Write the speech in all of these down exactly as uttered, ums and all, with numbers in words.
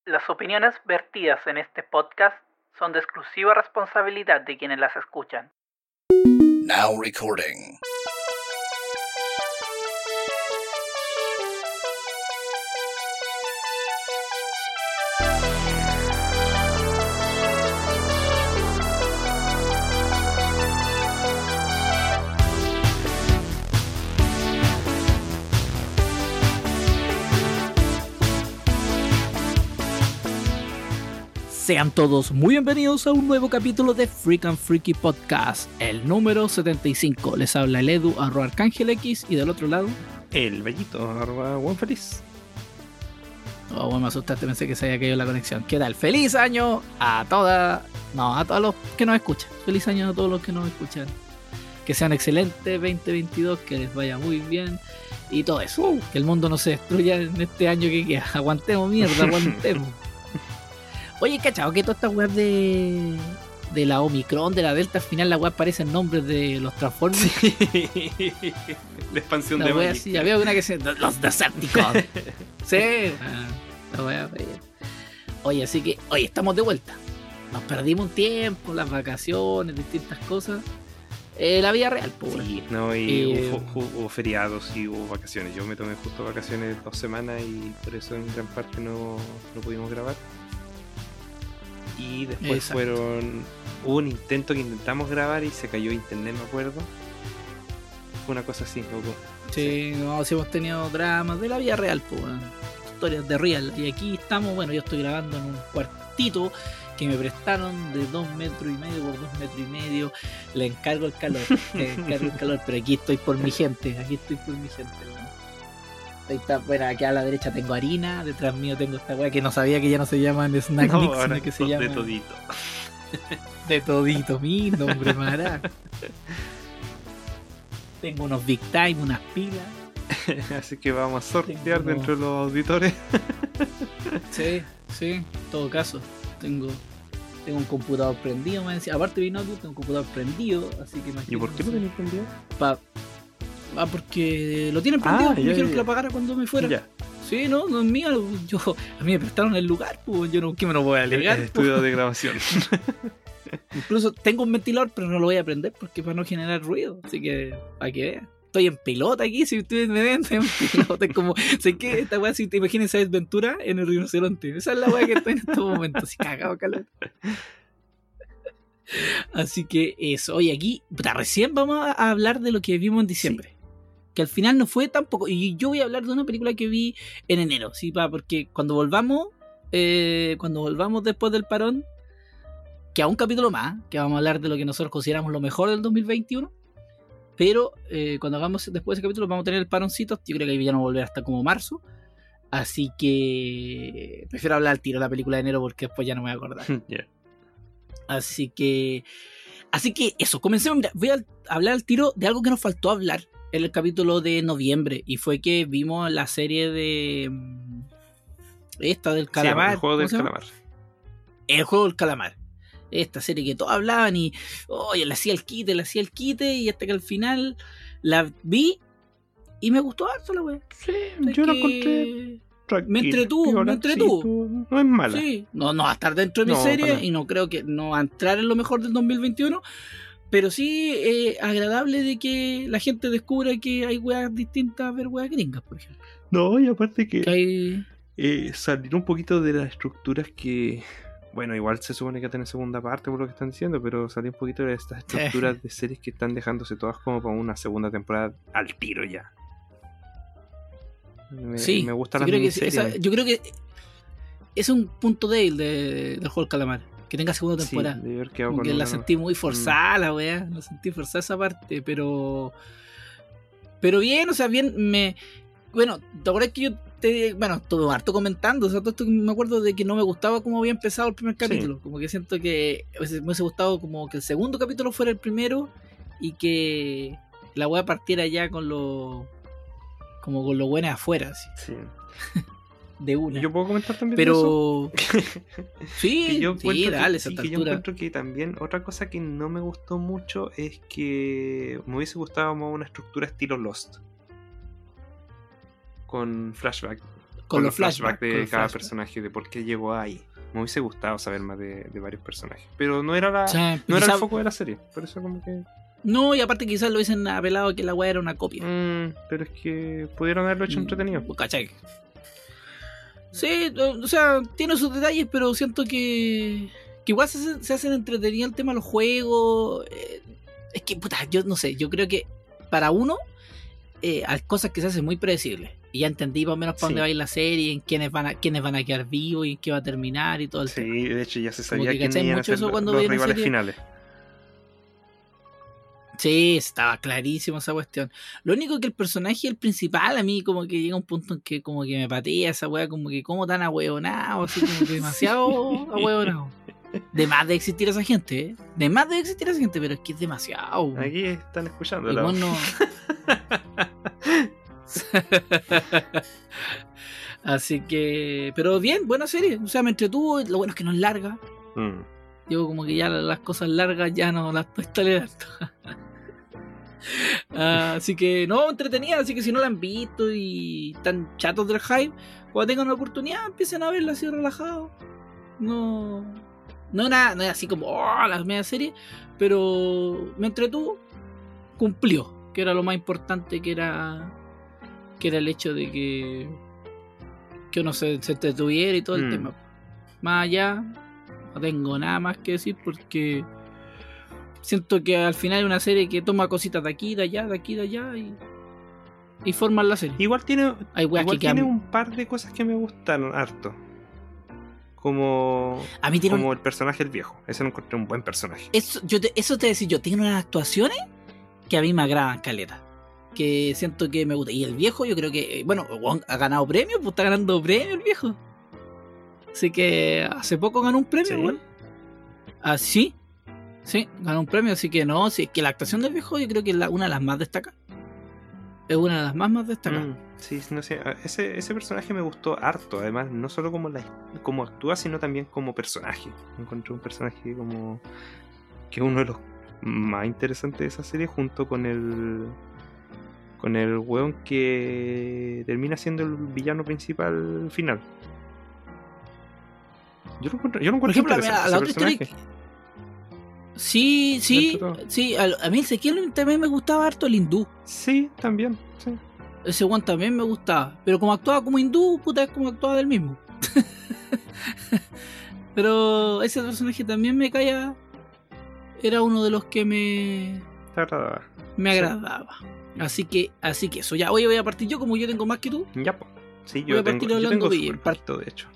Las opiniones vertidas en este podcast son de exclusiva responsabilidad de quienes las escuchan. Now recording. Sean todos muy bienvenidos a un nuevo capítulo de Freak and Freaky Podcast, el número setenta y cinco. Les habla el Edu, arroba Arcángel X, y del otro lado... El Bellito, arroba Buen Feliz. Oh, bueno, me asustaste, pensé que se había caído la conexión. ¿Qué tal? ¡Feliz año a todas! No, a todos los que nos escuchan. ¡Feliz año a todos los que nos escuchan! Que sean excelentes veinte veintidós, que les vaya muy bien y todo eso. Uh, que el mundo no se destruya en este año que queda. Aguantemos, mierda, aguantemos. Oye, ¿cachado que todas estas weas de, de la Omicron, de la Delta, al final las weas parecen nombres de los Transformers? Sí. La expansión la de wea Magic. sí, había una que se... Los Decepticons. Sí. Ah, la wea, oye. oye, así que... Oye, estamos de vuelta. Nos perdimos un tiempo, las vacaciones, distintas cosas. Eh, la vida real, pues. Sí, no, y eh, hubo, hubo, hubo feriados y hubo vacaciones. Yo me tomé justo vacaciones dos semanas y por eso en gran parte no, no pudimos grabar. Y después Exacto. fueron... Hubo un intento que intentamos grabar y se cayó internet, me acuerdo. Fue una cosa así, loco. Sí, no, sí hemos tenido dramas de la vida real, pues. Historias de real. Y aquí estamos, bueno, yo estoy grabando en un cuartito que me prestaron de dos metros y medio por dos metros y medio. Le encargo el calor, le encargo el calor, pero aquí estoy por mi gente, aquí estoy por mi gente, bueno. Ahí está, bueno, aquí a la derecha tengo harina, detrás mío tengo esta weá que no sabía que ya no se llaman snack No, mix, ahora sino que se de llaman todito. de todito, mi nombre mará. Tengo unos Big Time, unas pilas. Así que vamos a sortear Tengo- dentro de los auditores. Sí, sí, en todo caso. Tengo, tengo un computador prendido, me decía. Aparte de mi notebook, tengo un computador prendido, así que imagínate. ¿Y por qué lo tenéis prendido? Pa- ah, porque lo tienen prendido, Ah, me ya, dijeron ya, que lo ya. apagara cuando me fuera. Ya. Sí, no, no es mío. Yo, a mí me prestaron el lugar, pues yo no, ¿qué me lo voy a El, alegar? el po? estudio de grabación. Incluso tengo un ventilador, pero no lo voy a prender porque para no generar ruido. Así que, para que vean. Estoy en pelota aquí, si ustedes me ven, estoy en pelota. Es como, sé que esta weá, si te imaginas esa desventura en el rinoceronte. Esa es la weá que estoy en estos momentos, así cagado calor. Así que eso, oye, aquí, puta, recién vamos a hablar de lo que vimos en diciembre. Que al final no fue tampoco. Y yo voy a hablar de una película que vi en enero, ¿sí? Pa, porque cuando volvamos, eh, cuando volvamos después del parón, que a un capítulo más, que vamos a hablar de lo que nosotros consideramos lo mejor del dos mil veintiuno. Pero eh, cuando hagamos después de ese capítulo vamos a tener el paroncito. Yo creo que ya no va a volver hasta como marzo. Así que prefiero hablar al tiro de la película de enero porque después ya no me voy a acordar. Ya. Así que Así que eso, comencemos. Mira, voy a hablar al tiro de algo que nos faltó hablar en el capítulo de noviembre. Y fue que vimos la serie de mm, esta del calamar. Sí, el juego ¿cómo del se llama? calamar. El juego del calamar. Esta serie que todos hablaban y oye, le hacía el quite, le hacía el quite, y hasta que al final la vi y me gustó harto la wea. Sí, Es yo lo que encontré tranquilo, me entretuvo, piola, me entretuvo. sí, no, no es mala. Sí, no, no va a estar dentro de mi No, serie para nada. y no creo que no va a entrar en lo mejor del dos mil veintiuno, pero sí eh, agradable de que la gente descubra que hay weas distintas a ver weas gringas, por ejemplo. No, y aparte que Que hay... eh, salir un poquito de las estructuras que... Bueno, igual se supone que tiene segunda parte por lo que están diciendo, pero salir un poquito de estas estructuras de series que están dejándose todas como para una segunda temporada al tiro ya. Me, Sí, me gusta sí, la creo que miniserie. esa- yo creo que es un punto débil de, del juego del calamar, que tenga segunda Sí, temporada. debe haber quedado Como con que la una- sentí muy forzada, la wea. La sentí forzada esa parte, pero. Pero bien, o sea, bien, me. Bueno, ¿te acuerdas que yo te. Bueno, estuve harto comentando, o sea, todo esto que me acuerdo de que no me gustaba cómo había empezado el primer capítulo. Como que siento que me hubiese gustado como que el segundo capítulo fuera el primero y que la wea partiera ya con lo. Como con lo bueno afuera, así, Sí. de una. Yo puedo comentar también de eso? Pero. Sí, Que yo sí, encuentro dale, que, esa sí, que yo altura. encuentro que también otra cosa que no me gustó mucho es que me hubiese gustado más una estructura estilo Lost con flashback. con los flashbacks de con los cada flashbacks. personaje, de por qué llegó ahí. Me hubiese gustado saber más de, de varios personajes. Pero no era la, O sea, no era quizá- el foco de la serie. Por eso como que... No, y aparte quizás lo hubiesen apelado que la weá era una copia. Mm, pero es que pudieron haberlo hecho entretenido. Mm, ¿Cachai? Sí, o sea, tiene sus detalles, pero siento que, que igual se, hacen- se hacen entretenido el tema de los juegos. eh, es que, puta, yo no sé, yo creo que para uno eh, hay cosas que se hacen muy predecibles. Y ya entendí más o menos para Sí. dónde va a ir la serie, en quiénes van a, quiénes van a quedar vivos y en qué va a terminar y todo el tema. Sí, de hecho ya se Como sabía que quiénes cachai iban a mucho ser eso los, cuando los veía la rivales serie. finales. Sí, estaba clarísimo esa cuestión. Lo único que el personaje, el principal, a mí como que llega un punto en que como que me patea esa wea, como que como tan ahueonado, así como que demasiado ahueonado. De más de existir esa gente, ¿eh? De más de existir esa gente, pero es que es demasiado. Aquí están escuchando. El la- weón no... Así que... Pero bien, buena serie. O sea, me entretuvo. Lo bueno es que no es larga. Mm. Yo como que ya las cosas largas ya no las estoy tolerando. Ah, así que no, entretenida, así que si no la han visto y están chatos del hype, cuando tengan una oportunidad empiecen a verla así relajado. No, no era, no era así como oh, la media serie, pero me entretuvo, cumplió, que era lo más importante, que era que era el hecho de que que uno se, se entretuviera y todo el Mm. tema. Más allá, no tengo nada más que decir porque siento que al final es una serie que toma cositas de aquí, de allá, de aquí, de allá y, y forman la serie. Igual tiene, Hay weas igual que quedan- tiene un par de cosas que me gustaron harto. Como, A mí tiene un- como el personaje del viejo. Ese lo encontré un buen personaje. Eso, yo te, eso te decía yo, tiene unas actuaciones que a mí me agradan caleta. Que siento que me gusta. Y el viejo, yo creo que, bueno, weón, ha ganado premios, pues está ganando premios el viejo. Así que hace poco ganó un premio, ¿Sí? weón. Ah, sí, sí, ganó un premio, así que no, sí, que la actuación del viejo yo creo que es la- una de las más destacadas. Es una de las más más destacadas. Mm, sí, no sé, ese, ese personaje me gustó harto, además, no solo como, la, como actúa, sino también como personaje. Encontré un personaje como que es uno de los más interesantes de esa serie, junto con el con el weón que termina siendo el villano principal final. Yo lo encuentro, yo lo Por encuentro ejemplo, interesante, a la ese otra historia personaje. que- Sí, sí, Dentro de todo. sí, a, a mí Ezequiel también me gustaba harto el hindú. Sí, también, sí. Ese one también me gustaba. Pero como actuaba como hindú, puta, es como actuaba del mismo. Pero ese personaje también me caía. Era uno de los que me, Está agradable. me Sí. agradaba. Así que, así que eso. Ya, hoy voy a partir yo, como yo tengo más que tú. Ya, pues. Sí, Voy a yo tengo, partir yo hablando tengo bien, súper par- poquito, de hecho.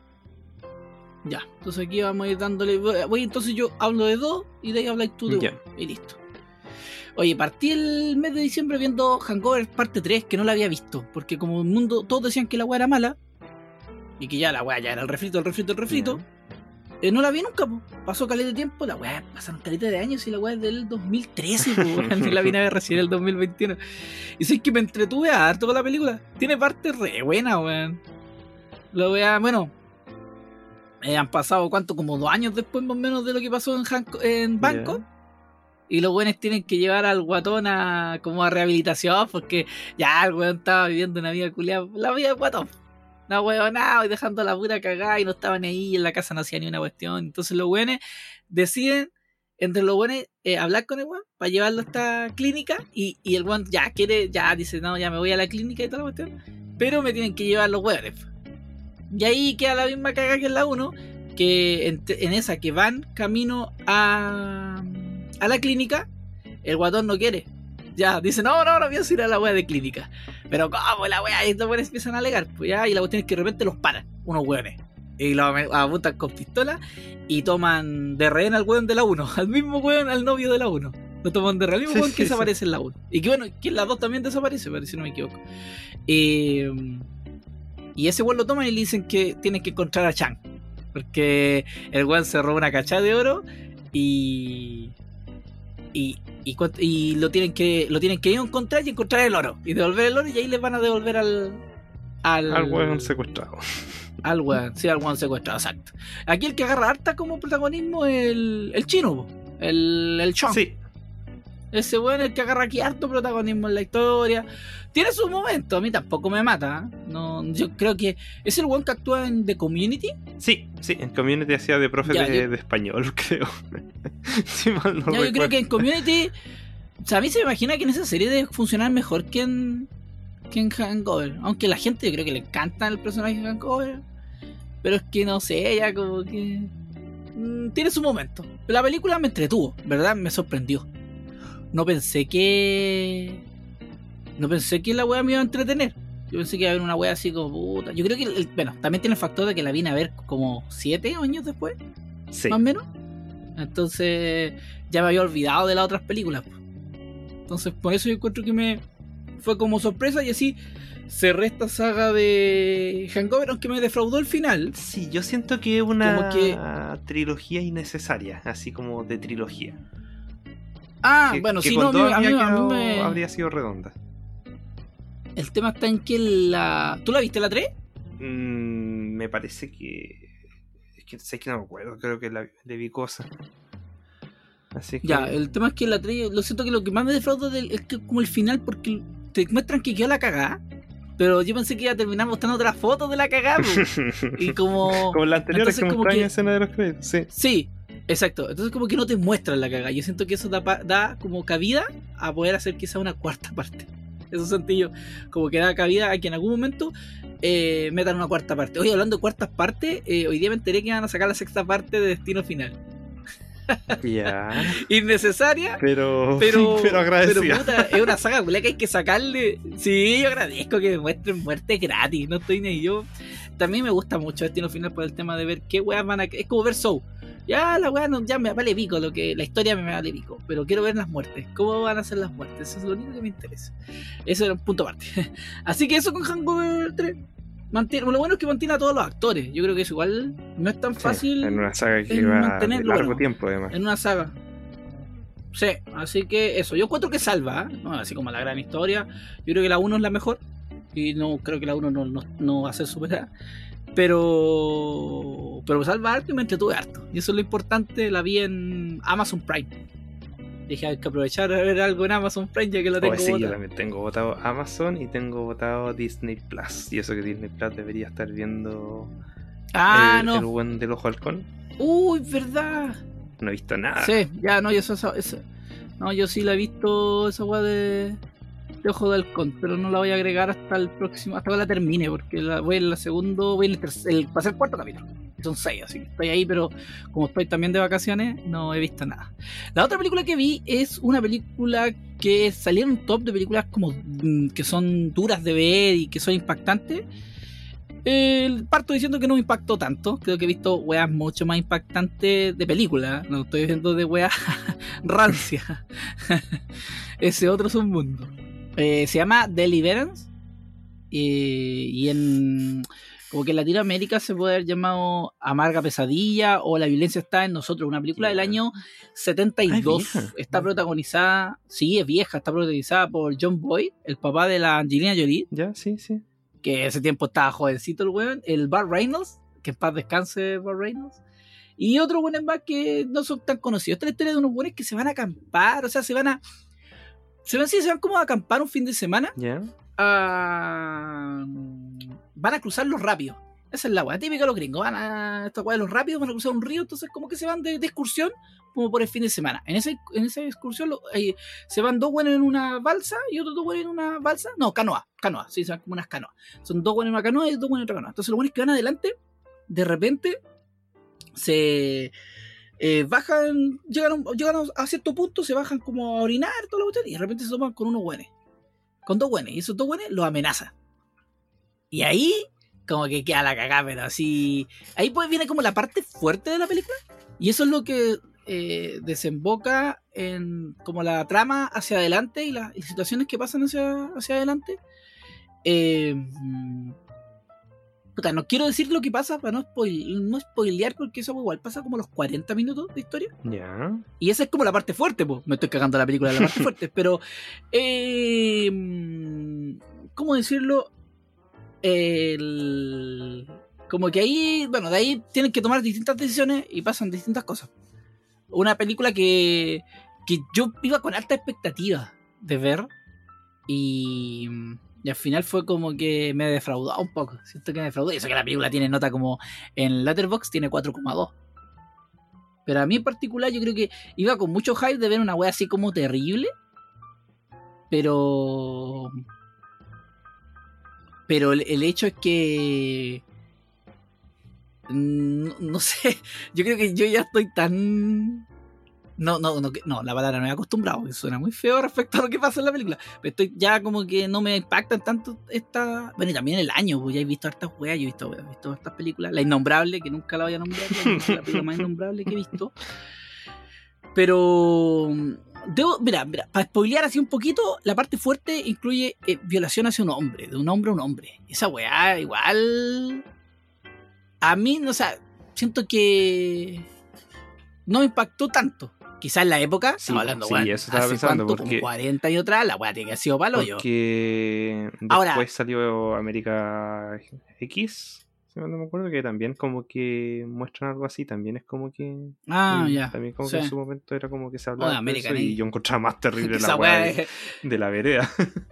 Ya, entonces aquí vamos a ir dándole. Voy, voy, entonces yo hablo de dos y de ahí habláis tú de Ya. uno. Y listo. Oye, partí el mes de diciembre viendo Hangover parte tres, que no la había visto. Porque como el mundo, todos decían que la weá era mala. Y que ya la weá ya era el refrito, el refrito, el refrito. Eh, no la vi nunca, po. Pasó caleta de tiempo. La weá pasaron caleta de años y la weá es del dos mil trece, po, weón. Y la vine a ver recién en el dos mil veintiuno. Y sé que me entretuve harto con la película. Tiene partes re buenas, weón. Lo weá, bueno. Eh, han pasado, ¿cuánto? Como dos años después, más o menos, de lo que pasó en, Hanco- en Bangkok. Y los buenos tienen que llevar al guatón a como a rehabilitación porque ya el weón estaba viviendo una vida culiada, la vida del guatón. No huevonado y dejando la pura cagada y no estaban ahí, en la casa no hacía ni una cuestión. Entonces los buenos deciden, entre los buenos, eh, hablar con el weón para llevarlo a esta clínica y, y el weón ya quiere, ya dice, no, ya me voy a la clínica y toda la cuestión, pero me tienen que llevar los weones. Y ahí queda la misma cagada que en la uno, que en, en esa que van camino a, a la clínica, el guatón no quiere. Ya, dice, no, no, no pienso ir a la wea de clínica. Pero ¿cómo la wea? Y estos weones empiezan a alegar, pues ya, y la cuestión es que de repente los paran, unos weones. Y los apuntan con pistola y toman de rehén al weón de la uno, al mismo weón, al novio de la uno. Lo toman de rehén, al mismo Sí, weón sí, que sí. desaparece en la uno. Y que bueno, que en la dos también desaparece, pero si no me equivoco. Eh, y ese weón lo toman y le dicen que tienen que encontrar a Chang. Porque el weón se roba una cachada de oro y. Y, y, cuant- y lo tienen que lo tienen que ir a encontrar y encontrar el oro. Y devolver el oro y ahí les van a devolver al. Al, Al weón secuestrado. Al weón, sí, al weón secuestrado, exacto. Aquí el que agarra harta como protagonismo es el, el chino, po. el, el Chong. Sí, Es Ese weón es el que agarra aquí harto protagonismo en la historia. Tiene sus momentos, a mí tampoco me mata. ¿eh? No, yo creo que es el weón que actúa en The Community. Sí, sí, en Community hacía de profe Ya, de, yo- de español, creo. Sí, mal no Ya, yo creo recuerdo. que en Community, o sea, a mí se me imagina que en esa serie debe funcionar mejor que en, que en Hangover. Aunque la gente yo creo que le encanta el personaje de Hangover. Pero es que no sé, ya como que... mm, tiene su momento. La película me entretuvo, ¿verdad? Me sorprendió. No pensé que... No pensé que la wea me iba a entretener. Yo pensé que iba a haber una wea así como puta. Yo creo que, el- bueno, también tiene el factor de que la vine a ver como siete años después, Sí. más o menos. Entonces ya me había olvidado de las otras películas. Entonces por eso yo encuentro que me fue como sorpresa y así cerré esta saga de Hangover, aunque me defraudó el final. Sí, yo siento que es una Como que- trilogía innecesaria, así como de trilogía. Ah, que, bueno, que sí, con no, a mí, dos a mí- habría a mí quedado- me... habría sido redonda. El tema está en que la... ¿Tú la viste la tres? Mm, me parece que... Es que sé que no me acuerdo, creo que la, le vi cosas. Así que... Ya, el tema es que la tres, lo siento que lo que más me defrauda del- es que como el final, porque te muestran que quedó la cagada, pero yo pensé que iba a terminar mostrando otras fotos de la cagada, po. Y como... como la anterior entonces que como mostraban que- en escena de los créditos, sí. Sí, exacto. Entonces como que no te muestran la cagada. Yo siento que eso da, pa- da como cabida a poder hacer quizá una cuarta parte. Eso sentí yo. Como que da cabida a que en algún momento eh, metan una cuarta parte. Oye, hablando de cuartas partes, eh, hoy día me enteré que iban a sacar la sexta parte de Destino Final. Ya, Innecesaria, pero, pero, pero agradecida. pero puta, es una saga culia que hay que sacarle. Sí, yo agradezco que me muestren muerte gratis. No estoy ni yo. También me gusta mucho Destino Final por el tema de ver qué weas van a. Es como ver Show. Ya la wea no, ya me vale pico, lo que la historia me vale pico, pero quiero ver las muertes. ¿Cómo van a ser las muertes? Eso es lo único que me interesa. Eso era un punto aparte. Así que eso con Hangover tres. Mantiene, lo bueno es que mantiene a todos los actores. Yo creo que eso igual no es tan Sí, fácil en una saga que en va de mantenerlo, largo bueno. tiempo, además. en una saga. Sí, así que eso. Yo encuentro que salva, ¿eh? No, así como la gran historia. Yo creo que la uno es la mejor. Y no creo que la uno no, no, no va a ser superada. Pero. Pero salva harto y me entretuve harto. Y eso es lo importante. La vi en Amazon Prime. Dije, hay que aprovechar a ver algo en Amazon Prime ya que la tengo Oh, sí, yo botada. también tengo votado Amazon y tengo votado Disney Plus. Y eso que Disney Plus debería estar viendo Ah, el, no. el buen del ojo halcón. Uy, verdad. No he visto nada. Sí, ya, no, yo eso, eso, eso- no, yo sí la he visto esa weá de, de Ojo de Halcón, pero no la voy a agregar hasta el próximo, hasta que la termine, porque la, voy en la segundo, voy en el tercer, el, va a ser el cuarto capítulo. Son seis, así que estoy ahí, pero como estoy también de vacaciones, no he visto nada. La otra película que vi es una película que salió en un top de películas como mm, que son duras de ver y que son impactantes. Eh, parto diciendo que no me impactó tanto. Creo que he visto weas mucho más impactantes de película. No estoy viendo de weas rancia. Ese otro es un mundo. Eh, se llama Deliverance. Eh, y en. Como que en Latinoamérica se puede haber llamado Amarga Pesadilla o La Violencia está en nosotros. Una película del año setenta y dos. Ah, es vieja. Está protagonizada. Sí, es vieja. Está protagonizada por John Boyd, el papá de la Angelina Jolie. Ya, sí, sí. Que ese tiempo estaba jovencito el weón, el Burt Reynolds, que en paz descanse Burt Reynolds, y otros weones más que no son tan conocidos. Esta es la historia de unos weones que se van a acampar, o sea, se van a. Se van, sí, se van como a acampar un fin de semana. Ya. A, van a cruzar los rápidos. Esa es la weá típica de los gringos. Van a. Esta weá de los rápidos, van a cruzar un río, entonces como que se van de, de excursión como por el fin de semana. En esa, en esa excursión lo- eh, se van dos buenos en una balsa y otros dos buenos en una balsa. No, canoa, canoa, sí, se van como unas canoas. Son dos buenos en una canoa y dos buenos en otra canoa. Entonces los buenos que van adelante, de repente, se eh, bajan, llegan, a un- llegan a cierto punto, se bajan como a orinar, toda la cuestión, y de repente se toman con unos buenos. Con dos buenos. Y esos dos buenos los amenazan. Y ahí, como que queda la cagada, pero así. Ahí pues viene como la parte fuerte de la película. Y eso es lo que eh, desemboca en como la trama hacia adelante y, la, y las situaciones que pasan hacia, hacia adelante. Eh, mm, puta, no quiero decir lo que pasa para no, spoil, no spoilear, porque eso igual pasa como los cuarenta minutos de historia. Ya. Y esa es como la parte fuerte, pues. Me estoy cagando la película de la parte fuerte. Pero, eh, mm, ¿cómo decirlo? El, como que ahí, bueno, de ahí tienen que tomar distintas decisiones y pasan distintas cosas. Una película que, que yo iba con alta expectativa de ver y, y al final fue como que me defraudó un poco. Siento que me defraudó. Y eso que la película tiene nota como en Letterboxd tiene cuatro coma dos. Pero a mí en particular yo creo que iba con mucho hype de ver una wea así como terrible. Pero... Pero el, el hecho es que... No, no sé, yo creo que yo ya estoy tan... No, no, no, no, la palabra no he acostumbrado, que suena muy feo respecto a lo que pasa en la película. Pero estoy ya como que no me impactan tanto esta... Bueno, y también el año, pues ya he visto hartas weas, yo he visto, he visto hartas películas. La Innombrable, que nunca la voy a nombrar, es la película más innombrable que he visto. Pero... Debo, mira, mira, para spoilear así un poquito, la parte fuerte incluye eh, violación hacia un hombre, de un hombre a un hombre. Esa weá igual... A mí, no, o sea, siento que no me impactó tanto. Quizás en la época, Sí, estaba hablando, sí, weón, eso estaba hace pensando, cuánto, porque- como cuarenta años atrás, la weá tiene que haber sido palo yo. Porque Ahora- después salió América X, si no me acuerdo, que también como que muestran algo así, también es como que... Ah, mm, ya. También como Sí. que en su momento era como que se hablaba Oh, de American eso y X. yo encontraba más terrible Esa la weá weá de, es- de la vereda.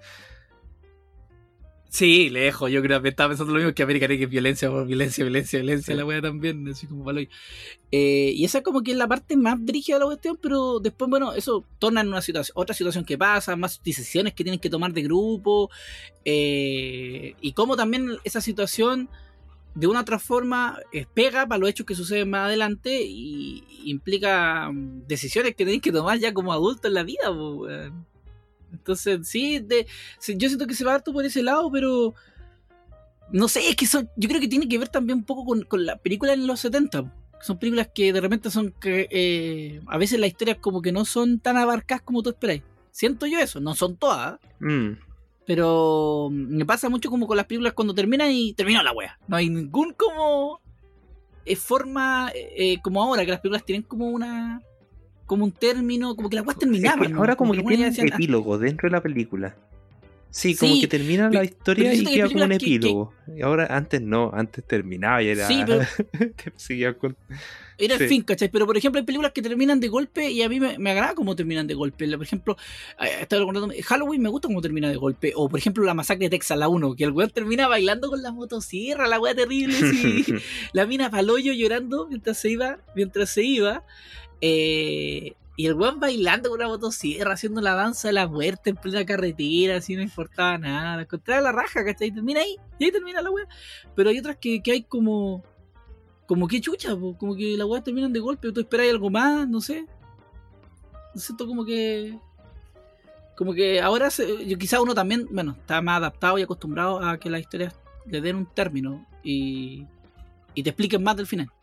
Sí, lejos, yo creo que estaba pensando lo mismo que American X, violencia por violencia, violencia, violencia, Sí. la weá también, así como palo yo. Eh, y esa como que es la parte más brígida de la cuestión, pero después, bueno, eso torna en una situación, otra situación que pasa, más decisiones que tienen que tomar de grupo, eh, y cómo también esa situación de una u otra forma eh, pega para los hechos que suceden más adelante y, y implica mm, decisiones que tenéis que tomar ya como adultos en la vida, po, weón. Entonces, sí, de, sí, yo siento que se va harto por ese lado, pero no sé, es que son, yo creo que tiene que ver también un poco con, con la película en los setenta. Son películas que de repente son que eh, a veces las historias como que no son tan abarcadas como tú esperáis. Siento yo eso, no son todas, Mm, pero me pasa mucho como con las películas cuando terminan y terminó la wea. No hay ningún como eh, forma eh, como ahora, que las películas tienen como una como un término, como que las weas es terminaban. que ahora como que algunas ya tienen decían, ah, epílogo dentro de la película. Sí, como Sí, que termina pe- la historia pero y siento que hay queda como un películas que- que- epílogo. Y ahora, antes no, antes terminaba y era... Sí, pero- te seguía con... Era el Sí. fin, ¿cachai? Pero por ejemplo hay películas que terminan de golpe y a mí me, me agrada cómo terminan de golpe. Por ejemplo, eh, estaba recordando, Halloween me gusta cómo termina de golpe. O por ejemplo la masacre de Texas, la uno, que el weón termina bailando con la motosierra, la weá terrible, sí. La mina paloyo llorando mientras se iba, mientras se iba. Eh, y el weón bailando con una motosierra, haciendo la danza de la muerte en plena carretera, así no importaba nada. Encontraba la raja, ¿cachai? Termina ahí, y ahí termina la weá. Pero hay otras que, que hay como... Como que chucha, po, como que las weas terminan de golpe, tú esperáis algo más, no sé. Siento como que. Como que ahora se, yo, quizá uno también, bueno, está más adaptado y acostumbrado a que las historias le den un término y, y te expliquen más del final.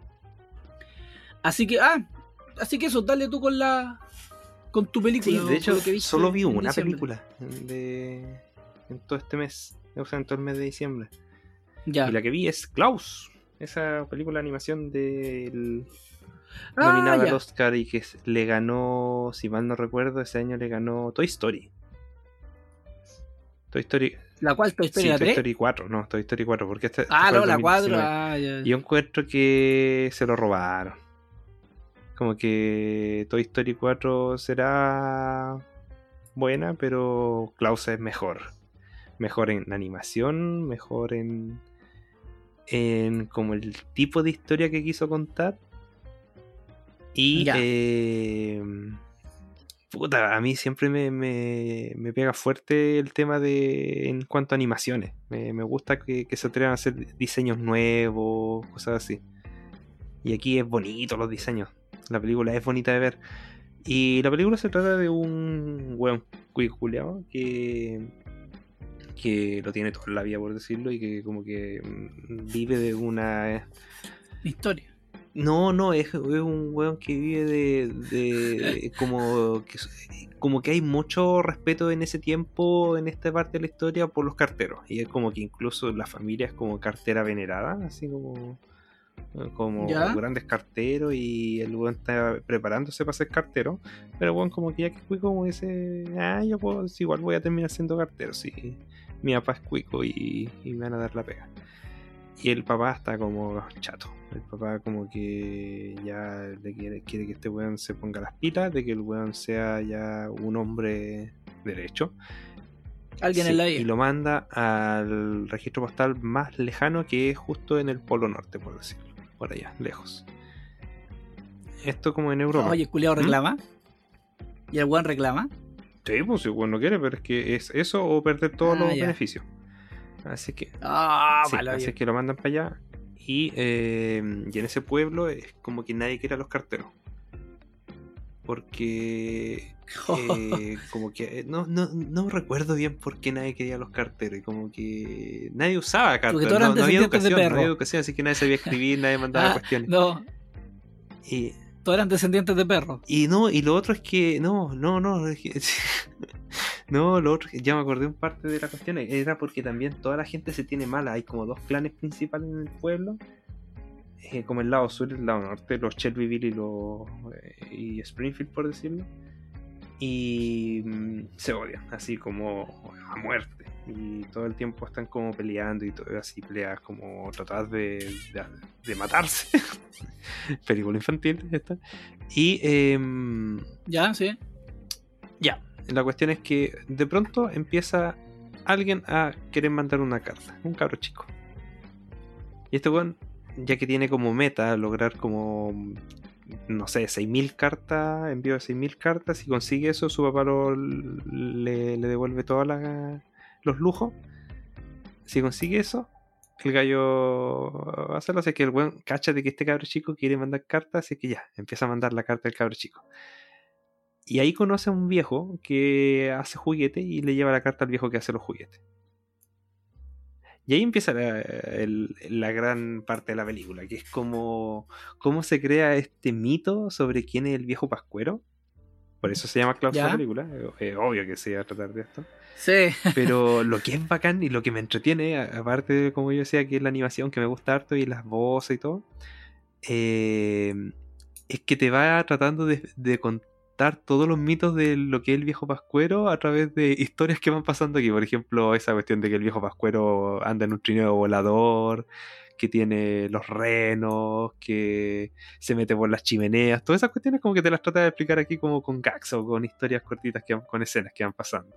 Así que, ah, así que eso, dale tú con la. Con tu película. Sí, o de con hecho, lo que viste solo vi en una diciembre. película de... en todo este mes, o sea, en todo el mes de diciembre. Ya. Y la que vi es Klaus, esa película de animación del... Ah, nominada ya. al Oscar y que s- le ganó, si mal no recuerdo, ese año le ganó Toy Story. Toy Story... ¿La cual Toy Story sí, la Toy tres? Story cuatro, no, Toy Story cuatro, porque este, este Ah, fue no, el la cuatro. dos mil diecinueve. Ah, ya. Y yo encuentro que se lo robaron. Como que Toy Story cuatro será buena, pero Klaus es mejor. Mejor en animación, mejor en, en como el tipo de historia que quiso contar. Y Ya. eh, puta, a mí siempre me, me, me pega fuerte el tema de en cuanto a animaciones. Me, me gusta que, que se atrevan a hacer diseños nuevos, cosas así. Y aquí es bonito los diseños. La película es bonita de ver. Y la película se trata de un weón cuiculeado que que lo tiene todo en la vida, por decirlo, y que como que mm, vive de una... Historia. No, no, es, es un weón que vive de... de como, que, como que hay mucho respeto en ese tiempo, en esta parte de la historia, por los carteros. Y es como que incluso la familia es como cartera venerada, así como... como ¿Ya? grandes carteros, y el weón está preparándose para ser cartero, pero el weón como que ya que es cuico, como dice, ah, yo puedo, sí, igual voy a terminar siendo cartero, sí, mi papá es cuico y, y me van a dar la pega. Y el papá está como chato. El papá como que ya le quiere, quiere que este weón se ponga las pilas, de que el weón sea ya un hombre derecho. Alguien Sí, en la vida. y lo manda al registro postal más lejano, que es justo en el Polo Norte, por decirlo. Por allá, lejos. Esto como en Europa. Oye, el culiao ¿Mm? reclama. ¿Y el weón reclama? Sí, pues si el weón no quiere, pero es que es eso o perder todos Ah, los ya. beneficios. Así que, Ah, sí, malo. así que lo mandan para allá. Y, eh, y en ese pueblo es como que nadie quiere a los carteros. Porque eh, como que no, no, no recuerdo bien por qué nadie quería a los carteros. Y como que nadie usaba carteros. todos eran No, no había descendientes de educación, no perro. había educación, así que nadie sabía escribir, nadie mandaba Ah, cuestiones. no, Y, todos eran descendientes de perros. y no, y lo otro es que no, no, no, es que- no, lo otro, ya me acordé un parte de la cuestión, era porque también toda la gente se tiene mala. Hay como dos clanes principales en el pueblo, eh, como el lado sur y el lado norte, los Shelbyville y los eh, y Springfield, por decirlo, y mm, se odian, así como a muerte, y todo el tiempo están como peleando y todo así, peleas como tratar de, de, de matarse. Película infantil esta. Y em, Ya, sí. ya, la cuestión es que de pronto empieza alguien a querer mandar una carta, un cabro chico. Y este weón, ya que tiene como meta lograr como, no sé, seis mil cartas, envío de seis mil cartas, si consigue eso, su papá lo, le, le devuelve todos los lujos. Si consigue eso, el gallo va a hacerlo, así que el weón cacha de que este cabro chico quiere mandar cartas, así que ya, empieza a mandar la carta del cabro chico. Y ahí conoce a un viejo que hace juguetes y le lleva la carta al viejo que hace los juguetes. Y ahí empieza la, el, la gran parte de la película, que es como cómo se crea este mito sobre quién es el viejo pascuero. Por eso se llama Klaus ¿Ya? la película. Es obvio que se va a tratar de esto. Sí. Pero lo que es bacán y lo que me entretiene, aparte de, como yo decía, que es la animación, que me gusta harto, y las voces y todo, eh, es que te va tratando de, de contar todos los mitos de lo que es el viejo pascuero a través de historias que van pasando aquí. Por ejemplo, esa cuestión de que el viejo pascuero anda en un trineo volador, que tiene los renos, que se mete por las chimeneas. Todas esas cuestiones como que te las trata de explicar aquí como con gags o con historias cortitas, que van, con escenas que van pasando.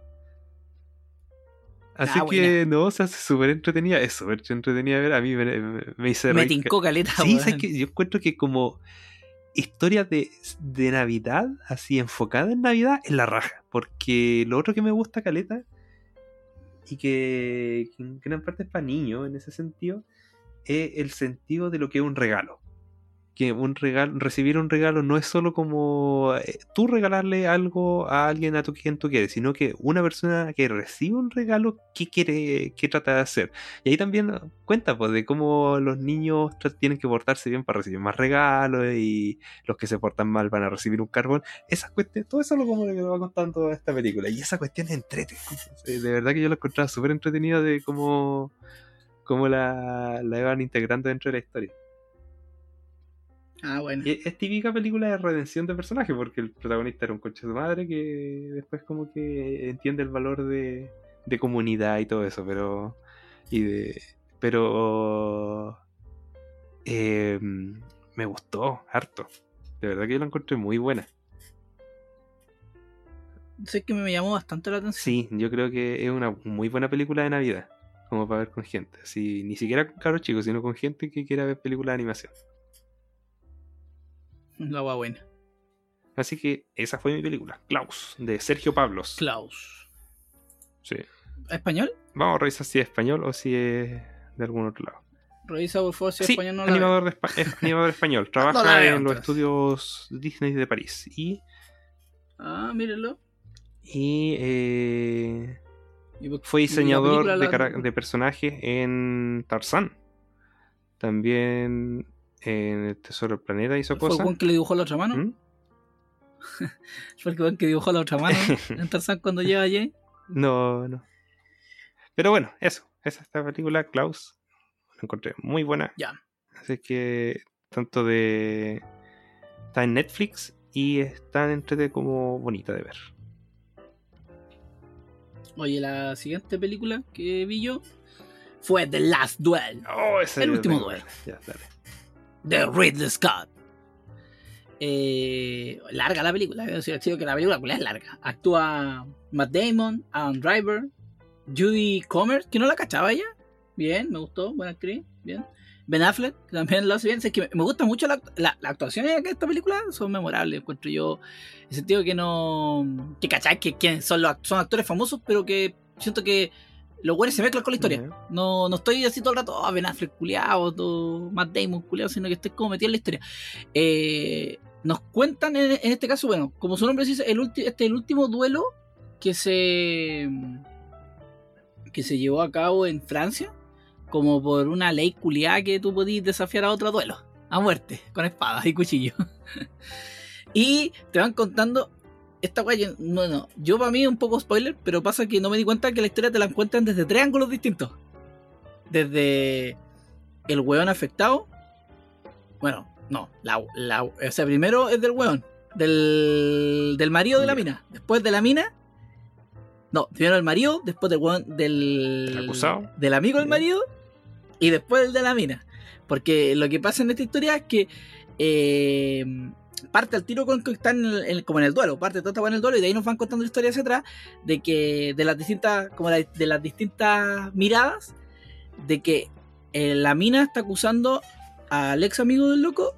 Así Ah, que no, o sea, es súper entretenida, es súper entretenida de ver. A mí me, me, me hice Me reír. tincó caleta, Sí, weón. ¿sabes qué? Yo encuentro que como historia de, de Navidad, así enfocada en Navidad, es la raja. Porque lo otro que me gusta caleta, y que, que en gran parte es para niños en ese sentido, es el sentido de lo que es un regalo. Que un regalo, recibir un regalo no es solo como eh, tú regalarle algo a alguien a tu, quien tú quieres, sino que una persona que recibe un regalo, ¿qué quiere, qué trata de hacer? Y ahí también cuenta pues, de cómo los niños tienen que portarse bien para recibir más regalos, y los que se portan mal van a recibir un carbón. Esas cuestiones, todo eso es lo como que me va contando esta película, y esa cuestión es entretenida. De verdad que yo la encontraba súper entretenida de cómo, cómo la, la iban integrando dentro de la historia. Ah, bueno. Y es típica película de redención de personaje, porque el protagonista era un conche de su madre que después como que entiende el valor de, de comunidad y todo eso, pero y de pero eh, me gustó harto, de verdad que yo la encontré muy buena. Sé que me llamó bastante la atención. Sí, yo creo que es una muy buena película de Navidad, como para ver con gente, así, ni siquiera con cabros chicos, sino con gente que quiera ver películas de animación. La va buena. Así que esa fue mi película, Klaus, de Sergio Pablos. Klaus. Sí. ¿Español? Vamos a revisar si es español o si es de algún otro lado. Revisa por favor si es Sí, español. No la animador, de Espa- es animador español. Trabaja No la veo, en los entonces. estudios Disney de París. Y, Ah, mírenlo. y eh, Y por- fue y la diseñador película de, la- cara- de personajes en Tarzán. También en El Tesoro del Planeta hizo ¿Fue el cosas. weón que le dibujó la otra mano? ¿Mm? ¿Fue el weón que dibujó la otra mano en Tarzán cuando llega allí? No, no. Pero bueno, eso. Esa es esta película, Klaus. La encontré muy buena. Ya. Así que tanto de... Está en Netflix y es tan entrete como bonita de ver. Oye, la siguiente película que vi yo fue The Last Duel. Oh, ese El yo último tengo. duelo. Ya, dale. De Ridley Scott. Eh, larga la película. Yo decir que la película es larga. Actúa Matt Damon, Adam Driver, Judy Comer, que no la cachaba ella. Bien, me gustó, buena actriz. Bien. Ben Affleck, que también lo hace bien. O sea, es que me gusta mucho la, la, la actuación de esta película, son memorables, encuentro yo. En el sentido que no. Que cachai, que, que son, los, son actores famosos, pero que siento que los buenos se mezclan con la historia. Uh-huh. No, no estoy así todo el rato, oh, Ben Affleck culiado, todo Matt Damon culiado, sino que estoy como metido en la historia. Eh. Nos cuentan en, en este caso, bueno, como su nombre dice, el ulti, este es el último duelo que se que se llevó a cabo en Francia, como por una ley culiada que tú podías desafiar a otro duelo, a muerte, con espadas y cuchillos. Y te van contando esta guay, no, no, yo para mí es un poco spoiler, pero pasa que no me di cuenta que la historia te la cuentan desde tres ángulos distintos. Desde el weón afectado, bueno, no, la, la, o sea, primero es del weón, del, del marido de la mina, después de la mina, no, primero el marido, después del weón, del acusado, del amigo del marido, y después el de la mina, porque lo que pasa en esta historia es que eh, parte al tiro con que están en el, como en el duelo, parte todo está en el duelo, y de ahí nos van contando la historia hacia atrás, de que de las distintas, como la, de las distintas miradas, de que eh, la mina está acusando al ex amigo del loco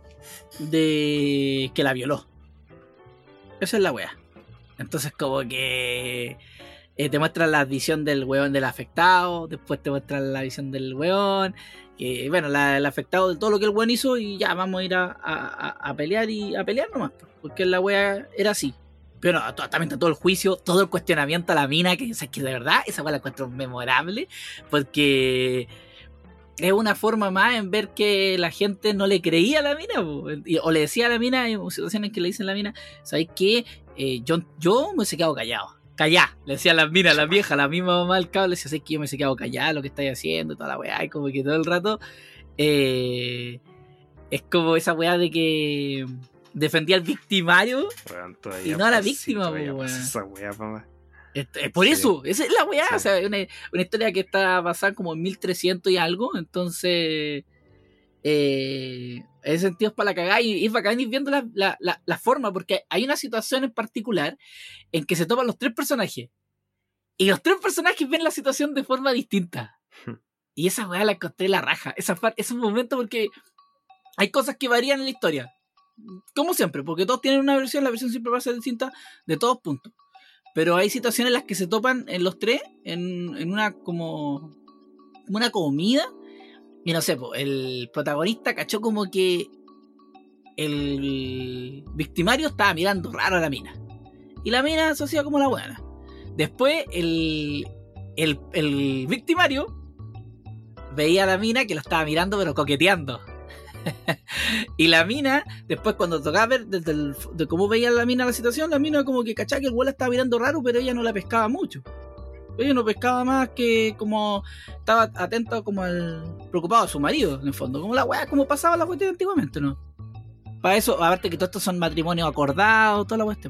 de que la violó. Esa es la wea. Entonces como que eh, te muestran la visión del weón del afectado, después te muestran la visión del weón, que bueno, la, el afectado de todo lo que el weón hizo, y ya vamos a ir a, a, a pelear y a pelear nomás, porque la wea era así. Pero no, también está todo el juicio, todo el cuestionamiento a la mina, que, o sea, que de verdad esa wea la encuentro memorable, porque es una forma más en ver que la gente no le creía a la mina, po, o le decía a la mina, en situaciones que le dicen a la mina, ¿sabes qué? Eh, yo, yo me he quedado callado. Callá, le decía a las minas, las viejas, la misma mamá del cable, le decía, ¿sabes qué? Yo me he quedado callado, lo que estáis haciendo, toda la weá, y como que todo el rato eh, es como esa weá de que defendía al victimario bueno, y no a la víctima, po, weón. Esa weá, mamá. Es por sí. Eso, esa es la weá, sí. O sea, una, una historia que está basada como en mil trescientos y algo, entonces eh, en ese sentido es para la cagada, y, y es bacán ir viendo la, la, la, la forma, porque hay una situación en particular en que se topan los tres personajes, y los tres personajes ven la situación de forma distinta, y esa weá la encontré la raja, esa, ese momento, porque hay cosas que varían en la historia, como siempre, porque todos tienen una versión, la versión siempre va a ser distinta de todos puntos. Pero hay situaciones en las que se topan en los tres en, en una como una comida, y no sé, po, el protagonista cachó como que el victimario estaba mirando raro a la mina, y la mina se hacía como la buena. Después el, el, el victimario veía a la mina que lo estaba mirando pero coqueteando. Y la mina, después cuando tocaba ver desde el, de cómo veía la mina la situación, la mina como que cachaba que el güey la estaba mirando raro, pero ella no la pescaba mucho. Ella no pescaba más que como estaba atenta como al preocupado de su marido, en el fondo, como la weá, como pasaba la cuestión antiguamente, ¿no? Para eso, aparte que todos estos son matrimonios acordados, toda la cuestión.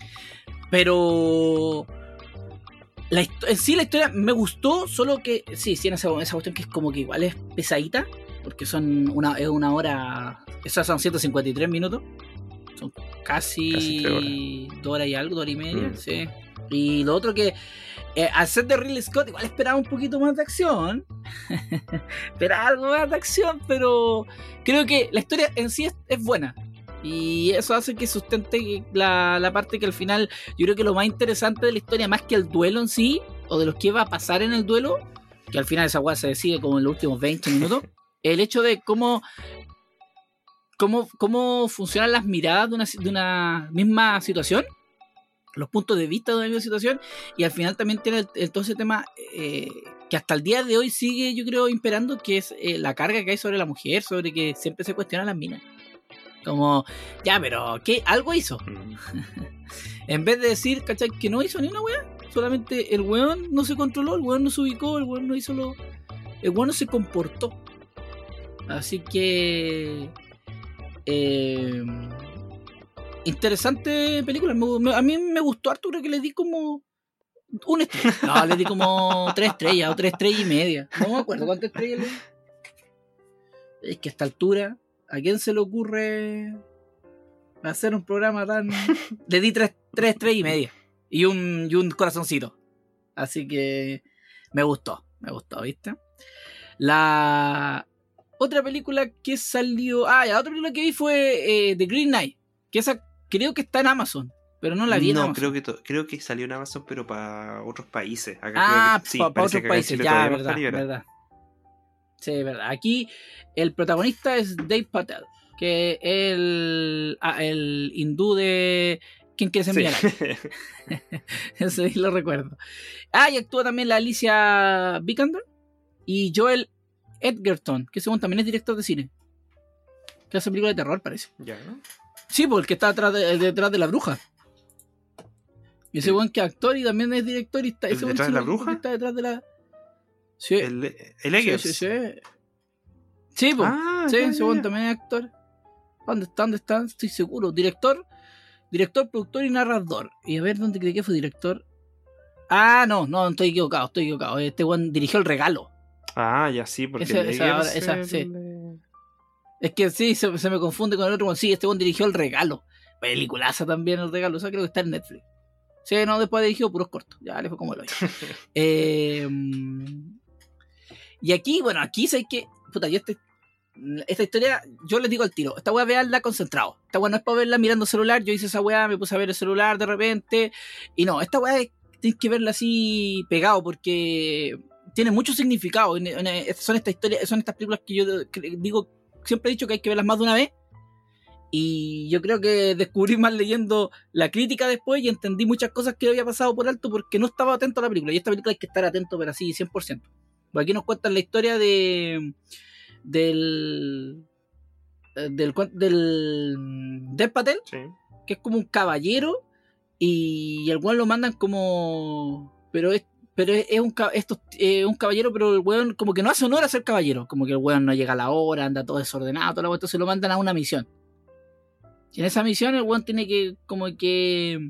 Pero la en sí la historia me gustó, solo que sí, sí, en esa, esa cuestión que es como que igual es pesadita, porque son una, es una hora, esas son ciento cincuenta y tres minutos, son casi, casi horas. dos horas y algo, dos horas y media, mm. Sí. Y lo otro que, eh, al ser de Ridley Scott, igual esperaba un poquito más de acción, esperaba algo más de acción, pero creo que la historia en sí es, es buena, y eso hace que sustente la, la parte que al final, yo creo que lo más interesante de la historia, más que el duelo en sí, o de lo que va a pasar en el duelo, que al final esa weá se decide como en los últimos veinte minutos, el hecho de cómo, cómo, cómo funcionan las miradas de una, de una misma situación, los puntos de vista de una misma situación, y al final también tiene el, el, todo ese tema eh, que hasta el día de hoy sigue, yo creo, imperando, que es eh, la carga que hay sobre la mujer, sobre que siempre se cuestionan las minas. Como, ya, pero ¿qué? Algo hizo. En vez de decir, ¿cachai? Que no hizo ni una weá, solamente el weón no se controló, el weón no se ubicó, el weón no hizo lo... El weón no se comportó. Así que eh, interesante película. Me, me, a mí me gustó harto, creo que le di como una estrella. No, le di como tres estrellas o tres estrellas y media. No me acuerdo cuántas estrellas le di. Es que a esta altura, ¿a quién se le ocurre hacer un programa tan...? Le di tres, tres estrellas y media. Y un, y un corazoncito. Así que me gustó, me gustó, ¿viste? La otra película que salió... Ah, la otra película que vi fue eh, The Green Knight. Que esa creo que está en Amazon. Pero no la vi en no, Amazon. creo que, to- creo que salió en Amazon, pero para otros países. Acá Ah, creo que, sí, para parece otros que acá en países, Chile ya, todavía no verdad, está liberada. verdad. Sí, verdad. Aquí el protagonista es Dave Patel, que es el, ah, el hindú de ¿Quién quiere ser Sí. millonario? Eso sí lo recuerdo. Ah, y actúa también la Alicia Vikander y Joel Edgerton, que según también es director de cine. Que hace películas de terror, parece. Ya, ¿no? Sí, porque el que está detrás de, detrás de La Bruja. Y ese Sí. buen que es actor y también es director y está. ¿El ese buen detrás sí de La lo digo Bruja? que está detrás de la. Sí. El, el Sí, Eggers. sí, sí. Sí, po. Ah, sí, ya, ese ya, buen ya. también es actor. ¿Dónde está? ¿Dónde está? Estoy seguro. Director, director, productor y narrador. Y a ver, ¿dónde creí que fue director? Ah, no, no, estoy equivocado, estoy equivocado. Este buen dirigió El Regalo. Ah, ya sí, porque Esa- el esa Eggers ahora- esa, el- sí. Es que sí, se, se me confunde con el otro. Bueno, sí, este buen dirigió El Regalo. Peliculaza también El Regalo. O sea, creo que está en Netflix. Sí, no, después dirigió puros cortos. Ya le fue como el hoyo. eh, y aquí, bueno, aquí sé que. Puta, yo este, esta historia, yo les digo al tiro. Esta weá, veanla concentrado. Esta weá no es para verla mirando celular. Yo hice esa weá, me puse a ver el celular de repente. Y no, esta weá es- tienes que verla así pegado porque tiene mucho significado. En- en- Son estas historias, son estas películas que yo cre- digo, siempre he dicho que hay que verlas más de una vez. Y yo creo que descubrí más leyendo la crítica después y entendí muchas cosas que había pasado por alto porque no estaba atento a la película. Y esta película hay que estar atento, pero así, cien por ciento. Porque aquí nos cuentan la historia de del del del Dev Patel, Sí. que es como un caballero y el weón lo mandan como pero es pero es, es un ca- esto es un caballero, pero el weón como que no hace honor a ser caballero, como que el weón no llega a la hora, anda todo desordenado, toda la weón, entonces lo mandan a una misión. Y en esa misión el weón tiene que como que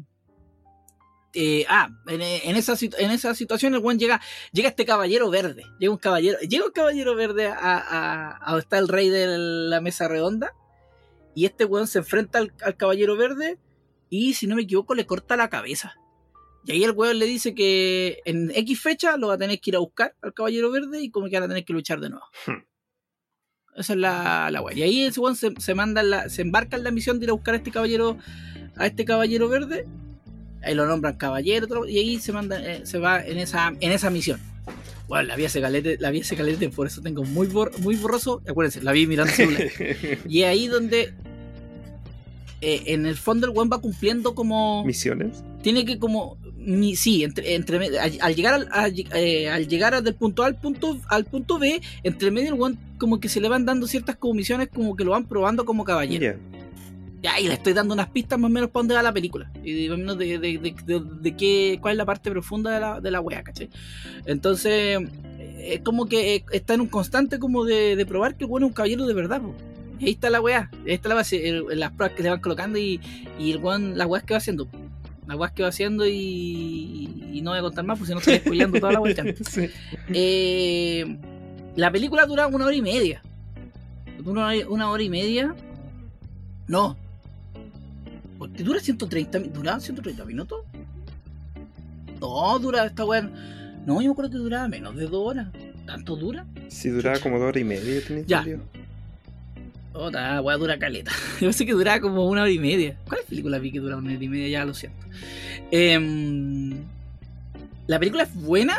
eh, ah, en, en, esa, situ- en esa situación el weón llega, llega este caballero verde, llega un caballero, llega un caballero verde a, a, a donde está el rey de la mesa redonda, y este weón se enfrenta al, al caballero verde y si no me equivoco le corta la cabeza. Y ahí el weón le dice que en X fecha lo va a tener que ir a buscar al caballero verde y como que van a tener que luchar de nuevo. Hmm. Esa es la, la weá. Y ahí ese weón se, se manda en la, se embarca en la misión de ir a buscar a este caballero, a este caballero verde. Ahí lo nombran caballero, todo, y ahí se manda, eh, se va en esa, en esa misión. Bueno, la vi hace calete, la vi hace calete, por eso tengo muy bor, muy borroso. Acuérdense, la vi mirando celular. Y ahí donde eh, en el fondo el weón va cumpliendo como. ¿Misiones? Tiene que como. Mi, sí, entre, entre al, al llegar al, al, eh, al llegar del punto A al punto, al punto B, entre medio el weón como que se le van dando ciertas como misiones como que lo van probando como caballero. Ya. Ya, y le estoy dando unas pistas más o menos para dónde va la película. Y más o menos de, de, de, de, de qué, cuál es la parte profunda de la, de la wea, ¿cachai? Entonces, es como que está en un constante como de, de probar que el weón es un caballero de verdad, po. Y ahí está la wea. Ahí está la base, el, las pruebas que se van colocando y, y el weón, las weas que va haciendo. Las weas que va haciendo y, y no voy a contar más porque si no estoy spoileando toda la wea. Sí. Eh, la película dura una hora y media. Dura una, una hora y media. No. Porque dura ciento treinta minutos. ¿Duraba ciento treinta minutos? No, dura esta weá. No, yo me acuerdo que duraba menos de dos horas. ¿Tanto dura? Sí, duraba como dos horas y media, tenía Ya. entendido. Otra weá dura caleta. Yo pensé que duraba como una hora y media. ¿Cuáles películas vi que dura una hora y media? Ya lo siento. Eh, la película es buena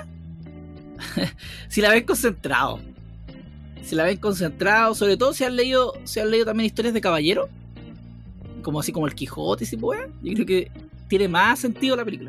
si la ven concentrado. Si la ven concentrado, sobre todo si han leído, si han leído también historias de caballeros, como así como el Quijote y si puede. Yo creo que tiene más sentido la película.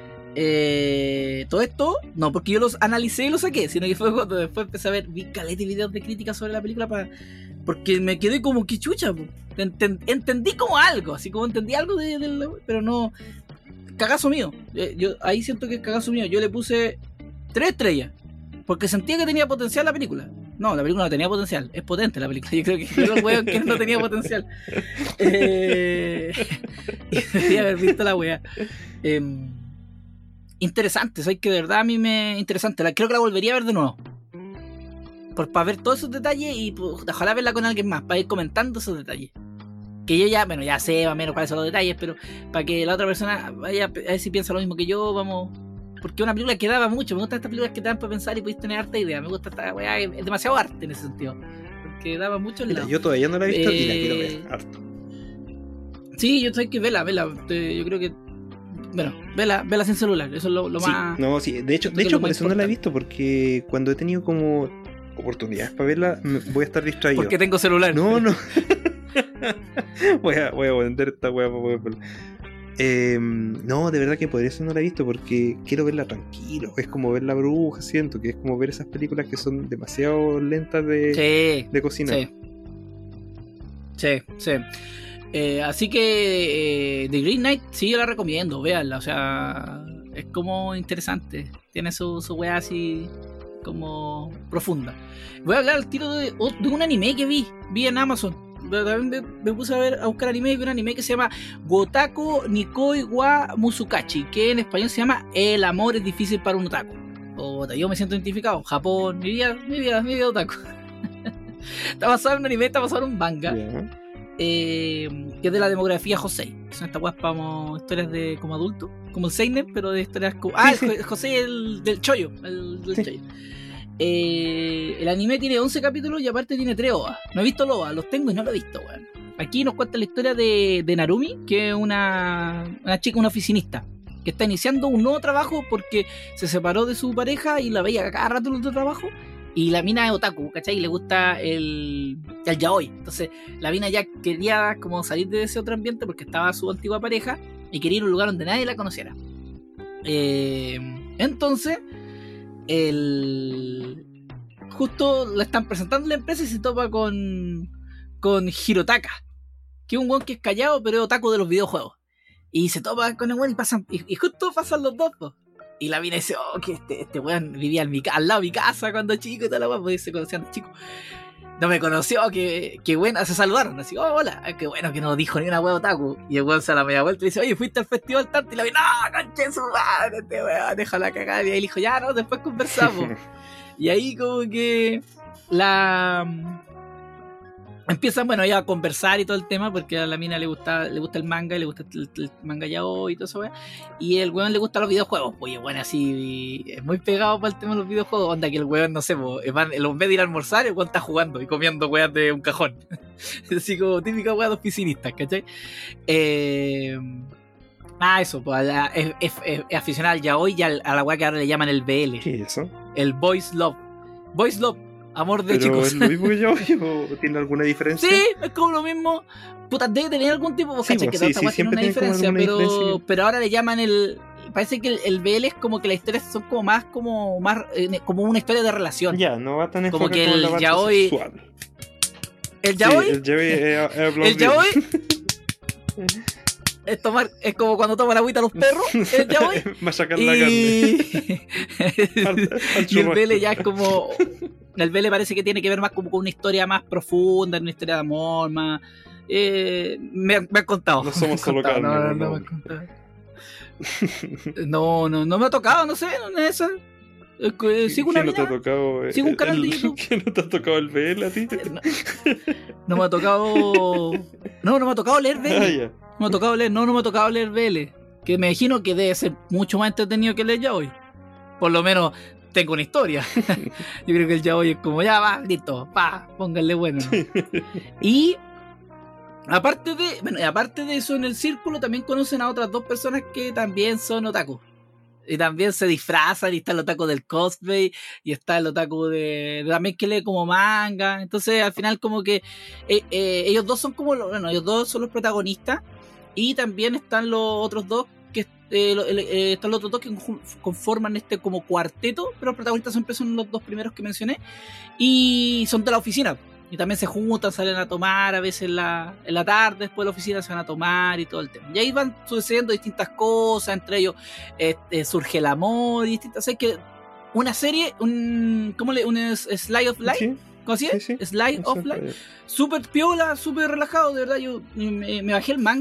Eh, todo esto, no porque yo los analicé y los saqué, sino que fue cuando después empecé a ver, vi caleta y videos de crítica sobre la película para, porque me quedé como que chucha, po. Ent- entendí como algo, así como entendí algo de, de la- pero no, cagazo mío. Eh, yo ahí siento que es cagazo mío. Yo le puse tres estrellas porque sentía que tenía potencial la película. No, la película no tenía potencial, es potente la película. Yo creo que yo los weón que no tenía potencial. Eh, y debería haber visto la wea. Eh, interesante, ¿sabes? Que de verdad a mí me interesante. La, creo que la volvería a ver de nuevo. Por, para ver todos esos detalles y pues, ojalá verla con alguien más, para ir comentando esos detalles. Que yo ya, bueno, ya sé más o menos cuáles son los detalles, pero para que la otra persona vaya a ver si piensa lo mismo que yo, vamos. Porque es una película que daba mucho. Me gustan estas películas que te dan para pensar y podéis tener harta idea. Me gusta esta weá, es demasiado arte en ese sentido. Porque daba mucho el Mira, lado. yo todavía no la he visto Eh, y la quiero ver harto. Sí, yo estoy que vela, vela. Te- Yo creo que. Bueno, vela, vela sin celular. Eso es lo, lo Sí, más. no, sí, de hecho, creo de que hecho lo por más eso no la he importante. visto, porque cuando he tenido como oportunidades para verla, me- voy a estar distraído. Porque tengo celular. No, no. voy, a, voy a vender esta weá para poder verla. Eh, no, de verdad que por eso no la he visto, porque quiero verla tranquilo. Es como ver La Bruja, siento que es como ver esas películas que son demasiado lentas de, Sí, de cocinar. sí. Sí, sí. Eh, así que eh, The Green Knight sí yo la recomiendo, véanla, o sea, es como interesante, tiene su, su weá así como profunda. Voy a hablar al tiro de, de un anime que vi, vi en Amazon. También me, me puse a ver a buscar anime y vi un anime que se llama Gotako Nikoi wa Musukachi, que en español se llama El amor es difícil para un otaku. O yo me siento identificado, Japón, mi vida, mi vida, mi vida otaku. Está basado en un anime, está basado en un manga. Ya. Eh, que es de la demografía Josei. Son estas weas como historias de como adulto, como el Seinen, pero de historias como. Ah, Sí, el sí. Jo- Josei el del Choyo. El, del Sí. Choyo. Eh, el anime tiene once capítulos y aparte tiene tres O V A. No he visto los O V A, los tengo y no lo he visto, weón. Aquí nos cuenta la historia de, de Narumi, que es una, una chica, una oficinista, que está iniciando un nuevo trabajo porque se separó de su pareja y la veía a cada rato en otro trabajo. Y la mina es otaku, ¿cachai? Y le gusta el, el yaoi. Entonces la mina ya quería como salir de ese otro ambiente porque estaba su antigua pareja y quería ir a un lugar donde nadie la conociera. Eh, entonces, el... justo la están presentando en la empresa y se topa con, con Hirotaka, que es un weón que es callado pero es otaku de los videojuegos. Y se topa con el weón y pasan, y, y justo pasan los dos, po. Y la mina dice, oh, que este, este weón vivía en mi, ca- al lado de mi casa cuando chico y toda la weón, pues se conocían de chico. No me conoció, que, que bueno, se saludaron, así, oh, hola, qué bueno que no dijo ni una weón otaku. Y el weón se da la media vuelta y dice, oye, ¿fuiste al festival tanto? Y la mina, no, conche su madre, este weón, déjala cagar. Y ahí le dijo, ya, no, después conversamos. Y ahí como que la... empiezan, bueno, ya a conversar y todo el tema, porque a la mina le gusta, le gusta el manga, le gusta el, el manga yaoi y todo eso, weón. Y el weón le gustan los videojuegos, pues, y el weón así es muy pegado para el tema de los videojuegos, onda que el weón, no sé, pues, van, en vez de ir a almorzar, el weón está jugando y comiendo weas de un cajón. Así como típica wea de oficinistas, ¿cachai? Eh... Ah, eso, pues, la- es, es, es, es aficionado al yaoi y al, a la wea que ahora le llaman el B L, ¿Qué es eso? el Boys Love. Boys Love, amor de ¿Pero chicos. es lo mismo que yo o tiene alguna diferencia? Sí, es como lo mismo. Puta, debe tener algún tipo, Sí, ¿cachai? pues, Que sí, toda esta sí, weá tiene una siempre tiene como diferencia, alguna pero, diferencia. pero ahora le llaman el. Parece que el, el B L es como que las historias son como más, como más, eh, como una historia de relación. Ya, no va tan Como enfocado que como en el la parte yaoi- sexual. El yaoi, Sí, el yaoi es, es el yaoi es tomar, es como cuando toman agüita los perros, el yaoi. Machacar la carne. Y, Al- al y el churrasco. B L ya es como. El B L parece que tiene que ver más como con una historia más profunda, una historia de amor, más. Eh, me, me han contado. No me han somos solo contado, carne, no, no, no. no me han contado. No, no, no me ha tocado, no sé, no es esa. Es que, eh, sigo una ¿Quién no te ha mina, tocado? eh, sigo un canal de el- YouTube. ¿Quién no te ha tocado el B L a ti? no, no me ha tocado. No, no me ha tocado leer B L. Ah, ya. No me ha tocado leer, no, no me ha tocado leer B L. Que me imagino que debe ser mucho más entretenido que leer yaoi. Por lo menos tengo una historia. Yo creo que el yaoi es como, ya va, listo, pa, pónganle bueno. Y aparte de, bueno, y aparte de eso, en el círculo también conocen a otras dos personas que también son otaku. Y también se disfrazan, y está el otaku del cosplay, y está el otaku de, de también que lee como manga. Entonces al final como que eh, eh, ellos dos son como, los- bueno, ellos dos son los protagonistas, y también están los otros dos que eh, lo- el- eh, están los otros dos que conju- conforman este como cuarteto, pero los protagonistas siempre son los dos primeros que mencioné, y son de la oficina. Y también se juntan, salen a tomar a veces en la, en la tarde, después de la oficina se van a tomar y todo el tema. Y ahí van sucediendo distintas cosas, entre ellos este, surge el amor y distintas. Es que una serie, un ¿cómo le? Un es- Slide of Life, Sí, ¿cómo así es? sí, sí. Slide of Eso, Life. eh, Súper piola, súper relajado, de verdad. Yo me, me bajé el manga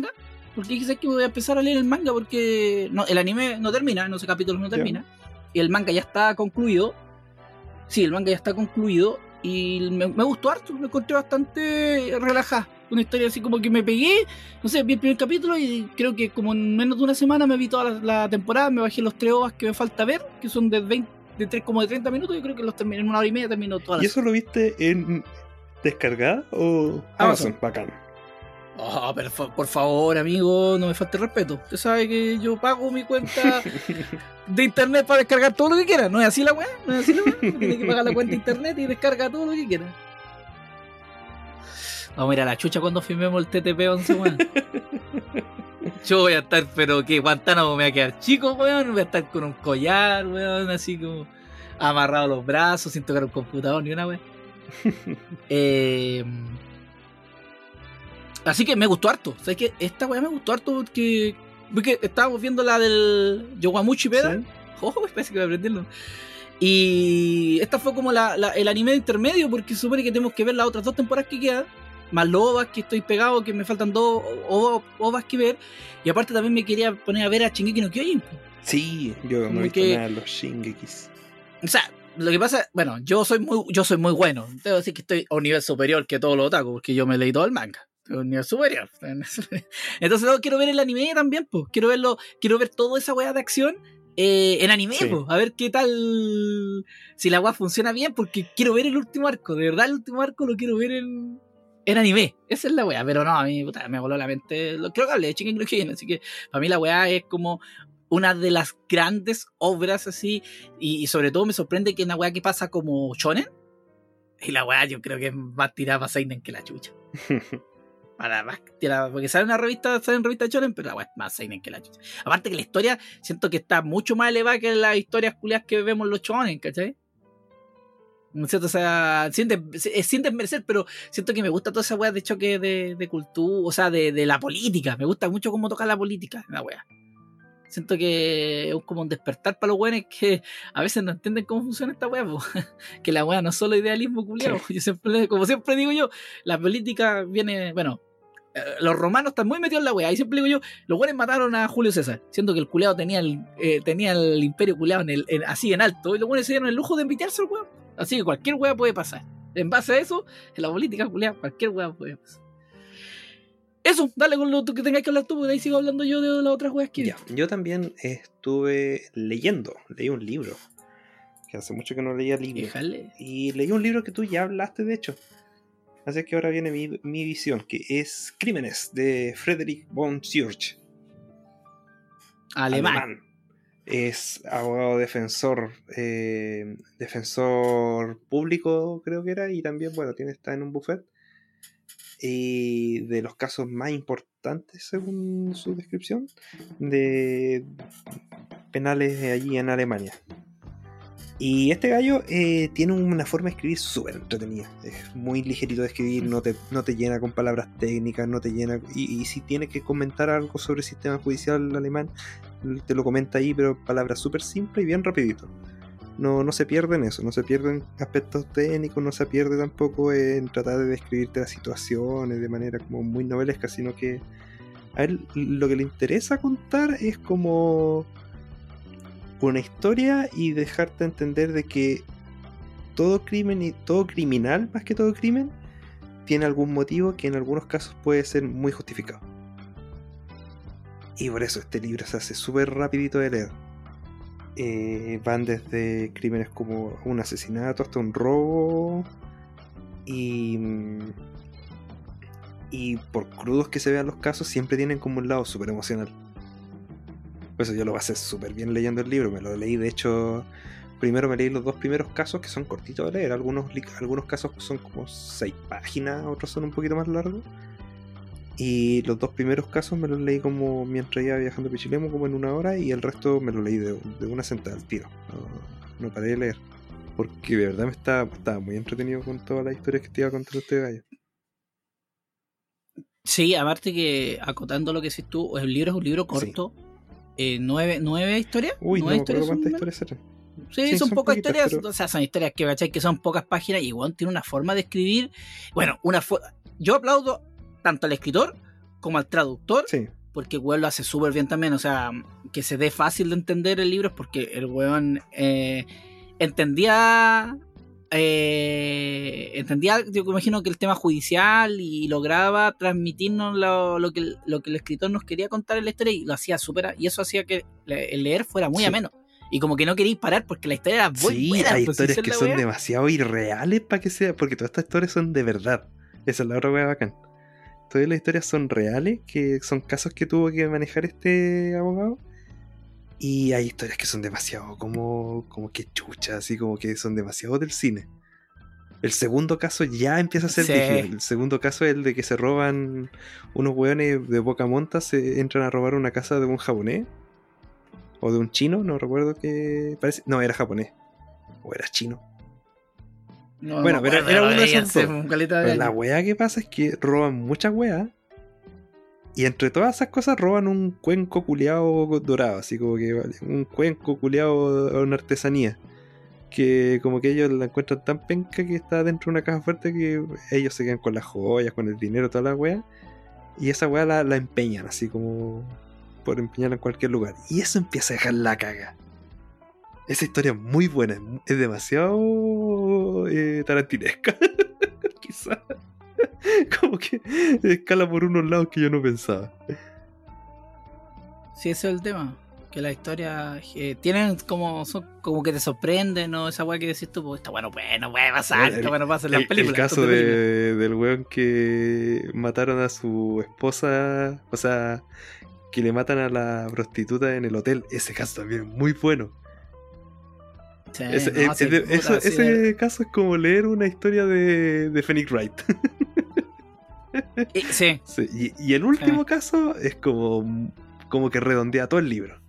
porque quizás que voy a empezar a leer el manga porque no, el anime no termina, en ese capítulo no termina, yeah. Y el manga ya está concluido. Sí, el manga ya está concluido y me, me gustó harto, me encontré bastante relajada. Una historia así como que me pegué, no sé, vi el primer capítulo y creo que como en menos de una semana me vi toda la, la temporada, me bajé los tres ovas que me falta ver, que son de veinte, de tres, como de treinta minutos, yo creo que los terminé en una hora y media, terminó toda la ¿Y eso lo viste en descargada o Amazon? Bacán. Oh, pero por favor, amigo, no me falte respeto. Usted sabe que yo pago mi cuenta de internet para descargar todo lo que quiera. ¿No es así la weá? ¿No es así la weá? Tiene que pagar la cuenta de internet y descarga todo lo que quiera. Vamos a ir a la chucha cuando firmemos el T T P once, weón. Yo voy a estar, pero que Guantánamo me va a quedar chico, weón. Voy a estar con un collar, weón, así como amarrado a los brazos, sin tocar un computador ni una weón. eh... Así que me gustó harto. ¿Sabes qué? Esta weá me gustó harto porque, porque estábamos viendo la del Yowamuchi Peda. ¿Sí? Oh, parece que voy a aprenderlo. Y esta fue como la, la, el anime intermedio, porque se supone que tenemos que ver las otras dos temporadas que quedan, más los ovas que estoy pegado, que me faltan dos ovas que ver. Y aparte también me quería poner a ver a Shingeki no Kyojin. Sí, yo no he visto nada de los Shingekis. O sea, lo que pasa, bueno, yo soy muy, yo soy muy bueno. Debo decir que estoy a un nivel superior que todos los otaku, porque yo me leí todo el manga. Un nivel superior. Entonces no, quiero ver el anime también, pues. Quiero verlo, quiero ver toda esa weá de acción eh, en anime, sí. Pues. A ver qué tal, si la weá funciona bien, porque quiero ver el último arco. De verdad, el último arco lo quiero ver en, en anime. Esa es la weá. Pero no, a mí puta, me voló la mente. Lo, creo que hablé de Shingeki no Kyojin, así que para mí la weá es como una de las grandes obras así. Y, y sobre todo me sorprende que es una weá que pasa como shonen. Y la weá yo creo que es más tirada para seinen que la chucha. Para más tirada, porque sale una revista, sale en revista de shonen, pero la weá es más seinen que la chucha. Aparte que la historia siento que está mucho más elevada que las historias culiadas que vemos en los shonen, ¿cachai? ¿No es cierto? O sea, sienten, sienten merecer, pero siento que me gusta toda esa weá de choque de, de cultura, o sea, de, de la política. Me gusta mucho cómo toca la política, la weá. Siento que es como un despertar para los weones que a veces no entienden cómo funciona esta weá, que la weá no es solo idealismo culiado. Sí. Yo siempre, como siempre digo yo, la política viene, bueno, eh, los romanos están muy metidos en la weá. Y siempre digo yo, los weones mataron a Julio César, siendo que el culiado tenía el, eh, tenía el imperio culiado en el, en, así en alto, y los weones se dieron el lujo de envidiarse al weón. Así que cualquier weá puede pasar. En base a eso, en la política culiada, cualquier weá puede pasar. Eso, dale con lo que tengáis que hablar tú, porque ahí sigo hablando yo de las otras weas que ya, yo también estuve leyendo, leí un libro, que hace mucho que no leía libros. Déjale. Y leí un libro que tú ya hablaste, de hecho. Así que ahora viene mi, mi visión, que es Crímenes, de Friedrich von Schurz. Alemán. Alemán. Es abogado defensor, eh, defensor público, creo que era, y también, bueno, tiene está en un buffet. Y de los casos más importantes, según su descripción, de penales allí en Alemania. Y este gallo eh, tiene una forma de escribir súper entretenida. Es muy ligerito de escribir, no te, no te llena con palabras técnicas, no te llena... Y, y si tiene que comentar algo sobre el sistema judicial alemán, te lo comenta ahí, pero palabras súper simples y bien rapidito. No, no se pierde en eso, no se pierden aspectos técnicos, no se pierde tampoco en tratar de describirte las situaciones de manera como muy novelesca, sino que a él lo que le interesa contar es como una historia y dejarte entender de que todo crimen y todo criminal, más que todo crimen, tiene algún motivo que en algunos casos puede ser muy justificado. Y por eso este libro se hace súper rapidito de leer. Eh, van desde crímenes como un asesinato hasta un robo, y y por crudos que se vean los casos, siempre tienen como un lado súper emocional. Por eso yo lo pasé súper bien leyendo el libro. Me lo leí, de hecho, primero me leí los dos primeros casos, que son cortitos de leer. Algunos, algunos casos son como seis páginas, otros son un poquito más largos. Y los dos primeros casos me los leí como mientras iba viajando a Pichilemu, como en una hora, y el resto me lo leí de, de una sentada al tiro. No, no paré de leer, porque de verdad me estaba, estaba muy entretenido con todas las historias que te iba a contar este gallo. Sí, aparte que, acotando lo que decís tú, el libro es un libro corto. Sí. Eh, nueve, ¿Nueve historias? Uy, ¿Nueve no me acuerdo cuántas historias eran. Sí, sí, son, son pocas poquitas, historias, pero... o sea, son historias que, ¿cachai? Que son pocas páginas, y bueno, tiene una forma de escribir. Bueno, una fo- yo aplaudo tanto al escritor como al traductor, sí. porque el weón lo hace súper bien también. O sea, que se dé fácil de entender el libro es porque el weón eh, entendía... Eh, entendía, yo me imagino que el tema judicial y lograba transmitirnos lo, lo, que, lo que el escritor nos quería contar en la historia y lo hacía súper, y eso hacía que el leer fuera muy sí. ameno y como que no queríais parar porque la historia era muy sí, buena. Hay pues, historias que son wea. demasiado irreales para que sea, porque todas estas historias son de verdad. Esa es la otra wea bacán. Todas las historias son reales, que son casos que tuvo que manejar este abogado. Y hay historias que son demasiado como, como que chuchas, así como que son demasiado del cine. El segundo caso ya empieza a ser sí. difícil. El segundo caso es el de que se roban unos hueones de boca monta, se entran a robar una casa de un japonés. O de un chino, no recuerdo qué parece. No, era japonés. O era chino. No, bueno, no, pero bueno, era uno de esos dos. Pero la hueá que pasa es que roban muchas hueás. Y entre todas esas cosas roban un cuenco culeado dorado, así como que vale, un cuenco culeado a una artesanía. Que como que ellos la encuentran tan penca que está dentro de una caja fuerte que ellos se quedan con las joyas, con el dinero, toda la wea. Y esa wea la, la empeñan, así como por empeñarla en cualquier lugar. Y eso empieza a dejar la caga. Esa historia es muy buena, es demasiado eh, tarantinesca. Quizás. Como que escala por unos lados que yo no pensaba. Sí, ese es el tema. Que las historias eh, tienen como son como que te sorprenden, ¿no? Esa weá que decís tú, pues está bueno, pues no puede pasar, está bueno pasa en las películas. El caso de, del weón que mataron a su esposa, o sea, que le matan a la prostituta en el hotel, ese caso también es muy bueno. Sí, ese no, es, sí, es de, puta, eso, sí, ese de... caso es como leer una historia de, de Phoenix Wright. y, sí. sí y, y el último sí. caso es como, como que redondea todo el libro.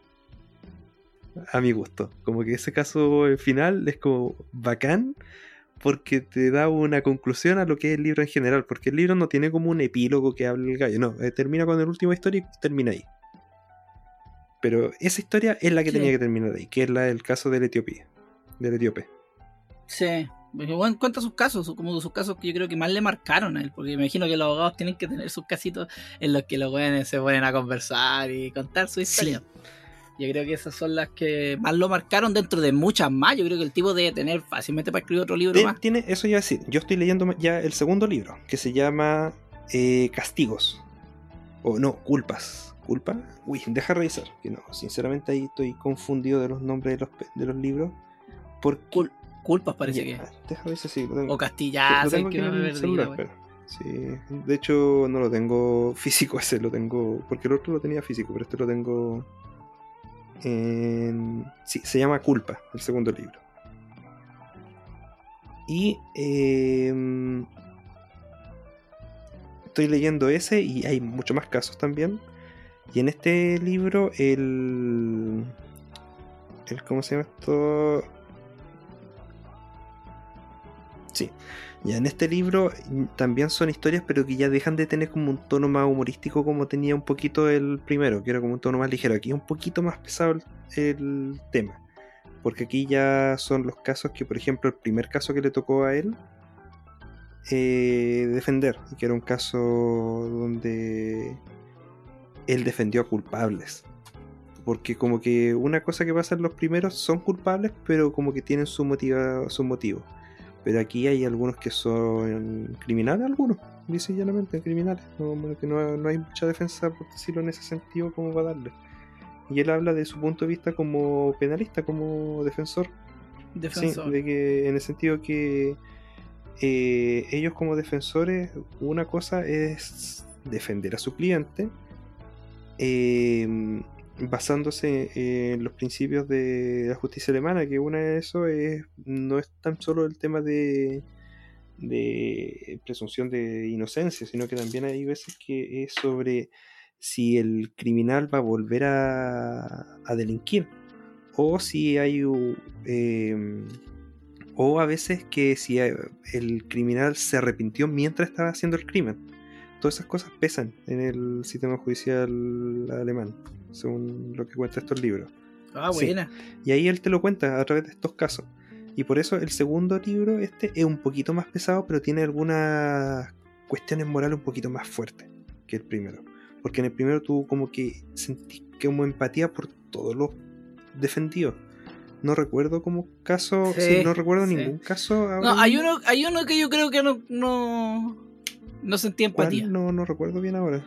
A mi gusto. Como que ese caso final es como bacán porque te da una conclusión a lo que es el libro en general. Porque el libro no tiene como un epílogo que hable el gallo. No, eh, termina con la última historia y termina ahí. Pero esa historia es la que sí. tenía que terminar ahí, que es la del caso del Etiopía. Del etíope. Sí. Bueno, cuenta sus casos, como sus casos que yo creo que más le marcaron a él, porque me imagino que los abogados tienen que tener sus casitos en los que los güeyes se ponen a conversar y contar su historia. Sí. Yo creo que esas son las que más lo marcaron dentro de muchas más. Yo creo que el tipo debe tener fácilmente para escribir otro libro Ten, más. Tiene, eso iba a decir. Yo estoy leyendo ya el segundo libro, que se llama eh, Castigos. O no, Culpas. ¿Culpa? Uy, deja revisar. Que no, sinceramente ahí estoy confundido de los nombres de los, de los libros. Porque... Cul- culpas parece ya, que. Deja revisar, sí. Lo tengo, o Castillazo. Lo tengo que en el celular, pero, sí. De hecho, no lo tengo físico ese, lo tengo... Porque el otro lo tenía físico, pero este lo tengo... En... Sí, se llama Culpa, el segundo libro. Y eh, estoy leyendo ese y hay muchos más casos también. Y en este libro el, el ¿cómo se llama esto? Sí. Ya en este libro también son historias, pero que ya dejan de tener como un tono más humorístico como tenía un poquito el primero, que era como un tono más ligero. Aquí es un poquito más pesado el, el tema, porque aquí ya son los casos que, por ejemplo, el primer caso que le tocó a él eh, defender, que era un caso donde él defendió a culpables. Porque como que una cosa que pasa en los primeros son culpables, pero como que tienen su motiva, su motivo. Pero aquí hay algunos que son criminales, algunos, dice llanamente, criminales. No, que no, no hay mucha defensa, por decirlo en ese sentido, como va a darle. Y él habla de su punto de vista como penalista, como defensor. Defensor. Sí, de que en el sentido que eh, ellos como defensores, una cosa es defender a su cliente, eh, basándose en los principios de la justicia alemana, que una de eso es no es tan solo el tema de, de presunción de inocencia, sino que también hay veces que es sobre si el criminal va a volver a, a delinquir, o si hay eh, o a veces que si el criminal se arrepintió mientras estaba haciendo el crimen. Todas esas cosas pesan en el sistema judicial alemán, según lo que cuenta estos libros. Ah, buena. Sí. Y ahí él te lo cuenta a través de estos casos. Y por eso el segundo libro, este, es un poquito más pesado, pero tiene algunas cuestiones morales un poquito más fuertes que el primero. Porque en el primero tú como que sentís como empatía por todos los defendidos. No recuerdo como caso, Sí, sí, no recuerdo sí. ningún caso. ahora No, hay mismo. uno, hay uno que yo creo que no, no, no sentí ¿Cuál? empatía. No, no recuerdo bien ahora.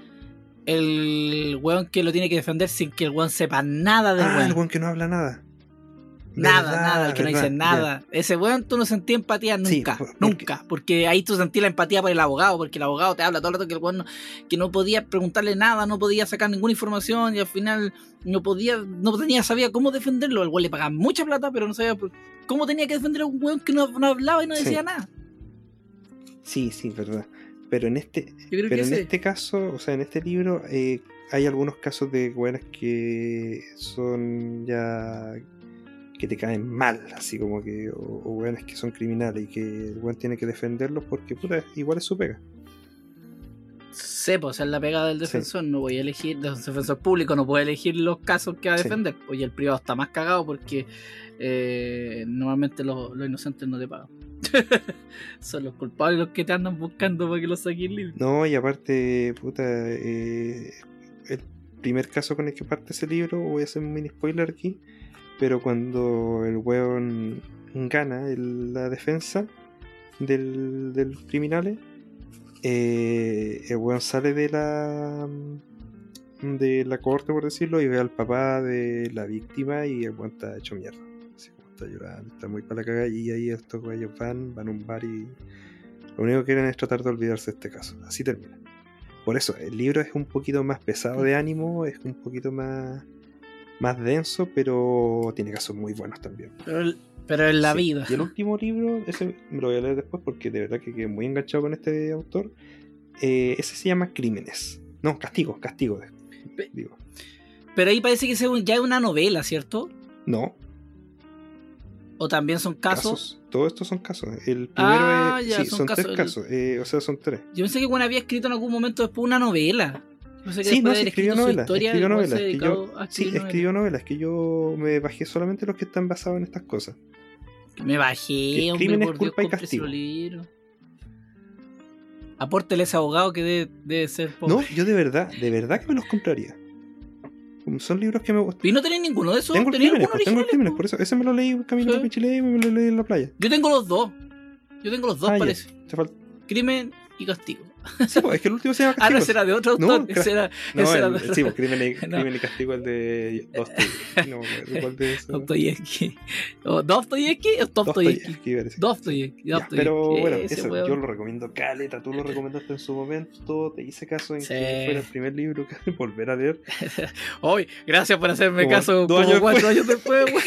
El weón que lo tiene que defender sin que el weón sepa nada del Ah, weón. el weón que no habla nada. Nada, Verdad, nada, el que no verdad, dice nada. Ese weón tú no sentí empatía Sí, nunca, por- porque- nunca. Porque ahí tú sentí la empatía por el abogado, porque el abogado te habla todo el rato que el weón no, que no podía preguntarle nada, no podía sacar ninguna información y al final no podía, no tenía, sabía cómo defenderlo. El weón le pagaba mucha plata, pero no sabía por- cómo tenía que defender a un weón que no, no hablaba y no Sí. decía nada. Sí, sí, verdad. Pero en este, Yo creo pero que en ese- este caso, o sea, en este libro, eh, hay algunos casos de weones que son ya que te caen mal, así como que, o, o weones que son criminales y que el weón tiene que defenderlos porque puta, igual es su pega. Sé, pues, esa es la pega del Sí. defensor. No voy a elegir, del defensor público no puede elegir los casos que va a Sí. defender. Pues, y el privado está más cagado porque eh, normalmente los, los inocentes no te pagan. Son los culpables los que te andan buscando para que los saquen libres. No, y aparte, puta, eh, el primer caso con el que parte ese libro, voy a hacer un mini spoiler aquí, pero cuando el weón gana el- la defensa del, del criminales, eh, el weón sale de la de la corte, por decirlo, y ve al papá de la víctima y el weón está hecho mierda. Así como está llorando, está muy para la cagada, y ahí estos güeyes van, van a un bar y lo único que quieren es tratar de olvidarse de este caso. Así termina. Por eso, el libro es un poquito más pesado de ánimo, es un poquito más, más denso, pero tiene casos muy buenos también. Pero, pero en la Sí. vida. Y el último libro, ese me lo voy a leer después porque de verdad que quedé muy enganchado con este autor. Eh, ese se llama Crímenes. No, Castigos, Castigos. Pe- Digo. Pero ahí parece que es un- ya es una novela, ¿cierto? No, O también son casos. casos. Todos estos son casos. El primero Ah, es. ya, sí, son son, casos. tres casos. eh, o sea, son tres. Yo pensé que Juan había escrito en algún momento después una novela. Yo pensé que Sí, después no, de sí, haber escribió escrito su novelas. historia, Escribió el weón se novelas. que dedicó yo- a sí, escribir escribió novelas. Que yo me bajé solamente los que están basados en estas cosas. novelas. Me bajé, Que hombre, Crímenes, por Dios, culpa y cómprese castigo. los libros. Apórtele a ese abogado que debe, debe ser pobre. No, yo de verdad, de verdad que me los compraría. Como son libros que me gustan. ¿Y no tenés ninguno de esos? Tengo el ¿Tenés Crímenes, alguno pues, tengo el original, Crímenes, po? por eso. Ese me lo leí camino Sí. a Pichilemu y me lo leí en la playa. Yo tengo los dos. Yo tengo los dos, Ah, ya. parece. Te falta- Crimen y castigo. Sí, pues, es que el último se llama Ah, no, Castigos. ese era de otro No, autor. claro. Ese era, No, ese era el, de otro- sí, pues, crimen, y, No. crimen y Castigo, el de Dostoyevsky. No, me acuerdo cuál de esos. Dostoyevsky. ¿O Dostoyevsky o Dostoyevsky? Dostoyevsky, parece. Dostoyevsky. Ya, Dostoyevsky. pero bueno, Ese eso, weón. yo lo recomiendo caleta, tú lo recomendaste en su momento, te hice caso en Sí. que fuera el primer libro que volver a leer. Hoy, gracias por hacerme Como caso dos como años cuatro años después, weón.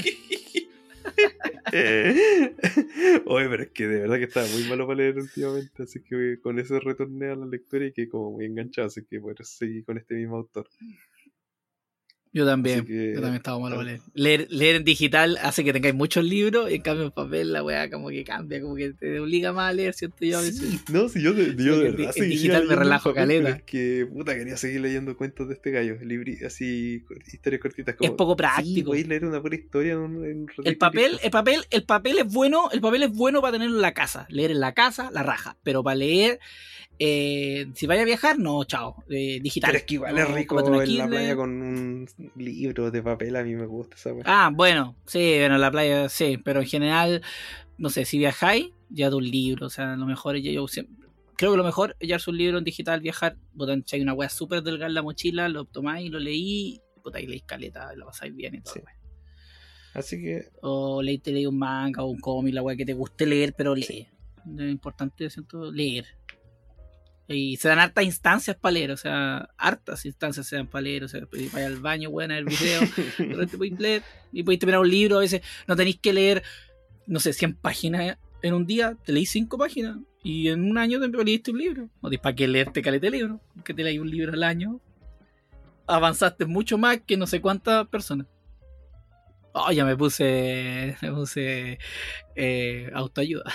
Eh, Oye, pero es que de verdad que estaba muy malo para leer últimamente, así que con eso retorné a la lectura y quedé como muy enganchado, así que bueno, seguí con este mismo autor. Yo también, Así que- yo también estaba malo para leer. leer. Leer en digital hace que tengáis muchos libros y en cambio en papel la weá como que cambia, como que te obliga más a leer, siento yo a veces. Sí, no, si yo de, yo de en di- verdad en seguía digital me leyendo en relajo papel, caleta. pero es que puta quería seguir leyendo cuentos de este gallo, libri, así historias cortitas como Es poco Sí, práctico. podéis leer una pura historia en un, en un ratito El y papel, listo. el papel, el papel es bueno, el papel es bueno para tenerlo en la casa. Leer en la casa, la raja. Pero para leer, eh, si vaya a viajar, no, chao. Eh, digital. Pero es que igual No, es rico cómprate una en la Kindle. playa con un libro de papel, a mí me gusta esa weá. Ah, bueno, sí, bueno, la playa, sí, pero en general, no sé, si viajáis, ya de un libro, o sea, lo mejor es yo siempre, creo que lo mejor es llevarse un libro en digital, viajar, puta, hay una weá súper delgada en la mochila, lo tomáis, lo leí, puta, y leís caleta, y lo pasáis bien y todo, Sí. weá. Así que O leí, te leí un manga o un cómic, la weá que te guste leer, pero lee. Lo importante, siento, leer. Y se dan hartas instancias para leer, o sea, hartas instancias se dan para leer, o sea, pues, vaya al baño, weón, a ver video, de repente podéis leer y podéis terminar un libro, a veces no tenéis que leer, no sé, cien páginas en un día, te leís cinco páginas y en un año te leíste un libro. No tienes para qué leerte caleta de libro, que te leí un libro al año, avanzaste mucho más que no sé cuántas personas. Oh, ya me puse, me puse eh, autoayuda.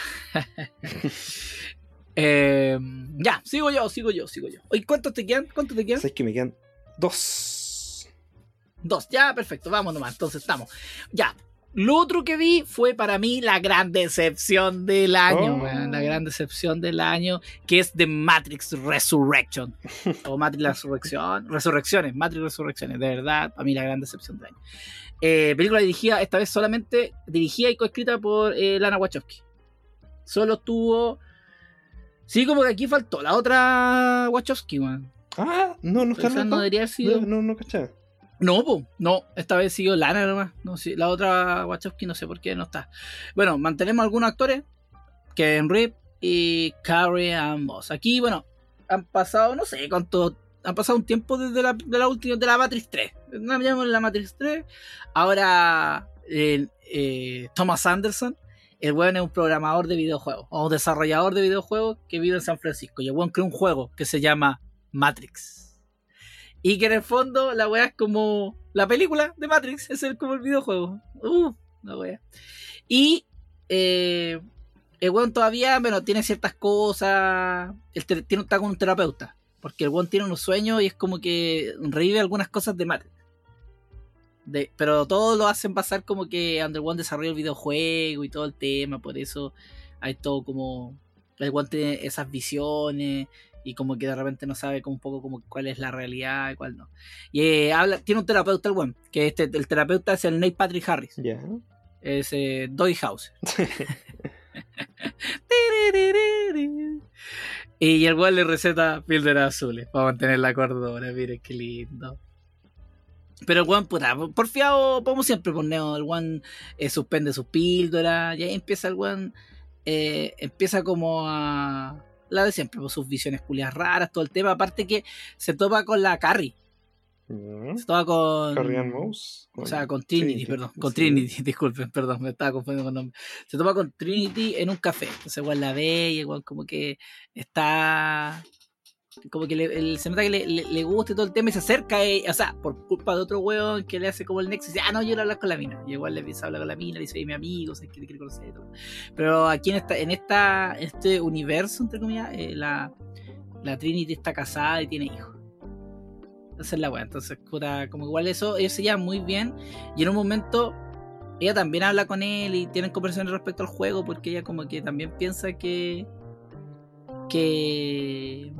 Eh, ya, sigo yo, sigo yo, sigo yo. Oye, ¿cuántos te quedan? ¿Cuántos te quedan? sabes que me quedan dos. Dos, ya, perfecto, vamos nomás, entonces estamos. Ya, Lo otro que vi fue para mí la gran decepción del año, Oh. weón, la gran decepción del año, que es The Matrix Resurrection. O Matrix Resurrección, Resurrecciones, Matrix Resurrecciones, de verdad, para mí la gran decepción del año. Eh, película dirigida, esta vez solamente dirigida y coescrita por eh, Lana Wachowski. Solo estuvo... Sí, como que aquí faltó la otra Wachowski, weón. Ah, no, no está Esa no debería haber sido... No, no, no cachaba. No, po, no, esta vez siguió Lana nomás. No, sí, la otra Wachowski no sé por qué no está. Bueno, mantenemos algunos actores, Kevin Reeves y Carrie Ann Moss. Aquí, bueno, han pasado, no sé cuánto, han pasado un tiempo desde la, de la última, de la Matrix tres. No llamamos la Matrix tres. Ahora, eh, eh, Thomas Anderson, el weón es un programador de videojuegos, o desarrollador de videojuegos que vive en San Francisco. Y el weón creó un juego que se llama Matrix. Y que en el fondo la weá es como la película de Matrix, es el, como el videojuego. Uh, la weá. Y eh, el weón todavía, bueno, tiene ciertas cosas. El te, tiene, está con un terapeuta. Porque el weón tiene unos sueños y es como que revive algunas cosas de Matrix. De, pero todo lo hacen pasar como que Under One desarrolla el videojuego y todo el tema. Por eso hay todo como. El weón tiene esas visiones. Y como que de repente no sabe como un poco como cuál es la realidad y cuál no. Y eh, habla, tiene un terapeuta el weón, que este, el terapeuta es el Neil Patrick Harris. Ya. Yeah. Es eh, Doggy House. Y el weón le receta píldoras azules para mantener la cordura. Miren qué lindo. Pero el weón, puta, porfiado como siempre por Neo. El weón eh, suspende sus píldoras. Y ahí empieza el weón. Eh, empieza como a... La de siempre, pues sus visiones culias raras, todo el tema. Aparte que se topa con la Carrie. Mm. Se topa con... Carrie Ann Moss. O sea, con Trinity, Trinity. perdón. Con sí. Trinity, disculpen, perdón, me estaba confundiendo con nombre. Se topa con Trinity en un café. Entonces, igual la ve y igual como que está... Como que le, el, se nota que le, le, le gusta y todo el tema y se acerca a ella, o sea, por culpa de otro weón que le hace como el nexo y dice, ah, no, yo quiero hablar con la mina. Y igual le empieza a hablar con la mina, le dice, oye, mi amigo, ¿sabes qué te quiere conocer? Y todo. Pero aquí en esta, en esta, este universo, entre comillas, eh, la, la Trinity está casada y tiene hijos. Esa es la weá. Entonces, puta, como igual eso, ellos se llevan muy bien. Y en un momento, ella también habla con él y tienen conversaciones respecto al juego, porque ella como que también piensa que. que.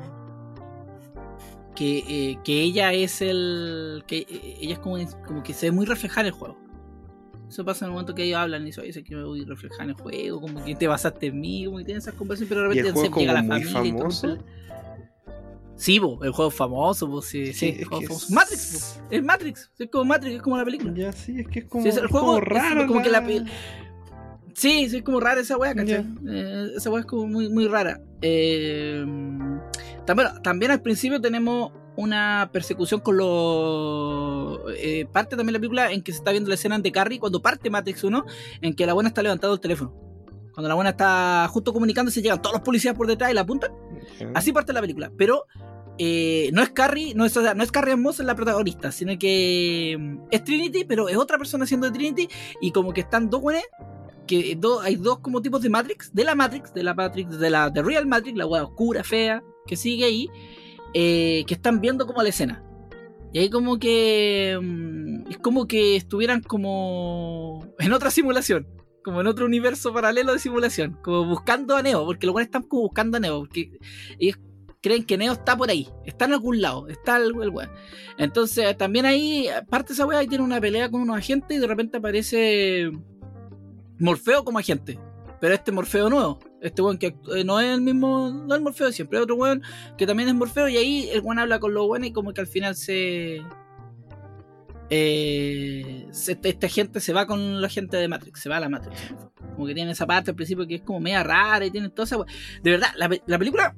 Que, eh, que ella es el. que eh, ella es como, como que se ve muy reflejada en el juego. Eso pasa en el momento que ellos hablan y dice, dice que me voy a reflejar en el juego, como que te basaste en mí, como que tienen esas conversaciones, pero de repente siempre llega la familia y todo. Sí, bo, el juego famoso, bo, sí, sí, sí el juego famoso. Es... Matrix, bo, es Matrix, es como Matrix, es como la película. Ya, sí, es que es como, sí, es el es juego, como raro. Es como la... que la pe... Sí, sí, es como rara esa weá, ¿cachai? Yeah. Eh, esa weá es como muy, muy rara. Eh, también, también al principio tenemos una persecución con los... Eh, parte también la película en que se está viendo la escena de Carrie cuando parte Matrix uno, en que la buena está levantando el teléfono. Cuando la buena está justo comunicándose, llegan todos los policías por detrás y la apuntan. Okay. Así parte la película. Pero eh, no es Carrie, no es, o sea, no es Carrie Ann Moss la protagonista, sino que es Trinity, pero es otra persona haciendo de Trinity. Y como que están dos buenas, que do, hay dos como tipos de Matrix, de la Matrix, de la Matrix, de la de Real Matrix, la hueá oscura, fea, que sigue ahí, eh, que están viendo como la escena. Y ahí como que mmm, es como que estuvieran como en otra simulación, como en otro universo paralelo de simulación, como buscando a Neo, porque los buenos están como buscando a Neo, porque ellos creen que Neo está por ahí, está en algún lado, está el weón. Entonces también ahí, parte de esa weá, ahí tiene una pelea con unos agentes y de repente aparece Morfeo como agente, pero este Morfeo nuevo, este weón que eh, no es el mismo, no es el Morfeo de siempre, es otro weón que también es Morfeo, y ahí el weón habla con los weones y como que al final se, eh, se esta gente se va con la gente de Matrix, se va a la Matrix, como que tiene esa parte al principio que es como media rara y tiene toda esa weá. De verdad, la, la película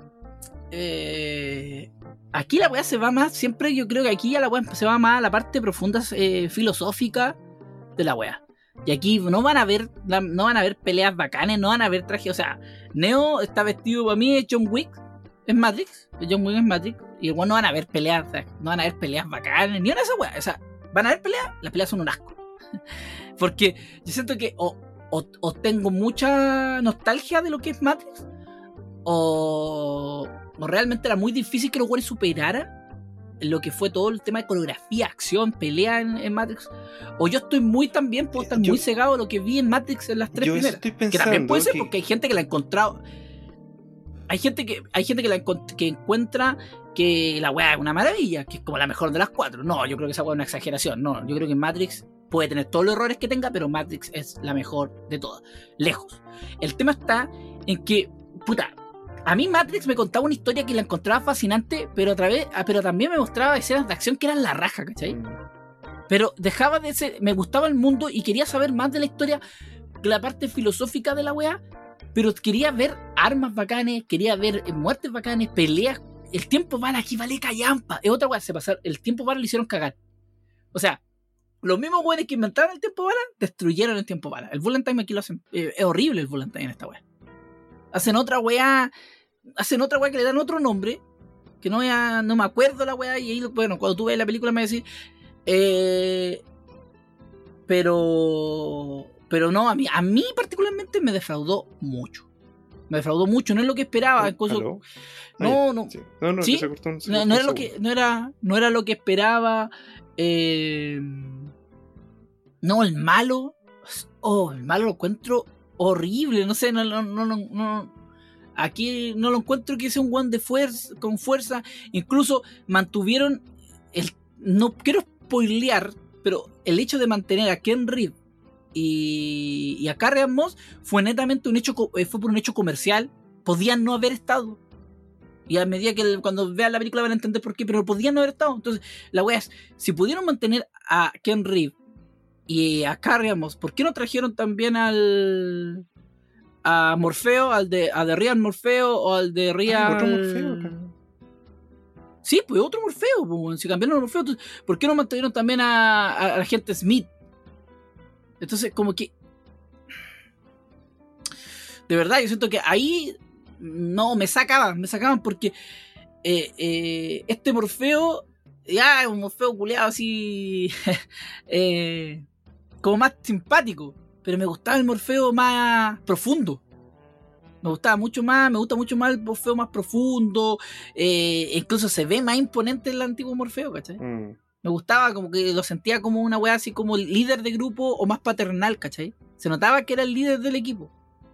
eh, aquí la weá se va más, siempre yo creo que aquí ya la weá se va más a la parte profunda eh, filosófica de la weá. Y aquí no van a ver no van a ver peleas bacanes, no van a ver trajes. O sea, Neo está vestido, para mí es John Wick, es Matrix, John Wick es Matrix. Y igual no van a ver peleas, o sea, no van a ver peleas bacanes, ni una de esas weas. O sea, van a ver peleas, las peleas son un asco. Porque yo siento que o, o, o tengo mucha nostalgia de lo que es Matrix, o, o realmente era muy difícil que los weones superaran lo que fue todo el tema de coreografía, acción, pelea en, en Matrix, o yo estoy muy también, puedo estar yo, muy cegado a lo que vi en Matrix en las tres yo primeras. Estoy pensando que también puede ser que... porque hay gente que la ha encontrado. Hay gente que, hay gente que, la encont- que encuentra que la weá es una maravilla, que es como la mejor de las cuatro. No, yo creo que esa weá es una exageración. No, yo creo que Matrix puede tener todos los errores que tenga, pero Matrix es la mejor de todas. Lejos. El tema está en que, puta, a mí Matrix me contaba una historia que la encontraba fascinante, pero otra vez, pero también me mostraba escenas de acción que eran la raja, ¿cachai? Mm. Pero dejaba de ser, me gustaba el mundo y quería saber más de la historia, la parte filosófica de la weá, pero quería ver armas bacanes, quería ver muertes bacanes, peleas. El tiempo bala aquí vale callampa. Es otra weá, se pasaron, el tiempo bala lo hicieron cagar. O sea, los mismos weones que inventaron el tiempo bala destruyeron el tiempo bala. El bullet time aquí lo hacen, eh, es horrible el bullet time en esta weá. Hacen otra weá, hacen otra weá que le dan otro nombre, que no, a, no me acuerdo la weá, y ahí, bueno, cuando tú ves la película me vas a decir, eh, pero, pero no, a mí, a mí particularmente me defraudó mucho. Me defraudó mucho, no es lo que esperaba. Incluso, ¿Aló? no, Ah, no, sí. No, no, ¿sí? que se cortó, se no, cortó no un era lo que, segundo. no era, no era lo que esperaba. Eh, no, el malo, oh, el malo lo encuentro horrible, no sé, no, no, no, no, no. Aquí no lo encuentro que sea un one de fuerza, con fuerza. Incluso mantuvieron el, no quiero spoilear, pero el hecho de mantener a Ken Reeves y, y a Carrie Moss fue netamente un hecho, fue por un hecho comercial. Podían no haber estado. Y a medida que el, cuando vean la película van a entender por qué, pero podían no haber estado. Entonces, la wea es, si pudieron mantener a Ken Reeves y a Carrie Moss, ¿por qué no trajeron también al a Morfeo, al de a de Real Morfeo o al de Real... Ah, otro Morfeo, acá. Sí, pues otro Morfeo, pues, si cambiaron el Morfeo, entonces, ¿por qué no mantuvieron también a, a, a la gente Smith? Entonces, como que de verdad, yo siento que ahí no, me sacaban, me sacaban porque eh, eh, este Morfeo, ya es un Morfeo culeado así, eh, como más simpático, pero me gustaba el Morfeo más profundo. Me gustaba mucho más, me gusta mucho más el Morfeo más profundo, eh, incluso se ve más imponente el antiguo Morfeo, ¿cachai? Mm. Me gustaba, como que lo sentía como una wea así como líder de grupo o más paternal, ¿cachai? Se notaba que era el líder del equipo.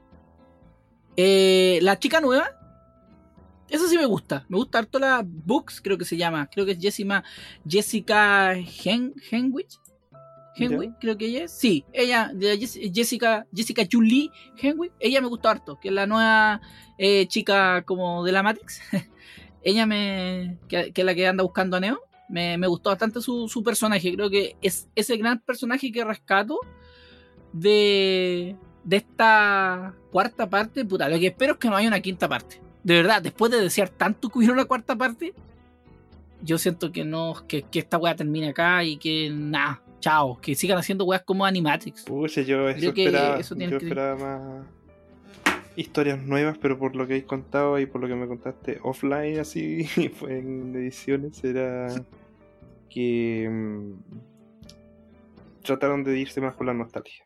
Eh, la chica nueva, eso sí me gusta. Me gusta harto la Books, creo que se llama. Creo que es Jessica, Jessica Hen, Henwich. Henwich, ¿Ya? creo que ella es. Sí, ella, Jessica, Jessica Julie Henwich. Ella me gustó harto, que es la nueva eh, chica como de la Matrix. Ella me. Que, que es la que anda buscando a Neo. Me, me gustó bastante su, su personaje. Creo que es ese gran personaje que rescato de, de esta cuarta parte. Puta, lo que espero es que no haya una quinta parte. De verdad, después de desear tanto que hubiera una cuarta parte, yo siento que no, que, que esta weá termine acá y que nada, chao, que sigan haciendo weas como Animatrix. Pucha, yo eso Creo que esperaba. eso tiene Yo que- esperaba más historias nuevas, pero por lo que habéis contado y por lo que me contaste offline, así, fue en ediciones, era que mm, trataron de irse más con la nostalgia.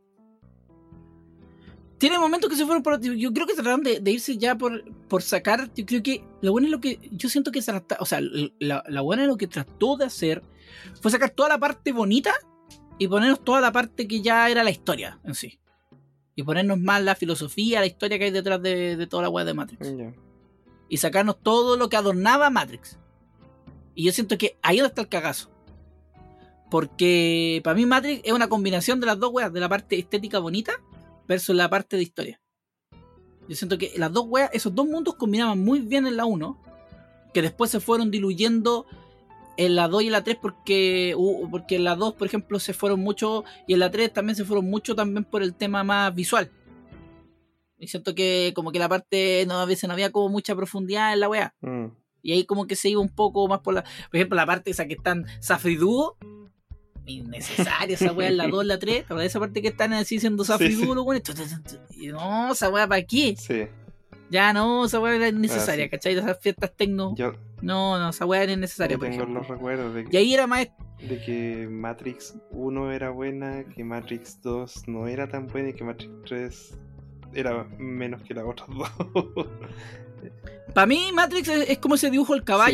Tiene momentos que se fueron por. Yo creo que trataron de, de irse ya por, por sacar. Yo creo que lo bueno es lo que. Yo siento que se trata- o sea, la, la buena es lo que trató de hacer fue sacar toda la parte bonita y ponernos toda la parte que ya era la historia en sí. Y ponernos más la filosofía, la historia que hay detrás de, de toda la web de Matrix. Ya. Y sacarnos todo lo que adornaba Matrix. Y yo siento que ahí donde está el cagazo. Porque para mí Matrix es una combinación de las dos weas, de la parte estética bonita versus la parte de historia. Yo siento que las dos weas, esos dos mundos combinaban muy bien en la uno, que después se fueron diluyendo en la dos y en la tres porque, uh, porque en la dos, por ejemplo, se fueron mucho, y en la tres también se fueron mucho también por el tema más visual. Y siento que como que la parte, no, a veces no había como mucha profundidad en la wea. Mm. Y ahí como que se iba un poco más por la... Por ejemplo, la parte esa que están Safri Duo. Innecesaria esa weá en la dos, la tres. ¿Te acuerdas de esa parte que están así siendo Safri Sí, sí. Duo los weones? Tu, tu, tu, tu. Y no, esa weá ¿para qué? Sí. Ya no, esa weá era innecesaria, Ah, sí. ¿cachai? Esas fiestas tecno. Yo, No, no, esa weá era innecesaria, yo por tengo ejemplo. los recuerdos de Y que, ahí era más... de que Matrix uno era buena, que Matrix dos no era tan buena y que Matrix tres era menos que las otras dos. Para mí Matrix es, es como ese dibujo del caballo. Sí.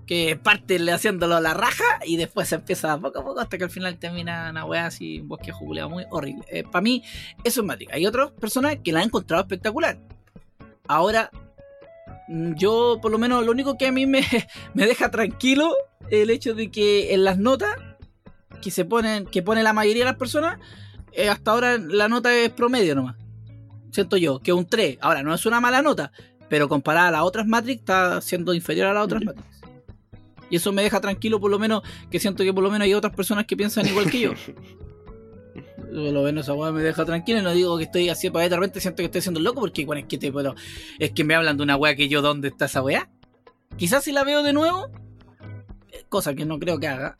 que parte haciéndolo a la raja y después se empieza poco a poco hasta que al final termina una weá así, un bosque jubilado muy horrible. Eh, Para mí, eso es Matrix. Hay otras personas que la han encontrado espectacular. Ahora, yo por lo menos lo único que a mí me, me deja tranquilo es el hecho de que en las notas que se ponen, que pone la mayoría de las personas, eh, hasta ahora la nota es promedio nomás. Siento yo, que un tres. Ahora, no es una mala nota, pero comparada a las otras Matrix está siendo inferior a las otras Matrix. Y eso me deja tranquilo, por lo menos, que siento que por lo menos hay otras personas que piensan igual que yo. Por lo menos esa weá me deja tranquilo y no digo que estoy así, para de repente siento que estoy siendo loco, porque bueno, es que te pero es que me hablan de una weá que yo, ¿dónde está esa weá? Quizás si la veo de nuevo, cosa que no creo que haga.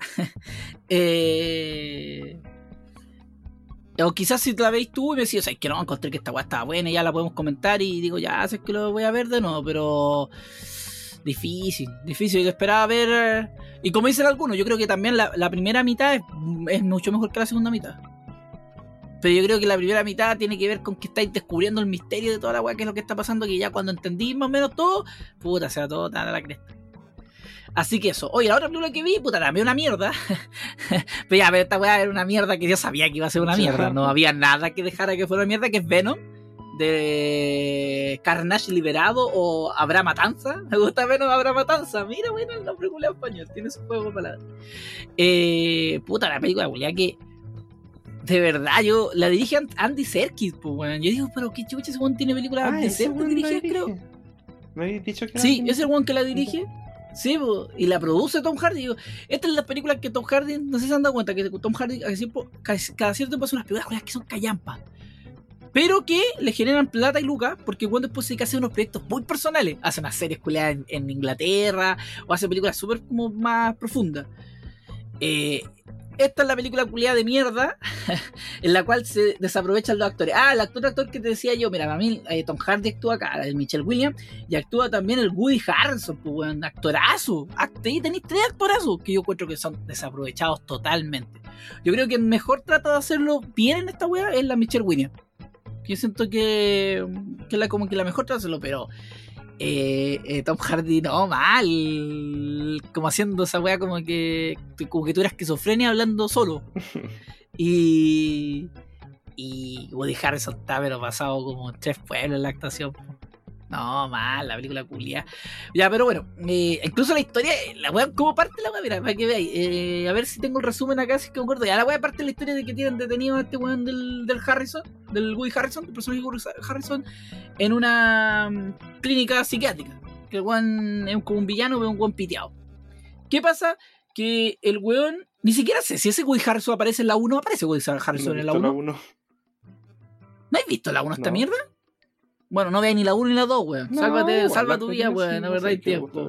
eh... O quizás si la veis tú y me decís, o sea, es que no, encontré que esta weá estaba buena y ya la podemos comentar y digo, ya, sé que lo voy a ver de nuevo, pero difícil, difícil, esperaba ver. Y como dicen algunos, yo creo que también la, la primera mitad es, es mucho mejor que la segunda mitad. Pero yo creo que la primera mitad tiene que ver con que estáis descubriendo el misterio de toda la weá, que es lo que está pasando, que ya cuando entendí más o menos todo, puta, se va todo tan a la cresta. Así que eso. Oye, la otra película que vi, puta, también una mierda. Pero ya, pero esta weá era una mierda que yo sabía que iba a ser una mierda. No había nada que dejara que fuera una mierda, que es Venom, de Carnage Liberado o Habrá Matanza. Me gusta Venom, Habrá Matanza. Mira, bueno, el nombre culiao español, tiene su juego de palabras. Eh, puta, la película culiao que de verdad yo la dirige Andy Serkis, pues, bueno. Yo digo, pero qué chucha, ese weón tiene películas. Ah, Andy Serkis dirige, creo. ¿Me habéis dicho que sí, es el weón que la dirige. Sí, po, y la produce Tom Hardy. Digo, esta es la película que Tom Hardy, no sé si se han dado cuenta que Tom Hardy cada cierto, cada cierto tiempo hace unas películas que son callampas, pero que le generan plata y lucas, porque cuando después se hace unos proyectos muy personales, hace unas series culiadas en, en Inglaterra, o hace películas súper como más profundas. Eh, esta es la película culiada de mierda en la cual se desaprovechan los actores. Ah, el actor actor que te decía yo, mira, para mí eh, Tom Hardy actúa acá, el Michelle Williams, y actúa también el Woody Harrelson, pues, bueno, actorazo. Ahí tenéis tres actorazos que yo encuentro que son desaprovechados totalmente. Yo creo que el mejor trata de hacerlo bien en esta wea es la Michelle Williams. Yo siento que, que la como que la mejor trata de hacerlo, pero Eh, eh, Tom Hardy, no, mal. Como haciendo esa weá como que como que tú eras esquizofrenia hablando solo. Y y Woody Harrelson está pero pasado como en tres pueblos en la actuación. No, mal, la película culia. Ya, pero bueno, eh, incluso la historia, la weá, ¿cómo parte la weá? Mira, para que veáis. Eh, a ver si tengo el resumen acá, si es que me acuerdo. Ya, la weá parte de la historia de que tienen detenido a este weón del, del Harrison, del Woody Harrison, del personaje Woody Harrison, en una um, clínica psiquiátrica. Que el weón es como un villano, pero un weón piteado. ¿Qué pasa? Que el weón, ni siquiera sé si ese Woody Harrison aparece en la uno, aparece Woody Harrison no en la uno. ¿No has visto la uno esta no. mierda? Bueno, no veas ni la uno ni la dos, weón. No, Sálvate, bueno, salva tu vida, weón. La verdad hay tiempo.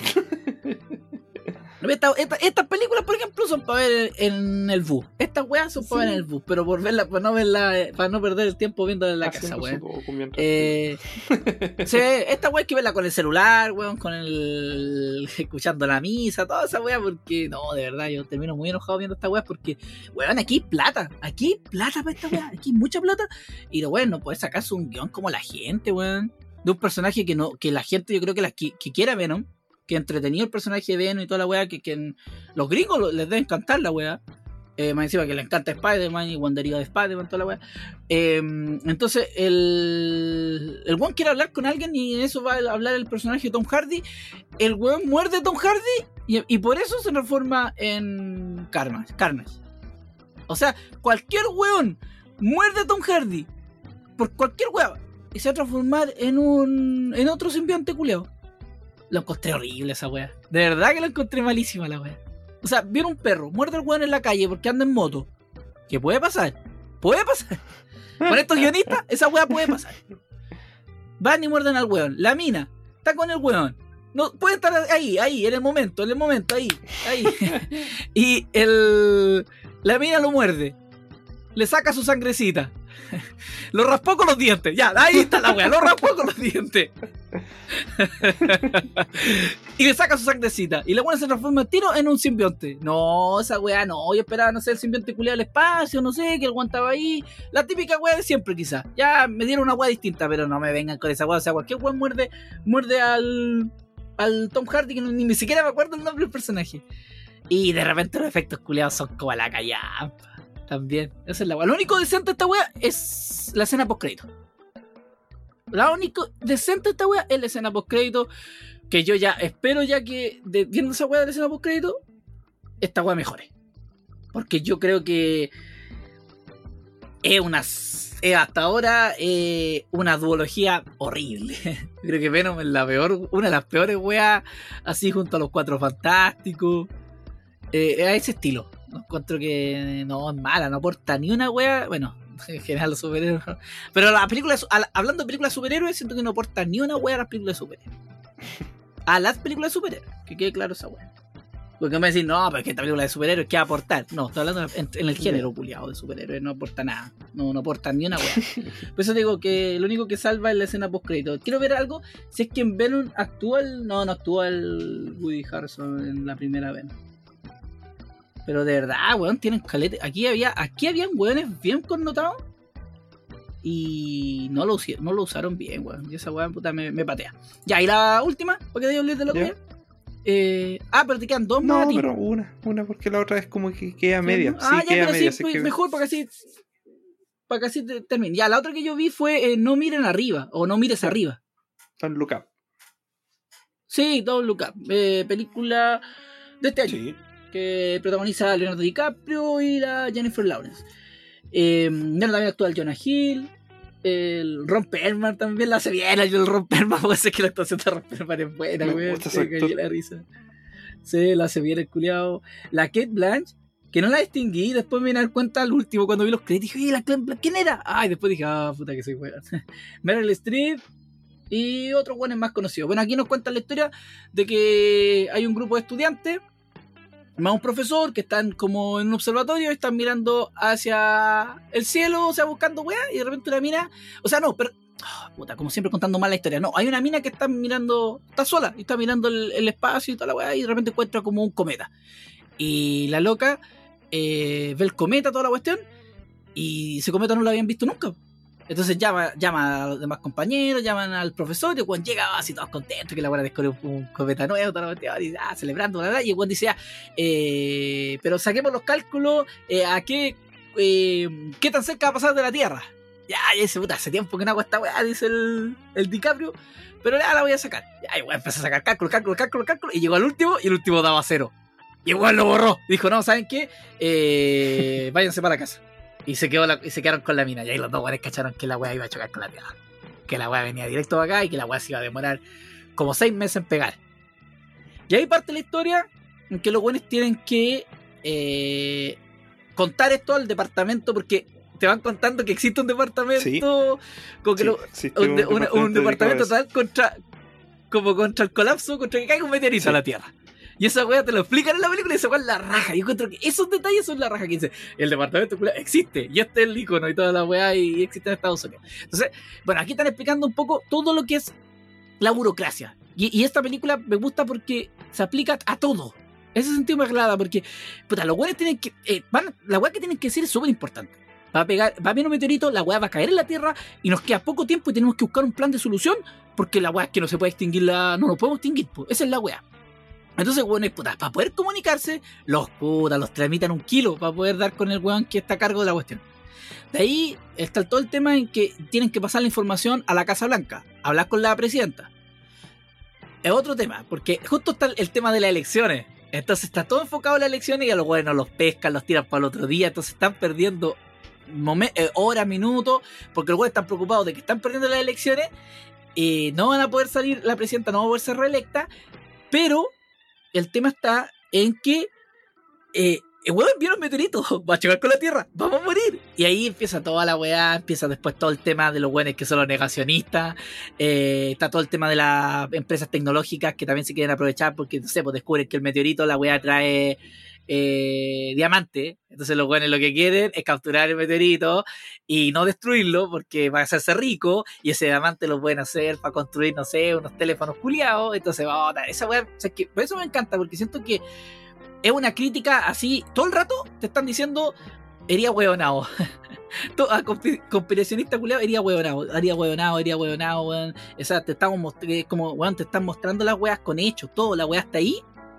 Estas esta, esta películas, por ejemplo, son para ver en el bus. Estas weas son para sí. ver en el bus, pero por verla, para no verla, para no perder el tiempo viéndola en la Haciendo casa, weón. Eh, sí, esta wea hay que verla con el celular, weón, con el escuchando la misa, toda esa wea, porque no, de verdad, yo termino muy enojado viendo esta wea porque, weón, aquí hay plata, aquí hay plata para esta wea, aquí hay mucha plata, y lo weón, no puedes sacarse un guión como la gente, weón, de un personaje que no, que la gente, yo creo que la que, que quiera Venom, que entretenido el personaje de Venom y toda la weá, que, que en, los gringos les debe encantar la weá, eh, más encima que les encanta Spider-Man y One deriva de Spider-Man, toda la weá. Eh, entonces el el weón quiere hablar con alguien y en eso va a hablar el personaje de Tom Hardy. El weón muerde a Tom Hardy y, y por eso se transforma en Carnage. Carnage. O sea, cualquier weón muerde a Tom Hardy por cualquier weá y se va a transformar en un en otro simbionte culiao. Lo encontré horrible esa wea. De verdad que lo encontré malísima la wea. O sea, viene un perro, muerde al weón en la calle porque anda en moto. ¿Qué puede pasar? Puede pasar. Con estos guionistas, esa wea puede pasar. Van y muerden al weón. La mina está con el weón. No, puede estar ahí, ahí, en el momento, en el momento, ahí, ahí. Y el la mina lo muerde. Le saca su sangrecita. Lo raspó con los dientes. Ya, ahí está la wea. Lo raspó con los dientes. Y le saca su sangrecita. Y la wea se transforma al tiro en un simbionte. No, esa wea no. Yo esperaba, no sé, el simbionte culiado del espacio. No sé, que el aguantaba ahí. La típica wea de siempre, quizás. Ya me dieron una wea distinta, pero no me vengan con esa wea. O sea, cualquier wea muerde, muerde al. al Tom Hardy, que no, ni, ni siquiera me acuerdo el nombre del personaje. Y de repente los efectos culiados son como a la callampa. También, esa es la weá. Lo único decente de esta weá es la escena post-crédito. Lo único decente de esta weá es la escena post-crédito. Que yo ya espero ya que de, viendo esa weá de la escena post-crédito, esta weá mejore. Porque yo creo que es una es hasta ahora eh, una duología horrible. Creo que Venom es la peor, una de las peores weas, así junto a los Cuatro Fantásticos. Eh, a ese estilo. No encuentro que no es mala, no aporta ni una wea. Bueno, en general los superhéroes. Pero las películas, hablando de películas de superhéroes, siento que no aporta ni una wea a las películas de superhéroes. A las películas de superhéroes, que quede claro esa wea. Porque me decís, no, pero es que esta película de superhéroes, ¿qué va a aportar? No, estoy hablando en, en el género culiado de superhéroes, no aporta nada. No, no aporta ni una wea. Por eso digo que lo único que salva es la escena post-crédito. Quiero ver algo, si es que en Venom actúa el... No, no actúa el Woody Harrelson en la primera Venom. Pero de verdad, weón, tienen calete. Aquí había, aquí habían weones bien connotados. Y no lo, no lo usaron bien, weón. Y esa weón puta me, me patea. Ya, y la última, porque te digo de la otra. Eh, ah, pero te quedan dos no, más a ti. pero una, una porque la otra es como que queda a media. Sí, ah, ya, queda pero media, sí, pues, que... mejor para que así, para que así te, termine. Ya, la otra que yo vi fue eh, No miren arriba, o No mires arriba. Don't Look Up. Sí, Don't Look Up. Eh, película de este año. Sí. Que protagoniza a Leonardo DiCaprio y la Jennifer Lawrence. Eh, también actúa el Jonah Hill. El Ron Perlman también la hace bien. El Ron Perlman, puede ser que la actuación de Ron Perlman es buena, güey. Se cayó la risa. Sí, la hace bien el culiao. La Cate Blanchett, que no la distinguí. Después me vine a dar cuenta al último cuando vi los créditos. Dije, oye, la Cate Blanchett, ¿quién era? Ay, después dije, ah, puta que soy buena. Meryl Streep y otros buenos más conocidos. Bueno, aquí nos cuentan la historia de que hay un grupo de estudiantes más un profesor que están como en un observatorio y están mirando hacia el cielo, o sea, buscando weá, y de repente una mina, o sea, no, pero oh, puta, como siempre contando mal la historia, no, hay una mina que está mirando, está sola, y está mirando el, el espacio y toda la weá, y de repente encuentra como un cometa, y la loca eh, ve el cometa, toda la cuestión, y ese cometa no lo habían visto nunca. Entonces llama, llama a los demás compañeros, llaman al profesor, y Juan llega así todos contentos que la buena descubrió un, un cometa nuevo, toda la cuestión, y ah, celebrando, bla, bla, y Juan dice, ah, eh, pero saquemos los cálculos, eh, a qué, eh, qué tan cerca va a pasar de la Tierra. Ya, ya dice, puta, hace tiempo que no hago esta weá, dice el, el DiCaprio, pero ya la voy a sacar. Ya, y Juan empezó a sacar cálculos, cálculos, cálculos, cálculos, y llegó al último, y el último daba cero. Y Juan lo borró, dijo, no, ¿saben qué? Eh, váyanse para la casa. Y se, quedó la, y se quedaron con la mina. Y ahí los dos güeyes cacharon que la weá iba a chocar con la tierra. Que la weá venía directo para acá y que la weá se iba a demorar como seis meses en pegar. Y ahí parte la historia en que los güeyes tienen que eh, contar esto al departamento, porque te van contando que existe un departamento. Sí. Como que sí, lo, un, un, departamento, un, un departamento tal contra, como contra el colapso, contra que caiga un meteorito sí. a la Tierra. Y esa weá te lo explican en la película y esa weá es la raja. Yo encuentro que esos detalles son la raja que dice. El departamento existe, y este es el icono y toda la weá y existe en Estados Unidos. Entonces, bueno, aquí están explicando un poco todo lo que es la burocracia. Y, y esta película me gusta porque se aplica a todo. Ese sentido me agrada porque, puta, los weones tienen que. Eh, van, la weá que tienen que decir es súper importante. Va a pegar, va a venir un meteorito, la weá va a caer en la Tierra y nos queda poco tiempo y tenemos que buscar un plan de solución porque la weá es que no se puede extinguir la. No nos podemos extinguir, pues. Esa es la weá. Entonces, bueno, puta, para poder comunicarse, los putas, los tramitan un kilo para poder dar con el weón que está a cargo de la cuestión. De ahí está todo el tema en que tienen que pasar la información a la Casa Blanca, hablar con la presidenta. Es otro tema, porque justo está el tema de las elecciones. Entonces está todo enfocado en las elecciones y a los weones los pescan, los tiran para el otro día. Entonces están perdiendo momen- eh, horas, minutos, porque los weones están preocupados de que están perdiendo las elecciones. Y no van a poder salir, la presidenta no va a poder ser reelecta, pero el tema está en que eh, el huevo envió un meteorito, va a chocar con la Tierra, vamos a morir. Y ahí empieza toda la weá, empieza después todo el tema de los hueones que son los negacionistas, eh, está todo el tema de las empresas tecnológicas que también se quieren aprovechar porque, no sé, pues descubren que el meteorito, la weá trae eh, diamante, entonces los hueones lo que quieren es capturar el meteorito y no destruirlo porque va a hacerse rico y ese diamante lo pueden hacer para construir, no sé, unos teléfonos culiados. Entonces, oh, esa weá, o sea, que por eso me encanta, porque siento que es una crítica así, todo el rato te están diciendo, ería hueonao. Todo, conspiracionista culiado, haría huevonado, haría huevonado, haría huevonado, weón. O sea, te estamos mostrando, como, weón, te están mostrando las weas con hechos, todo, la wea está ahí.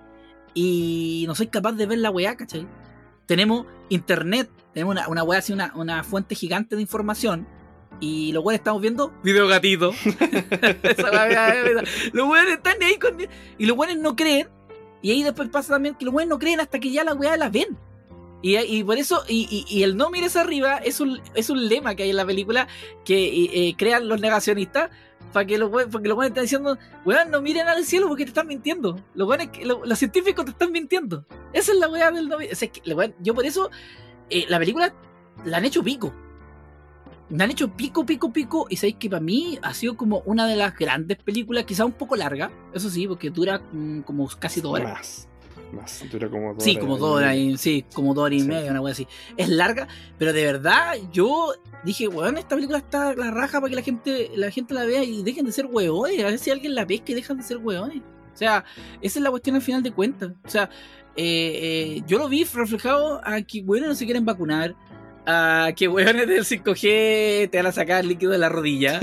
Y no soy capaz de ver la wea, ¿cachai? Tenemos internet, tenemos una, una wea así, una, una fuente gigante de información. Y los weones estamos viendo video gatito. Esa wea, los weones están ahí con. Y los weones no creen. Y ahí después pasa también que los weones no creen hasta que ya la weá la ven. Y, y por eso, y, y, y el no mires arriba es un, es un lema que hay en la película que eh, crean los negacionistas para que los weones, porque los weones están diciendo, weón, no miren al cielo porque te están mintiendo. Los weones, los, los científicos te están mintiendo. Esa es la weá del no. O sea, que, weón, yo por eso, eh, la película la han hecho pico. La han hecho pico, pico, pico. Y sabéis que para mí ha sido como una de las grandes películas, quizá un poco larga, eso sí, porque dura mm, como casi dos horas. Más. Más, dura como dos sí, horas. Como dos horas y, sí, como dos horas y sí. media, una cosa así. Es larga, pero de verdad yo dije, weón, esta película está la raja para que la gente, la gente la vea y dejen de ser weones. A ver si alguien la pesca y dejan de ser weones. O sea, esa es la cuestión al final de cuentas. O sea, eh, eh, yo lo vi reflejado a que weones no se quieren vacunar, a que weones del cinco G te van a sacar líquido de la rodilla,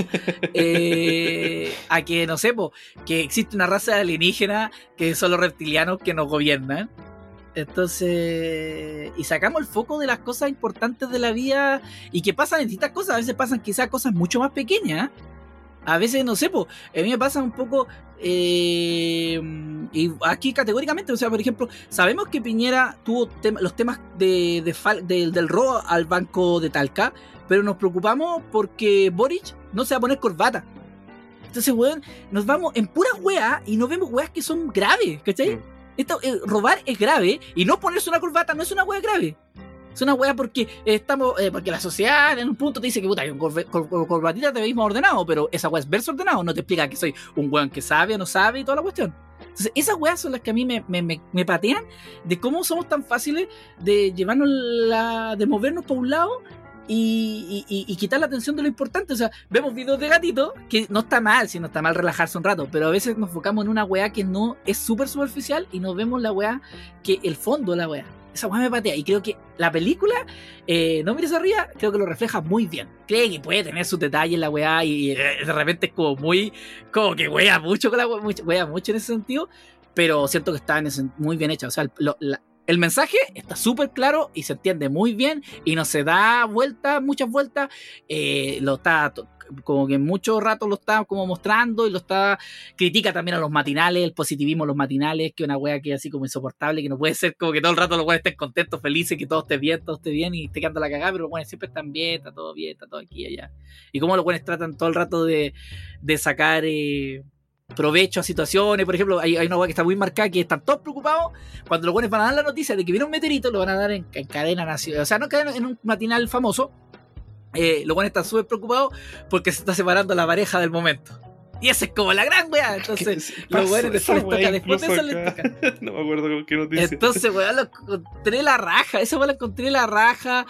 eh, a que, no sé, po, que existe una raza alienígena que son los reptilianos que nos gobiernan. Entonces, y sacamos el foco de las cosas importantes de la vida y que pasan en distintas cosas. A veces pasan quizás cosas mucho más pequeñas. A veces, no sé, po, a mí me pasa un poco, eh, y aquí categóricamente, o sea, por ejemplo, sabemos que Piñera tuvo tem- los temas de, de fal- de, del robo al banco de Talca, pero nos preocupamos porque Boric no se va a poner corbata. Entonces, weón, nos vamos en puras weas y no vemos weas que son graves, ¿cachai? Mm. Esto, eh, robar es grave y no ponerse una corbata no es una wea grave. Es una wea porque estamos, eh, porque la sociedad en un punto te dice que puta, con cor- cor- cor- corbatita te veis más ordenado, pero esa wea es verso ordenado, no te explica que soy un weón que sabe o no sabe y toda la cuestión. Entonces esas weas son las que a mí me, me, me, me patean de cómo somos tan fáciles de llevarnos la, de movernos por un lado y, y, y quitar la atención de lo importante. O sea, vemos videos de gatitos, que no está mal, si no está mal relajarse un rato, pero a veces nos enfocamos en una wea que no es súper superficial y no vemos la wea que el fondo de la wea. Esa weá me patea y creo que la película, eh, No mires arriba, creo que lo refleja muy bien. Creo que puede tener sus detalles la weá y, y de repente es como muy, como que wea mucho con la weá, mucho, wea mucho en ese sentido, pero siento que está en ese, muy bien hecha. O sea, lo, la, el mensaje está súper claro y se entiende muy bien y no se da vueltas, muchas vueltas, eh, lo está como que mucho rato lo está como mostrando y lo está, critica también a los matinales, el positivismo de los matinales, que es una wea que es así como insoportable, que no puede ser como que todo el rato los weones estén contentos, felices, que todo esté bien, todo esté bien y esté quedando la cagada, pero los weones siempre están bien, está todo bien, está todo aquí y allá. Y como los weones tratan todo el rato de, de sacar eh, provecho a situaciones. Por ejemplo, hay, hay una wea que está muy marcada, que están todos preocupados cuando los weones van a dar la noticia de que viene un meteorito, lo van a dar en, en cadena nacional, o sea, no en cadena, en un matinal famoso. Eh, los buenos están súper preocupados porque se está separando la pareja del momento. Y esa es como la gran weá. Entonces, los buenos después les toca, después de eso les toca. No me acuerdo con qué noticia. Entonces, weón, lo encontré la raja. Esa weá la encontré la raja.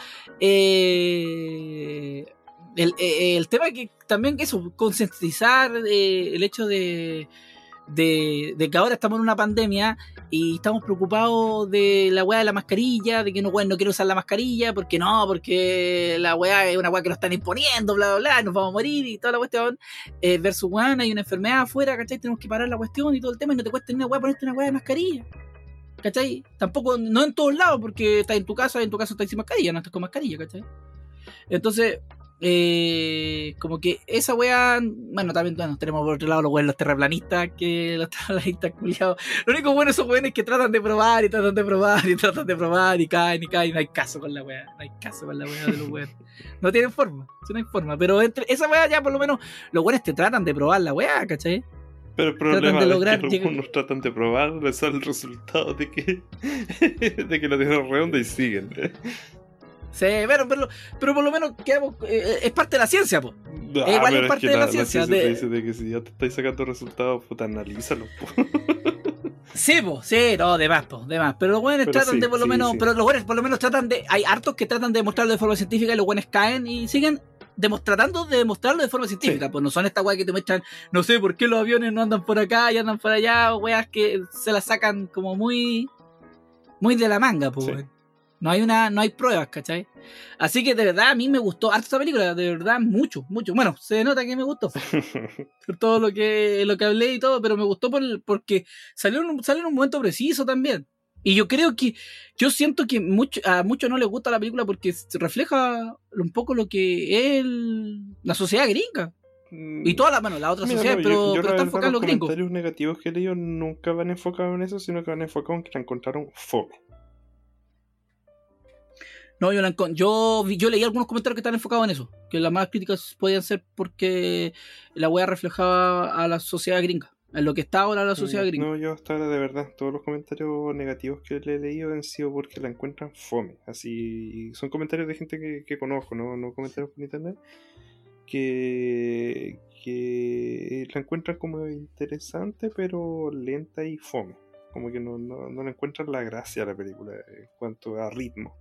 Eh, el, eh, el tema que también, eso, concientizar eh, el hecho de. De, de que ahora estamos en una pandemia y estamos preocupados de la weá de la mascarilla, de que no, weón, no quiero usar la mascarilla, porque no, porque la weá es una weá que nos están imponiendo, bla, bla, bla, nos vamos a morir y toda la cuestión, eh, versus weón, hay una enfermedad afuera, ¿cachai? Tenemos que parar la cuestión y todo el tema y no te cuesta ni una weá ponerte una weá de mascarilla, ¿cachai? Tampoco, no en todos lados, porque estás en tu casa, en tu casa estás sin mascarilla, no estás con mascarilla, ¿cachai? Entonces, Eh, como que esa weá, bueno, también bueno, tenemos por otro lado los weones, los terraplanistas, que los terraplanistas culiados. Lo único bueno son weones que tratan de probar y tratan de probar y tratan de probar y caen y caen y no hay caso con la weá, no hay caso con la weá de los weones. No tienen forma, no hay forma, pero entre esa weá ya por lo menos los weones te tratan de probar la weá, ¿cachai? Pero el problema de es lograr, que algunos llega... tratan de probar, les sale el resultado de que de que lo tienen redonda y siguen. Sí, pero, pero, pero por lo menos quedamos, eh, es parte de la ciencia, po. No, es igual es parte es que de la, la ciencia. La ciencia de... te dice de que si ya te estáis sacando resultados, puta, analízalo, po. Sí, po, sí, no, de más, po, de más. Pero los buenos tratan sí, de por lo sí, menos, sí. pero los buenos por lo menos tratan de, hay hartos que tratan de demostrarlo de forma científica y los buenos caen y siguen demos, tratando de demostrarlo de forma científica. Sí. Pues no son estas weas que te muestran, no sé por qué los aviones no andan por acá y andan por allá, o weas que se las sacan como muy, muy de la manga, po, sí. No hay una, no hay pruebas, ¿cachai? Así que de verdad a mí me gustó harto esta película, de verdad mucho, mucho. Bueno, se nota que me gustó por todo lo que, lo que hablé y todo, pero me gustó por, porque salió en, un, salió en un momento preciso también. Y yo creo que, yo siento que mucho, a muchos no les gusta la película porque refleja un poco lo que es el, la sociedad gringa. Y todas las, bueno, la otra sociedad, no, pero, yo, yo pero está enfocada en los los gringos. Los comentarios negativos que he leído nunca van enfocados en eso, sino que van enfocados en que la encontraron fome. No, yo, la, yo, yo leí algunos comentarios que están enfocados en eso, que las más críticas podían ser porque la wea reflejaba a la sociedad gringa, en lo que está ahora la sociedad gringa. No, yo hasta ahora de verdad, todos los comentarios negativos que le he leído han sido porque la encuentran fome. Así, son comentarios de gente que, que conozco, no, no comentarios por internet, que, que la encuentran como interesante, pero lenta y fome. Como que no, no, no le encuentran la gracia a la película en cuanto a ritmo.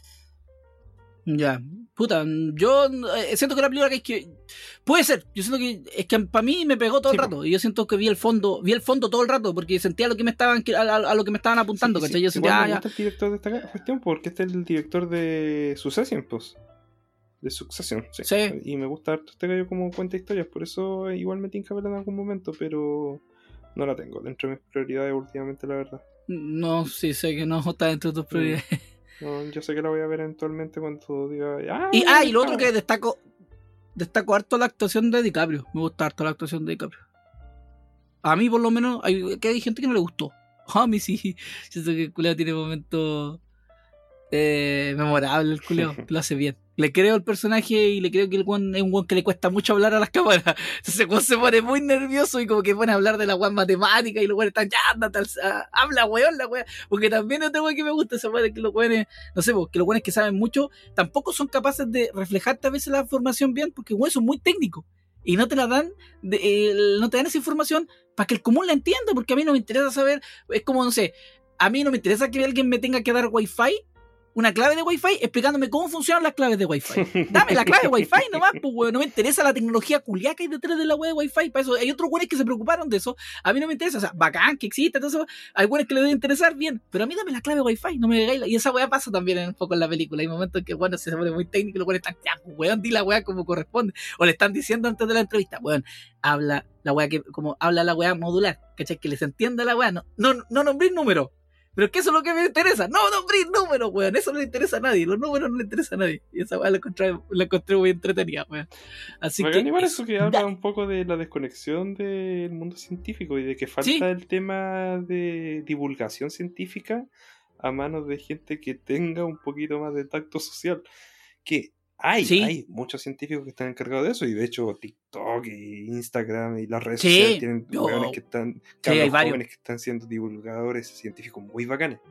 Ya, puta, yo eh, siento que la película que es que puede ser, yo siento que es que para mí me pegó todo sí, el rato, y yo siento que vi el fondo, vi el fondo todo el rato, porque sentía lo que me estaban a, a, a lo que me estaban apuntando, sí, ¿cachai? Sí. Yo sentía, Igual ah, me ya. gusta el director de esta cuestión, porque este es el director de Succession, pues. De Succession, sí. sí. Y me gusta harto este gallo como cuenta historias, por eso igual me tinca verla en algún momento, pero no la tengo dentro de mis prioridades últimamente, la verdad. No, sí, sé que no está dentro de tus prioridades. Mm. No, yo sé que la voy a ver eventualmente cuando diga. ¡Ah! Y, ah, y lo otro que destaco, destaco harto la actuación de DiCaprio. Me gusta harto la actuación de DiCaprio. A mí, por lo menos, hay, que hay gente que no le gustó. A mí sí. Siento que el culiao tiene momentos eh, memorables. El culiao lo hace bien. Le creo al personaje y le creo que el weón es un weón que le cuesta mucho hablar a las cámaras. Entonces el weón se pone muy nervioso y como que pone a hablar de la weón matemática y los weones están ya, anda, tal, habla weón, la weón. Porque también otro weón que me gusta esa weón que los weones, no sé, que los weones que saben mucho tampoco son capaces de reflejarte a veces la información bien, porque weón son muy técnicos y no te la dan, de, eh, no te dan esa información para que el común la entienda, porque a mí no me interesa saber, es como, no sé, a mí no me interesa que alguien me tenga que dar wifi, una clave de Wi-Fi explicándome cómo funcionan las claves de Wi-Fi. Dame la clave de Wi-Fi nomás, pues, weón. No me interesa la tecnología culiaca que hay detrás de la web de Wi-Fi. Para eso hay otros güeyes que se preocuparon de eso. A mí no me interesa. O sea, bacán que exista. Entonces, hay güeyes que le deben interesar, bien. Pero a mí dame la clave de Wi-Fi. No me digáis. Y esa weá pasa también un poco en la película. Hay momentos en que, bueno, se pone muy técnico y los güeyes están, ya, pues, weón, di la weá como corresponde. O le están diciendo antes de la entrevista, weón, habla la weá que, como habla la weá modular. ¿Cachai? Que les entienda la weá. No, no, no nombré número. Pero es que eso es lo que me interesa. No, no, abrir números, weón. Eso no le interesa a nadie. Los números no le interesan a nadie. Y esa weón la encontré, la encontré muy entretenida, weón. Así Bacán, que. Igual eso que habla un poco de la desconexión del mundo científico y de que falta ¿sí? el tema de divulgación científica a manos de gente que tenga un poquito más de tacto social. Que hay, ¿sí? hay muchos científicos que están encargados de eso. Y de hecho, TikTok y Instagram y las redes ¿sí? sociales tienen Yo... jóvenes que están, sí, hay jóvenes que están siendo divulgadores científicos muy bacanes.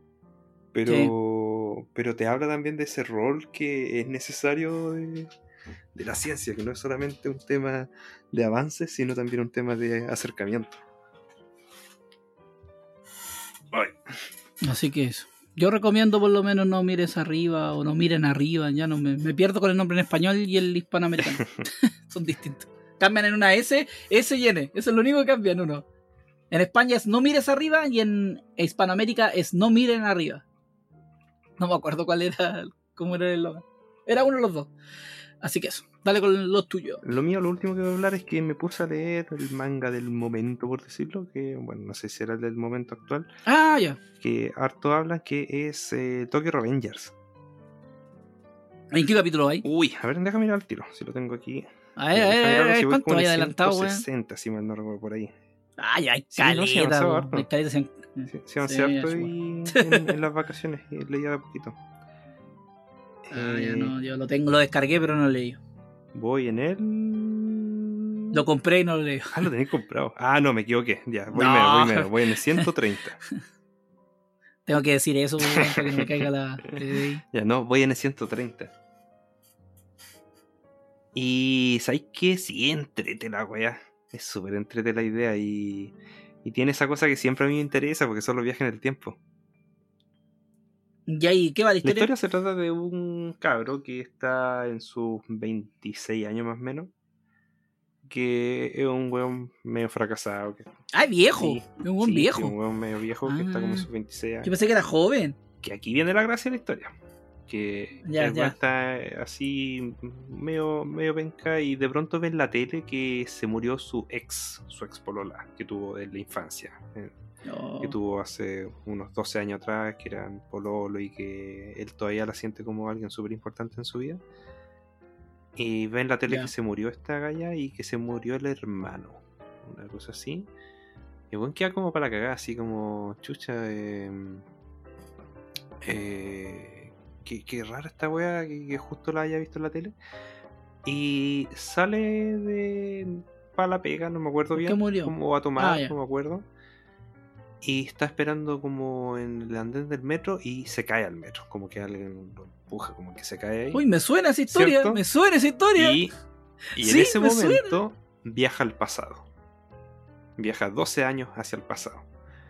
Pero, sí. pero te habla también de ese rol que es necesario de, de la ciencia, que no es solamente un tema de avance, sino también un tema de acercamiento. Ay. Así que eso. Yo recomiendo por lo menos no mires arriba o no miren arriba. Ya no me, me pierdo con el nombre en español y el hispanoamericano. Son distintos. Cambian en una S, S y N. Eso es lo único que cambian uno. En España es no mires arriba y en Hispanoamérica es no miren arriba. No me acuerdo cuál era, cómo era el logo. Era uno de los dos. Así que eso, dale con lo tuyo. Lo mío, lo último que voy a hablar es que me puse a leer el manga del momento, por decirlo, que bueno, no sé si era el del momento actual. Ah, ya. Que harto habla, que es eh, Tokyo Revengers. ¿En qué capítulo hay? Uy, a ver, déjame mirar el tiro, si lo tengo aquí. A ver, a ver, a ver, si ¿cuánto hay adelantado, güey? sesenta, si mal no recuerdo por ahí. Ay, hay sí, caleta, no, hay caleta. Se, sí, se avancé sí, harto y en, en las vacaciones, y leía de poquito. Ah, eh, ya no, yo lo tengo, lo descargué, pero no lo leí. Voy en el... Lo compré y no lo leí. Ah, lo tenéis comprado. Ah, no, me equivoqué. Ya, voy no. menos, voy menos. Voy en el ciento treinta. Tengo que decir eso para que no me caiga la... Ya, no, voy en el ciento treinta. Y ¿sabéis qué? Sí, entrete la weá. Es súper entrete la idea y... Y tiene esa cosa que siempre a mí me interesa, porque son los viajes en el tiempo. ¿Y ahí qué va la historia? La historia se trata de un cabro que está en sus veintiséis años más o menos, que es un weón medio fracasado. Que... ¡Ah, viejo! Sí, es un weón sí, viejo. Sí, un weón medio viejo ah, que está como en sus veintiséis años. Yo pensé que era joven. Que aquí viene la gracia de la historia. Que Ya, el ya. weón está así medio, medio penca y de pronto ve en la tele que se murió su ex, su ex polola, que tuvo en la infancia. eh, No. Que tuvo hace unos doce años atrás, que eran pololo y que él todavía la siente como alguien súper importante en su vida. Y ve en la tele Ya. que se murió esta galla y que se murió el hermano. Una cosa así. Y bueno, queda como para la cagada, así como chucha. Eh, eh, qué, qué rara esta wea que, que justo la haya visto en la tele. Y sale de para la pega, no me acuerdo ¿Por qué bien. murió? Como va a tomar, Ah, ya. no me acuerdo. Y está esperando como en el andén del metro y se cae al metro. Como que alguien lo empuja, como que se cae ahí. Uy, me suena esa historia, ¿Cierto? me suena esa historia. Y, y en Sí, ese me momento viaja al pasado. Viaja doce años hacia el pasado.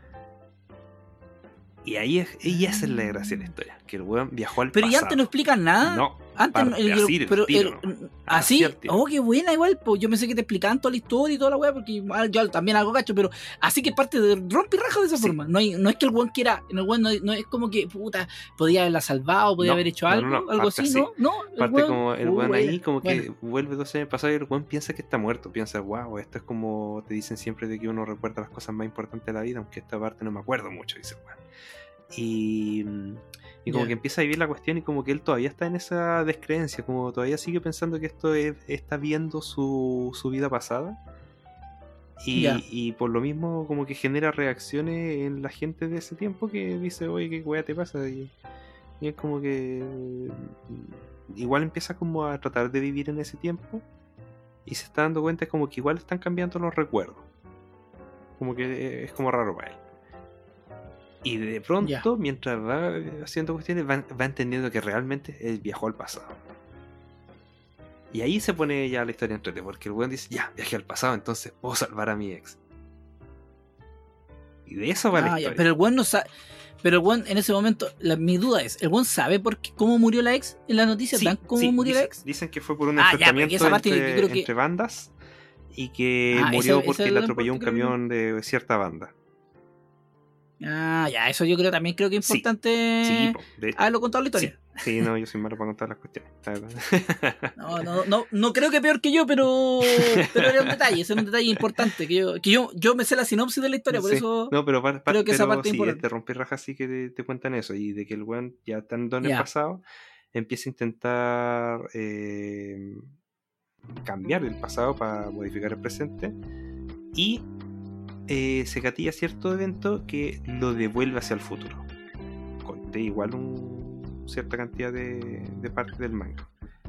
Y ahí es, y esa es la gracia de la historia. Que el weón viajó al Pero pasado. y antes no explican nada. No, Antes no- parte el- así del pero tiro, el- ¿no? así, Así al tiro. oh, qué buena igual, pues yo pensé que te explicaban toda la historia y toda la weá, porque ah, yo también algo cacho, pero así que es parte de rompe y raja de esa Sí. forma. No hay, no es que el weón quiera, el weón no, no es como que puta, podía haberla salvado, podía No, haber hecho no, algo, no, no, algo parte así, así. ¿no? No, el Parte weón- como el uh, weón buena, ahí, como que buena. vuelve doce años pasado y el weón piensa que está muerto. Piensa, wow, esto es como te dicen siempre de que uno recuerda las cosas más importantes de la vida, aunque esta parte no me acuerdo mucho, dice el weón. Y, y como Ya. que empieza a vivir la cuestión y como que él todavía está en esa descreencia, como todavía sigue pensando que esto es- está viendo su, su vida pasada. Y, Ya. y por lo mismo como que genera reacciones en la gente de ese tiempo que dice, oye, ¿qué weá te pasa? Y, y es como que mm, igual empieza como a tratar de vivir en ese tiempo y se está dando cuenta como que igual están cambiando los recuerdos. Como que es como raro para él. Y de pronto, Ya. mientras va haciendo cuestiones, va, va entendiendo que realmente él viajó al pasado. Y ahí se pone ya la historia entrete, porque el weón dice, ya, viajé al pasado, entonces puedo salvar a mi ex. Y de eso va la Ah, ya, historia. pero el weón no sabe. Pero el weón en ese momento, la- mi duda es, ¿el weón sabe por qué, cómo murió la ex en la noticia? Sí, ¿Dan cómo sí, murió dicen, la ex? dicen que fue por un Ah, ya, enfrentamiento porque esa parte yo entre, creo que- entre bandas y que Ah, murió esa- porque esa le es la atropelló un parte que- camión de cierta banda. Ah, ya, eso yo creo también creo que es Sí, importante Sí, po, de hecho. haberlo contado la Sí, historia. sí, no, yo soy malo para contar las cuestiones. la verdad. No, no, no, no creo que peor que yo, pero, pero era un detalle, ese es un detalle importante, que yo, que yo, yo me sé la sinopsis de la historia, por Sí. eso No, pero, par- par- creo que esa pero parte es sí, importante. te rompí raja así que te, te cuentan eso. Y de que el weón ya estando en el Ya. pasado, empieza a intentar eh, cambiar el pasado para modificar el presente. Y eh, se gatilla cierto evento que lo devuelve hacia el futuro. Conté igual un, cierta cantidad de, de parte del manga.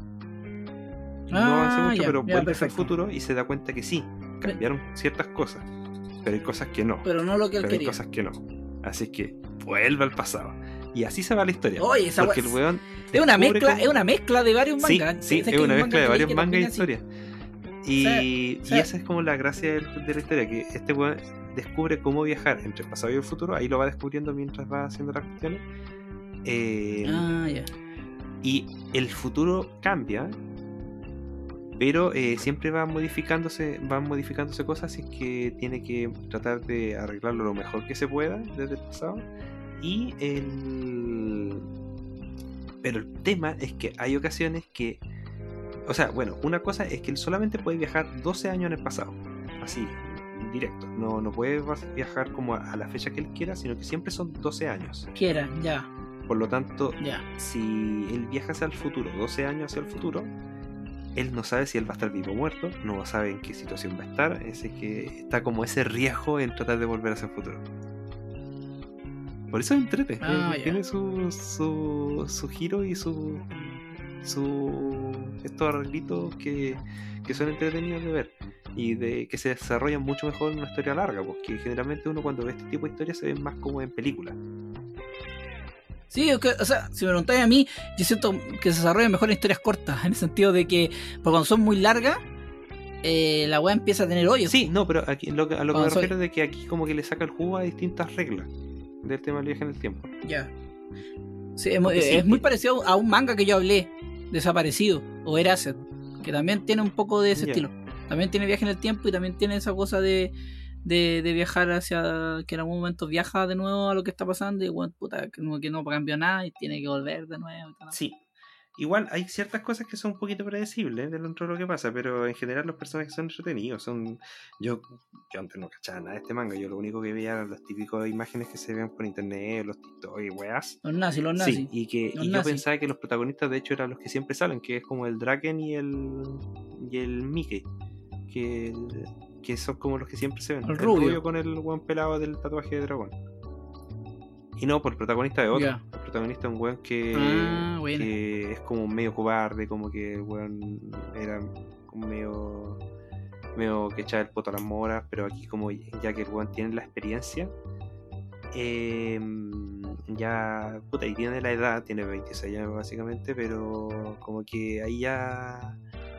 No Ah, avancé mucho, ya, pero ya, vuelve hacia el perfecto. futuro y se da cuenta que sí, cambiaron ciertas cosas, pero hay cosas que no. Pero no lo que él Pero hay quería. cosas que no. Así que vuelve al pasado. Y así se va la historia. Oye, esa porque wea- el weón Es una descubre mezcla, cómo- es una mezcla de varios Sí, mangas. sí, Sé es que una hay un mezcla de manga que varios leí que mangas y termina historias. Y, Sí, y sí. esa es como la gracia del- de la historia, que este weón descubre cómo viajar entre el pasado y el futuro. Ahí lo va descubriendo mientras va haciendo las cuestiones. Eh, así. Ah, ya. Y el futuro cambia, pero eh, siempre va modificándose, van modificándose cosas y es que tiene que tratar de arreglarlo lo mejor que se pueda desde el pasado. Y el... Pero el tema es que hay ocasiones que... O sea, bueno, una cosa es que él solamente puede viajar doce años en el pasado. Así, directo. No, no puede viajar como a, a la fecha que él quiera, sino que siempre son doce años. Quiera, ya, Por lo tanto, ya. si él viaja hacia el futuro, doce años hacia el futuro, él no sabe si él va a estar vivo o muerto, no sabe en qué situación va a estar, es que está como ese riesgo en tratar de volver hacia el futuro. Por eso es entrete, Ah, eh, ya. tiene su, su, su giro y su, su estos arreglitos que, que son entretenidos de ver y de que se desarrollan mucho mejor en una historia larga, porque generalmente uno cuando ve este tipo de historias se ve más como en películas. Sí, es que, o sea, si me preguntáis a mí, yo siento que se desarrollan mejor en historias cortas, en el sentido de que, porque cuando son muy largas, eh, la weá empieza a tener hoyos. Sí, no, pero aquí, lo que- a lo que Cuando me soy- refiero es de que aquí como que le saca el jugo a distintas reglas del tema del viaje en el tiempo. Ya. Sí, es, muy, Porque sí, es muy que- parecido a un manga que yo hablé, Desaparecido, o Erased, que también tiene un poco de ese Ya. estilo. También tiene viaje en el tiempo y también tiene esa cosa de, de, de viajar hacia, que en algún momento viaja de nuevo a lo que está pasando y bueno, puta, que no, que no cambió nada y tiene que volver de nuevo y tal. Sí. Igual hay ciertas cosas que son un poquito predecibles dentro de lo que pasa, pero en general los personajes son entretenidos. Son yo yo antes no cachaba nada de este manga, yo lo único que veía eran las típicas imágenes que se ven por internet, los TikTok y weas. Los nazis, los nazis. Sí, y que los y yo nazis. pensaba que los protagonistas de hecho eran los que siempre salen, que es como el Draken y el y el Mickey, que que son como los que siempre se ven. El rubio. Con el buen pelado del tatuaje de dragón. Y no, por el protagonista de otro. Ya. El protagonista es un weón que, Ah, bueno. que es como medio cobarde, como que el weón era como medio, medio que echaba el poto a las moras, pero aquí como ya que el weón tiene la experiencia, eh, ya, puta, y tiene la edad, tiene veintiséis años básicamente, pero como que ahí ya...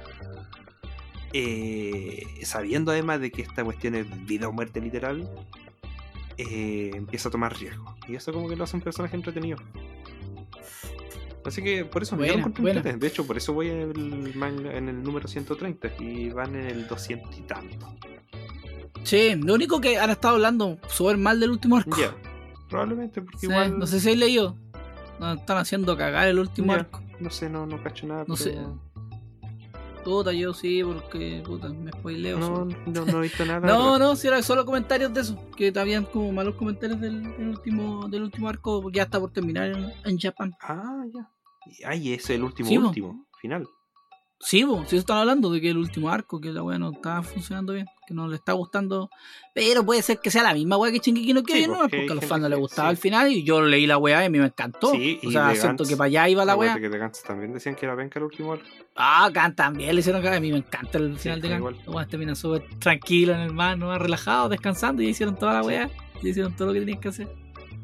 Eh, sabiendo además de que esta cuestión es vida o muerte literal, eh, empieza a tomar riesgo y eso como que lo hace un personaje entretenido, así que por eso me Buena, lo encontré buena. entretenido. De hecho por eso voy en el manga, en el número ciento treinta y van en el doscientos y tanto. Sí, lo único que han estado hablando súper mal del último arco. Ya, probablemente porque Sí, igual no sé si has leído. Nos están haciendo cagar el último ya, arco. no sé, no, no cacho nada, No pero... sé. Puta, yo sí, porque puta, me spoileo. no, solo. no, no he visto nada. No, no, si eran solo comentarios de eso, que habían como malos comentarios del, del último del último arco, porque ya está por terminar en, en Japan. Ah, ya. Ay, ese es el último, Sí, po. último, final. Sí, bo, sí están hablando de que el último arco, que la wea no está funcionando bien, que no le está gustando, pero puede ser que sea la misma wea que Shingeki no Kyojin, Sí, ¿no? porque Porque hay a los gente fans no les que- gustaba sí. al final y yo leí la wea y a mí me encantó. Sí, y o sea, de siento Gantz- que para allá iba la wea. Acuérdate que de Gantz también decían que era penca el último arco. Ah, Gantz también le hicieron cagar. A mí me encanta el final de Gantz. igual. Los weones terminan súper tranquilos en el mar, ¿no? Relajados, descansando y ya hicieron toda la Sí. weá. Ya hicieron todo lo que tenían que hacer.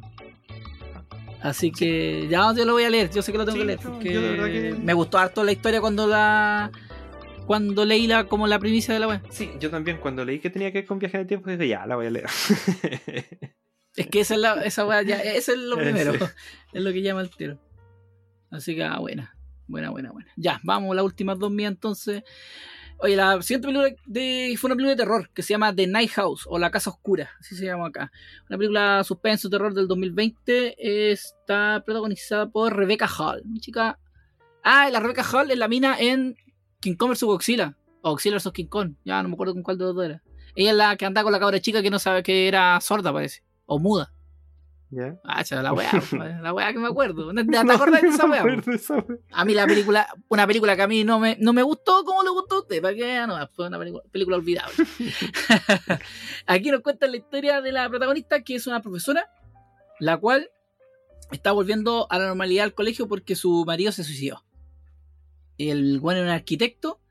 Así que ya yo lo voy a leer, yo sé que lo tengo Sí, que leer. yo- Porque yo de verdad que- me gustó harto la historia cuando la. Cuando leí la, como la primicia de la weá. Sí, yo también cuando leí que tenía que ver con viaje en el tiempo dije, ya, la voy a leer. Es que esa es la, esa weá, ya, eso es lo primero. Sí. Es lo que llama el tiro. Así que, ah, buena. Buena, buena, buena. Ya, vamos, las últimas dos mías entonces. Oye, la siguiente película de, fue una película de terror que se llama The Night House o La Casa Oscura, así se llama acá. Una película suspenso terror del dos mil veinte. Está protagonizada por Rebecca Hall, una chica. Ah, la Rebecca Hall es la mina en King Kong versus Godzilla. O Godzilla versus King Kong. Ya no me acuerdo con cuál de los dos era. Ella es la que anda con la cabra chica que no sabe que era sorda, parece. O muda. ¿Ya? Ah, esa es la weá, la weá que me acuerdo. ¿No te acordás de esa No me weá? acuerdo de esa wea. A mí la película, una película que a mí no me, no me gustó como le gustó a usted, para que no, fue una película, película olvidable. Aquí nos cuentan la historia de la protagonista, que es una profesora, la cual está volviendo a la normalidad al colegio porque su marido se suicidó. El bueno era un arquitecto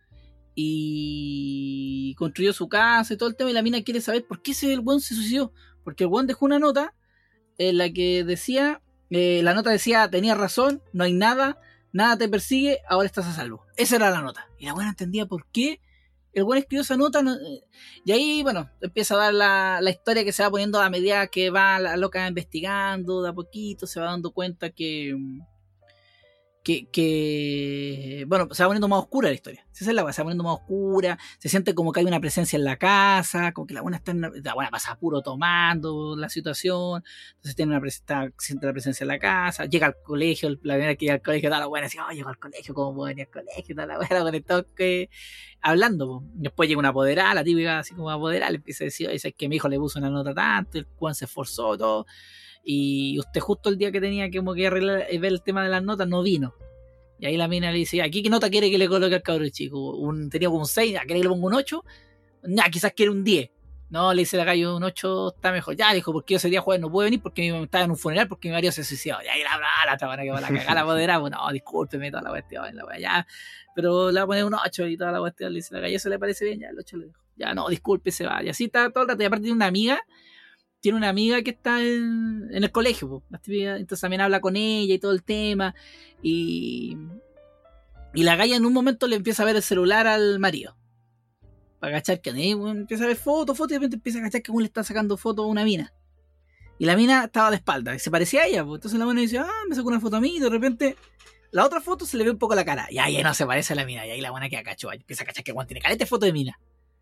y construyó su casa y todo el tema, y la mina quiere saber por qué ese el buen se suicidó. Porque el buen dejó una nota en la que decía, eh, la nota decía, tenías razón, no hay nada, nada te persigue, ahora estás a salvo. Esa era la nota. Y la buena entendía por qué el buen escribió esa nota. No, eh, y ahí, bueno, empieza a dar la, la historia que se va poniendo a medida que va la loca investigando, de a poquito, se va dando cuenta que... Que, que, bueno, se va poniendo más oscura la historia. Esa es la weá, se va poniendo más oscura. Se siente como que hay una presencia en la casa, como que la buena está en, la buena pasa puro tomando la situación. Entonces tiene una está, siente la presencia en la casa. Llega al colegio, la primera que llega al colegio, toda la buena dice, oh, llegó al colegio, ¿cómo puedo venir al colegio? Toda la buena con el toque hablando. Po. Después llega una apoderada, la típica así como apoderada, le empieza a decir, oye, es que mi hijo le puso una nota tanto, el Juan se esforzó y todo. Y usted justo el día que tenía que, como que arreglar, ver el tema de las notas no vino. Y ahí la mina le dice, ¿aquí qué nota quiere que le coloque al cabrón chico? Un, tenía como un seis, ¿quiere que le ponga un ocho? Nah, quizás quiere un diez. No, le dice la gallo, un ocho está mejor. Ya, dijo, porque yo ese día jueves no pude venir porque mi mamá estaba en un funeral porque mi marido se suicidó. Y ahí la la chavana que va a la cagada, la poderá, bueno, no, discúlpeme toda la cuestión, la wea, ya. Pero le va a poner un ocho y toda la cuestión, le dice la gallo, ¿eso le parece bien? Ya, el ocho le dijo. Ya, no, disculpe, se va. Y así está todo el rato. Y aparte tiene una amiga, tiene una amiga que está en, en el colegio, po. Entonces también habla con ella y todo el tema. Y... Y la galla en un momento le empieza a ver el celular al marido. Para cachar que eh, bueno, empieza a ver fotos, fotos, y de repente empieza a cachar que uno le está sacando fotos a una mina. Y la mina estaba de espalda, y se parecía a ella. Pues. Entonces la mina dice, ah, me sacó una foto a mí, y de repente la otra foto se le ve un poco la cara. Y ahí no se parece a la mina. Y ahí la buena queda cacho. Empieza a cachar que Juan tiene careta de foto de mina.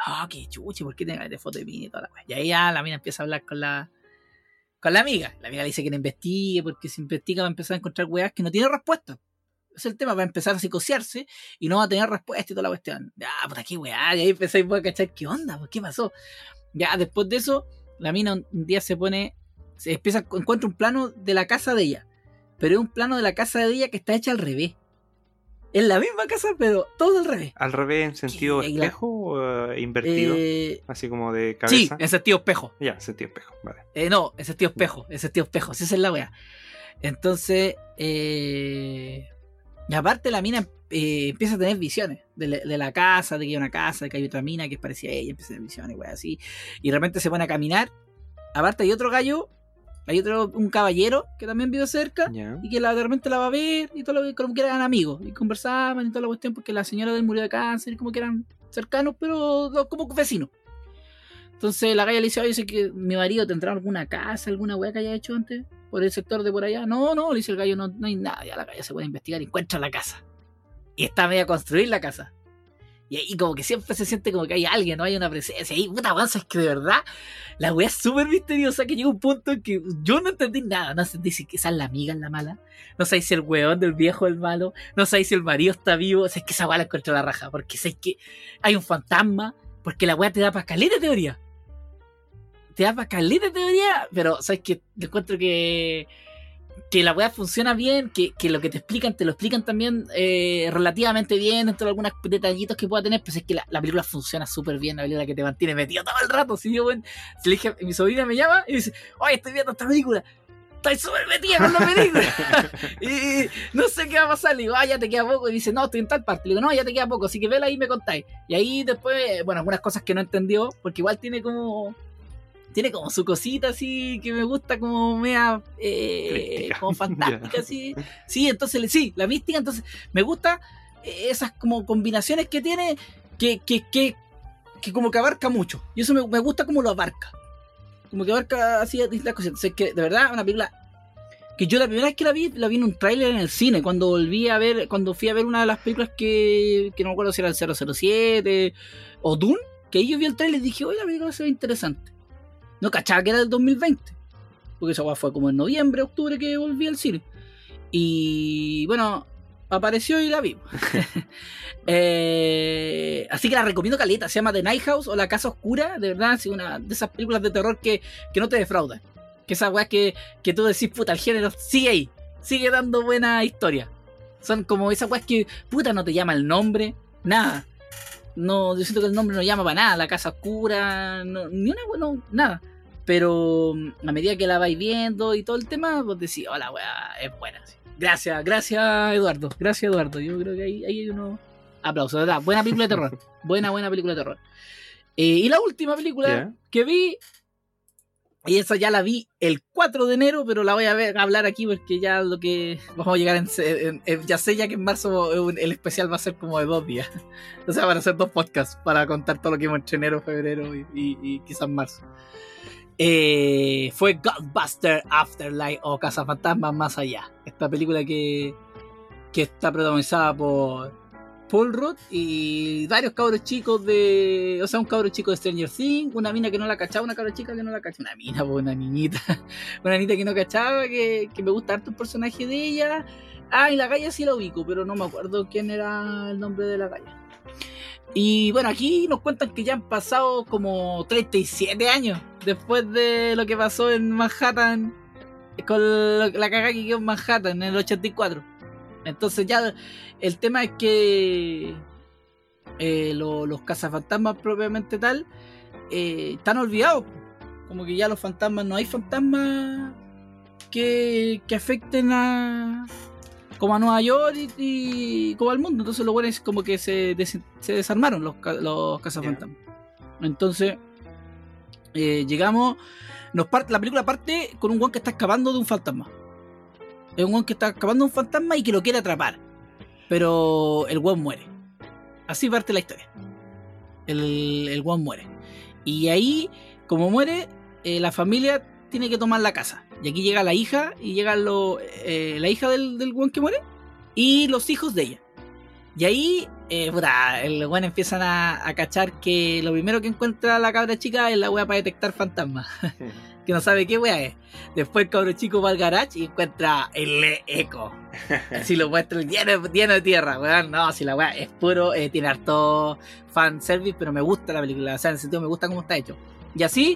Ah, oh, qué chuchi, ¿por qué tengo de foto de mí y toda la wea? Y ahí ya la mina empieza a hablar con la con la amiga. La amiga le dice que no investigue, porque si investiga va a empezar a encontrar weas que no tiene respuesta. Ese es el tema, va a empezar a psicosearse y no va a tener respuesta y toda la cuestión. Ya, puta, qué weá. Y ahí empezáis a cachar, ¿qué onda? ¿Qué pasó? Ya, después de eso, la mina un día se pone, se empieza, encuentra un plano de la casa de ella. Pero es un plano de la casa de ella que está hecha al revés. Es la misma casa, pero todo al revés. ¿Al revés en sentido ¿Qué? espejo o uh, invertido? Eh... Así como de cabeza. Sí, en sentido espejo. Ya, sentido espejo, vale. Eh, no, en sentido espejo, en sentido espejo, si esa es la wea. Entonces, eh... y aparte la mina eh, empieza a tener visiones de, la, de la casa, de que hay una casa, de que hay otra mina que es parecida a ella, empieza a tener visiones, wea, así. Y de repente se pone a caminar. Aparte hay otro gallo, hay otro, un caballero que también vive cerca, Ya. y que la, de repente la va a ver y todo lo, como que eran amigos y conversaban y toda la cuestión, porque la señora de él murió de cáncer y como que eran cercanos, pero como vecinos. Entonces la galla le dice, oye, sé que mi marido tendrá alguna casa, alguna weá que haya hecho antes por el sector de por allá. No, no, le dice el gallo, no, no hay nada. Ya la galla se puede investigar y encuentra la casa. Y está medio a construir la casa. Y ahí como que siempre se siente como que hay alguien, no hay una presencia. Y puta avanza, es que de verdad la weá es súper misteriosa, que llega un punto en que yo no entendí nada. No entendí si esa es la amiga en la mala, no sé si el weón del viejo es el malo, no sé si el marido está vivo. O sea, es que esa weá la encuentro la raja, porque sé que hay un fantasma, porque la weá te da para caleta de teoría. Te da para caleta de teoría, pero sabes que encuentro que que la weá funciona bien, que, que lo que te explican, te lo explican también eh, relativamente bien, dentro de algunos detallitos que pueda tener, pues es que la, la película funciona súper bien, la película que te mantiene metido todo el rato. Si yo, bueno, si le dije, mi sobrina me llama y dice, oye, estoy viendo esta película, estoy súper metida con la película, y no sé qué va a pasar. Le digo, ah, ya te queda poco, y dice, no, estoy en tal parte. Le digo, no, ya te queda poco, así que vela ahí y me contáis. Y ahí después, bueno, algunas cosas que no entendió, porque igual tiene como... Tiene como su cosita así que me gusta, como mea eh, como fantástica, así. Sí, entonces, sí, la mística, entonces me gusta esas como combinaciones que tiene, que, que, que, que como que abarca mucho. Y eso me, me gusta como lo abarca. Como que abarca así distintas cosas. Entonces, que de verdad, una película que yo la primera vez que la vi, la vi en un tráiler en el cine, cuando volví a ver, cuando fui a ver una de las películas que, que no me acuerdo si era el cero cero siete o Dune, que ahí yo vi el tráiler y dije, oye, la película se ve interesante. No cachaba que era del dos mil veinte, porque esa fue como en noviembre, octubre que volví al cine. Y bueno, apareció y la vi. eh, así que la recomiendo caleta. Se llama The Night House o La Casa Oscura. De verdad, es una de esas películas de terror que, que no te defraudan. Que esas weas que, que tú decís, puta, el género sigue ahí, sigue dando buena historia. Son como esas weas que, puta, no te llama el nombre, nada. No, yo siento que el nombre no llama para nada. La Casa Oscura, no, ni una wea, no, nada. Pero a medida que la vais viendo y todo el tema, vos decís, oh, la weá es buena. Sí. Gracias, gracias Eduardo. Gracias Eduardo. Yo creo que ahí, ahí hay unos aplausos, ¿verdad? Buena película de terror. Buena, buena película de terror. Eh, y la última película yeah. que vi, y esa ya la vi el cuatro de enero, pero la voy a, ver, a hablar aquí porque ya lo que vamos a llegar en, en, en ya sé ya que en marzo el especial va a ser como de dos días. O sea, van a ser dos podcasts para contar todo lo que hemos hecho enero, febrero y, y, y quizás marzo. Eh, fue Ghostbusters Afterlife o Cazafantasmas Más Allá. Esta película que, que está protagonizada por Paul Rudd y varios cabros chicos de... O sea, un cabro chico de Stranger Things, una mina que no la cachaba, una cabra chica que no la cachaba, una mina, una niñita, una niñita que no cachaba, que, que me gusta harto el personaje de ella. Ah, y la galla sí la ubico, pero no me acuerdo quién era el nombre de la galla. Y bueno, aquí nos cuentan que ya han pasado como treinta y siete años después de lo que pasó en Manhattan, con la cagada que quedó en Manhattan en el ochenta y cuatro. Entonces ya el tema es que eh, lo, los cazafantasmas propiamente tal eh, están olvidados. Como que ya los fantasmas, no hay fantasmas que, que afecten a... como a Nueva York y, y como al mundo. Entonces lo bueno es como que se, des, se desarmaron los, los cazafantasmas. Yeah. Entonces eh, llegamos, nos parte, la película parte con un guan que está escapando de un fantasma. Es un guan que está escapando de un fantasma y que lo quiere atrapar, pero el guan muere. Así parte la historia. El, el guan muere. Y ahí, como muere, eh, la familia tiene que tomar la casa. Y aquí llega la hija, y llega lo, eh, la hija del, del guan que muere, y los hijos de ella. Y ahí eh, puta, el weón empiezan a, a cachar que lo primero que encuentra la cabra chica es la weá para detectar fantasmas. Que no sabe qué weá es. Después el cabro chico va al garage y encuentra el eco. Así lo muestra lleno, lleno de tierra, weón. No, si la weá es puro, eh, tiene harto fanservice, pero me gusta la película. O sea, en el sentido me gusta cómo está hecho. Y así,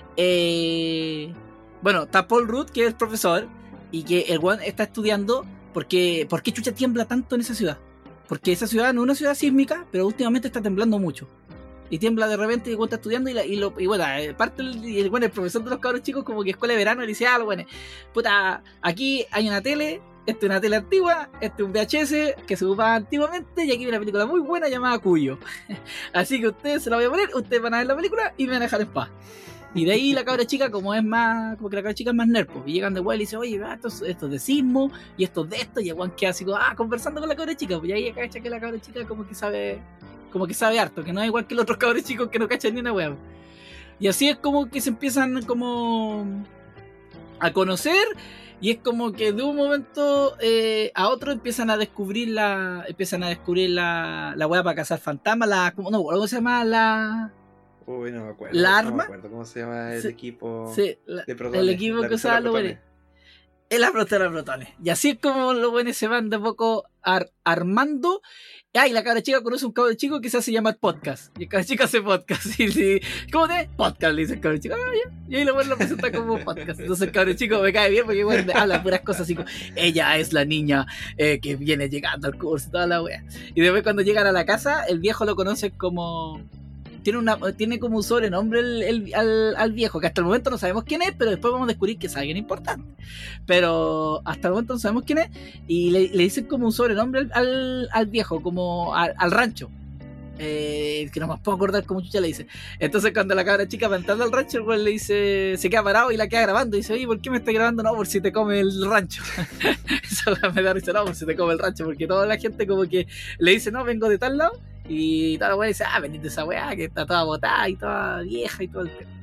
eh, bueno, está Paul Rudd, que es el profesor, y que el weón está estudiando porque, ¿por qué chucha tiembla tanto en esa ciudad? Porque esa ciudad no es una ciudad sísmica, pero últimamente está temblando mucho. Y tiembla de repente y el está estudiando y, la, y, lo, y bueno, parte el, el, bueno, el profesor de los cabros chicos como que escuela de verano le dice, ah, bueno, puta, aquí hay una tele, esta es una tele antigua, este es un V H S que se ocupaba antiguamente y aquí hay una película muy buena llamada Cuyo. Así que ustedes se la voy a poner, ustedes van a ver la película y me van a dejar en paz. Y de ahí la cabra chica, como es más, como que la cabra chica es más nerd, y llegan de vuelta y dicen, oye, esto, esto es de sismo, y esto es de esto, y el guan queda así como, ah, conversando con la cabra chica, y ahí cacha que la cabra chica como que sabe, como que sabe harto, que no es igual que los otros cabros chicos que no cachan ni una wea. Y así es como que se empiezan como a conocer, y es como que de un momento eh, a otro empiezan a descubrir la, empiezan a descubrir la, la wea para cazar fantasmas, la, ¿cómo, no, ¿cómo se llama? La... Uy, no me acuerdo. ¿La no arma? me acuerdo cómo se llama el sí, equipo sí, la, de protones. El equipo que usaba los buenos. Es la pistola de protones. Y así es como los buenos se van de poco ar- armando. Ah, y la cabra chica conoce un cabro chico que se hace llamar Podcast. Y el cabro chico hace podcast. Y, y, ¿cómo te? Podcast, le dice el cabro chico. Ah, ya. Y ahí lo bueno lo presenta como podcast. Entonces el cabro chico me cae bien porque bueno, habla puras cosas así como, ella es la niña eh, que viene llegando al curso y toda la wea. Y después cuando llegan a la casa, el viejo lo conoce como... Tiene, una, tiene como un sobrenombre el, el, al, al viejo, que hasta el momento no sabemos quién es, pero después vamos a descubrir que es alguien importante. Pero hasta el momento no sabemos quién es, y le, le dicen como un sobrenombre al, al, al viejo, como al, al rancho. Eh, que no me puedo acordar cómo chucha le dice. Entonces cuando la cabra chica va entrando al rancho, el güey le dice, se queda parado y la queda grabando. Y dice, oye, ¿por qué me está grabando? No, por si te come el rancho. Eso me da risa, no, por si te come el rancho. Porque toda la gente como que le dice, no, vengo de tal lado. Y toda la weá dice, ah, venís de esa weá que está toda botada y toda vieja y todo el tema.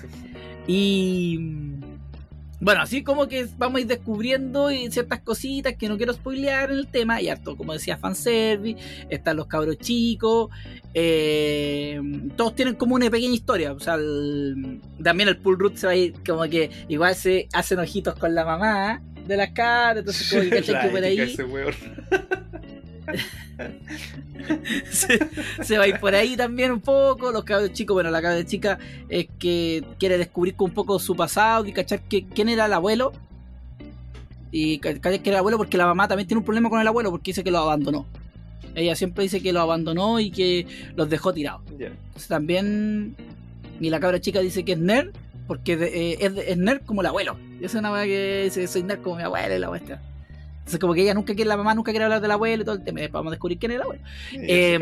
Y bueno, así como que vamos a ir descubriendo ciertas cositas que no quiero spoilear en el tema. Y harto, como decía, fanservice, están los cabros chicos, eh, todos tienen como una pequeña historia. O sea, el, también el Paul Rudd se va a ir como que igual se hacen ojitos con la mamá de las caras, entonces como que cachan que por ahí se, se va a ir por ahí también un poco. Los cabros chicos, bueno, la cabra chica es que quiere descubrir un poco su pasado y cachar que, quién era el abuelo. Y cachar que era el abuelo porque la mamá también tiene un problema con el abuelo porque dice que lo abandonó. Ella siempre dice que lo abandonó y que los dejó tirados. Yeah. Entonces también. Y la cabra chica dice que es nerd porque de, eh, es, es nerd como el abuelo. Y esa es una weá que dice: soy nerd como mi abuelo y la weá. Entonces como que ella nunca quiere, la mamá nunca quiere hablar del abuelo y todo el tema. Después vamos a descubrir quién es el abuelo. Eh,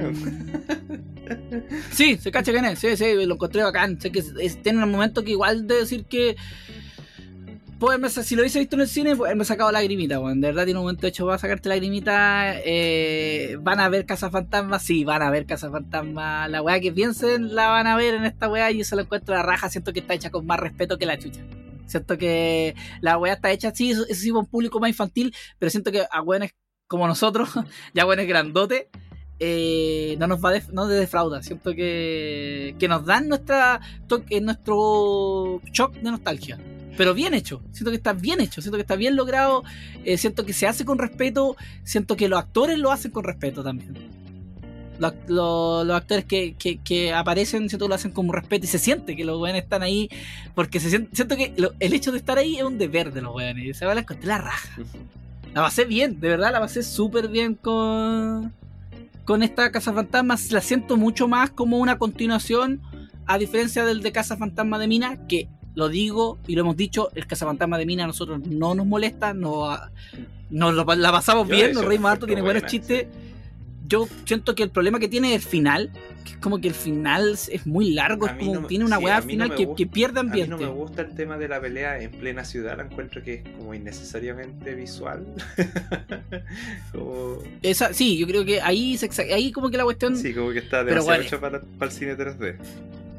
sí, se cacha quién es. Sí, sí, lo encontré bacán. Sé que es, es, tiene un momento que igual de decir que pues, si lo hubiese visto en el cine, pues me ha sacado lagrimita, bueno. De verdad tiene un momento hecho para sacarte lagrimita. Eh, ¿Van a ver Cazafantasmas? Sí, van a ver Cazafantasmas. La weá que piensen la van a ver en esta weá. Y yo se la encuentro a la raja. Siento que está hecha con más respeto que la chucha. Siento que la weá está hecha, sí, eso, eso sí, para un público más infantil, pero siento que a weones como nosotros, ya weones grandotes, eh, no nos va de, no de defrauda. Siento que, que nos dan nuestra toque, nuestro shock de nostalgia. Pero bien hecho, siento que está bien hecho, siento que está bien logrado, eh, siento que se hace con respeto, siento que los actores lo hacen con respeto también. Los, los, los actores que, que, que aparecen, siento que lo hacen con respeto y se siente que los weones están ahí, porque se siente, siento que lo, el hecho de estar ahí es un deber de los weones, y se va a la conté la raja. La pasé bien, de verdad la pasé súper bien con, con esta Cazafantasmas. La siento mucho más como una continuación, a diferencia del de Cazafantasmas de Mina, que lo digo y lo hemos dicho, el Cazafantasmas de Mina a nosotros no nos molesta, no, nos lo, la pasamos bien, nos reímos harto, tiene buenos chistes. Sí. Yo siento que el problema que tiene es el final, que es como que el final es muy largo, es como no, tiene una sí, weá al final no que, que pierde ambiente. A mí no me gusta el tema de la pelea en plena ciudad, la encuentro que es como innecesariamente visual. como... Esa, sí, yo creo que ahí, se, ahí como que la cuestión... Sí, como que está demasiado hecho para, para el cine tres D.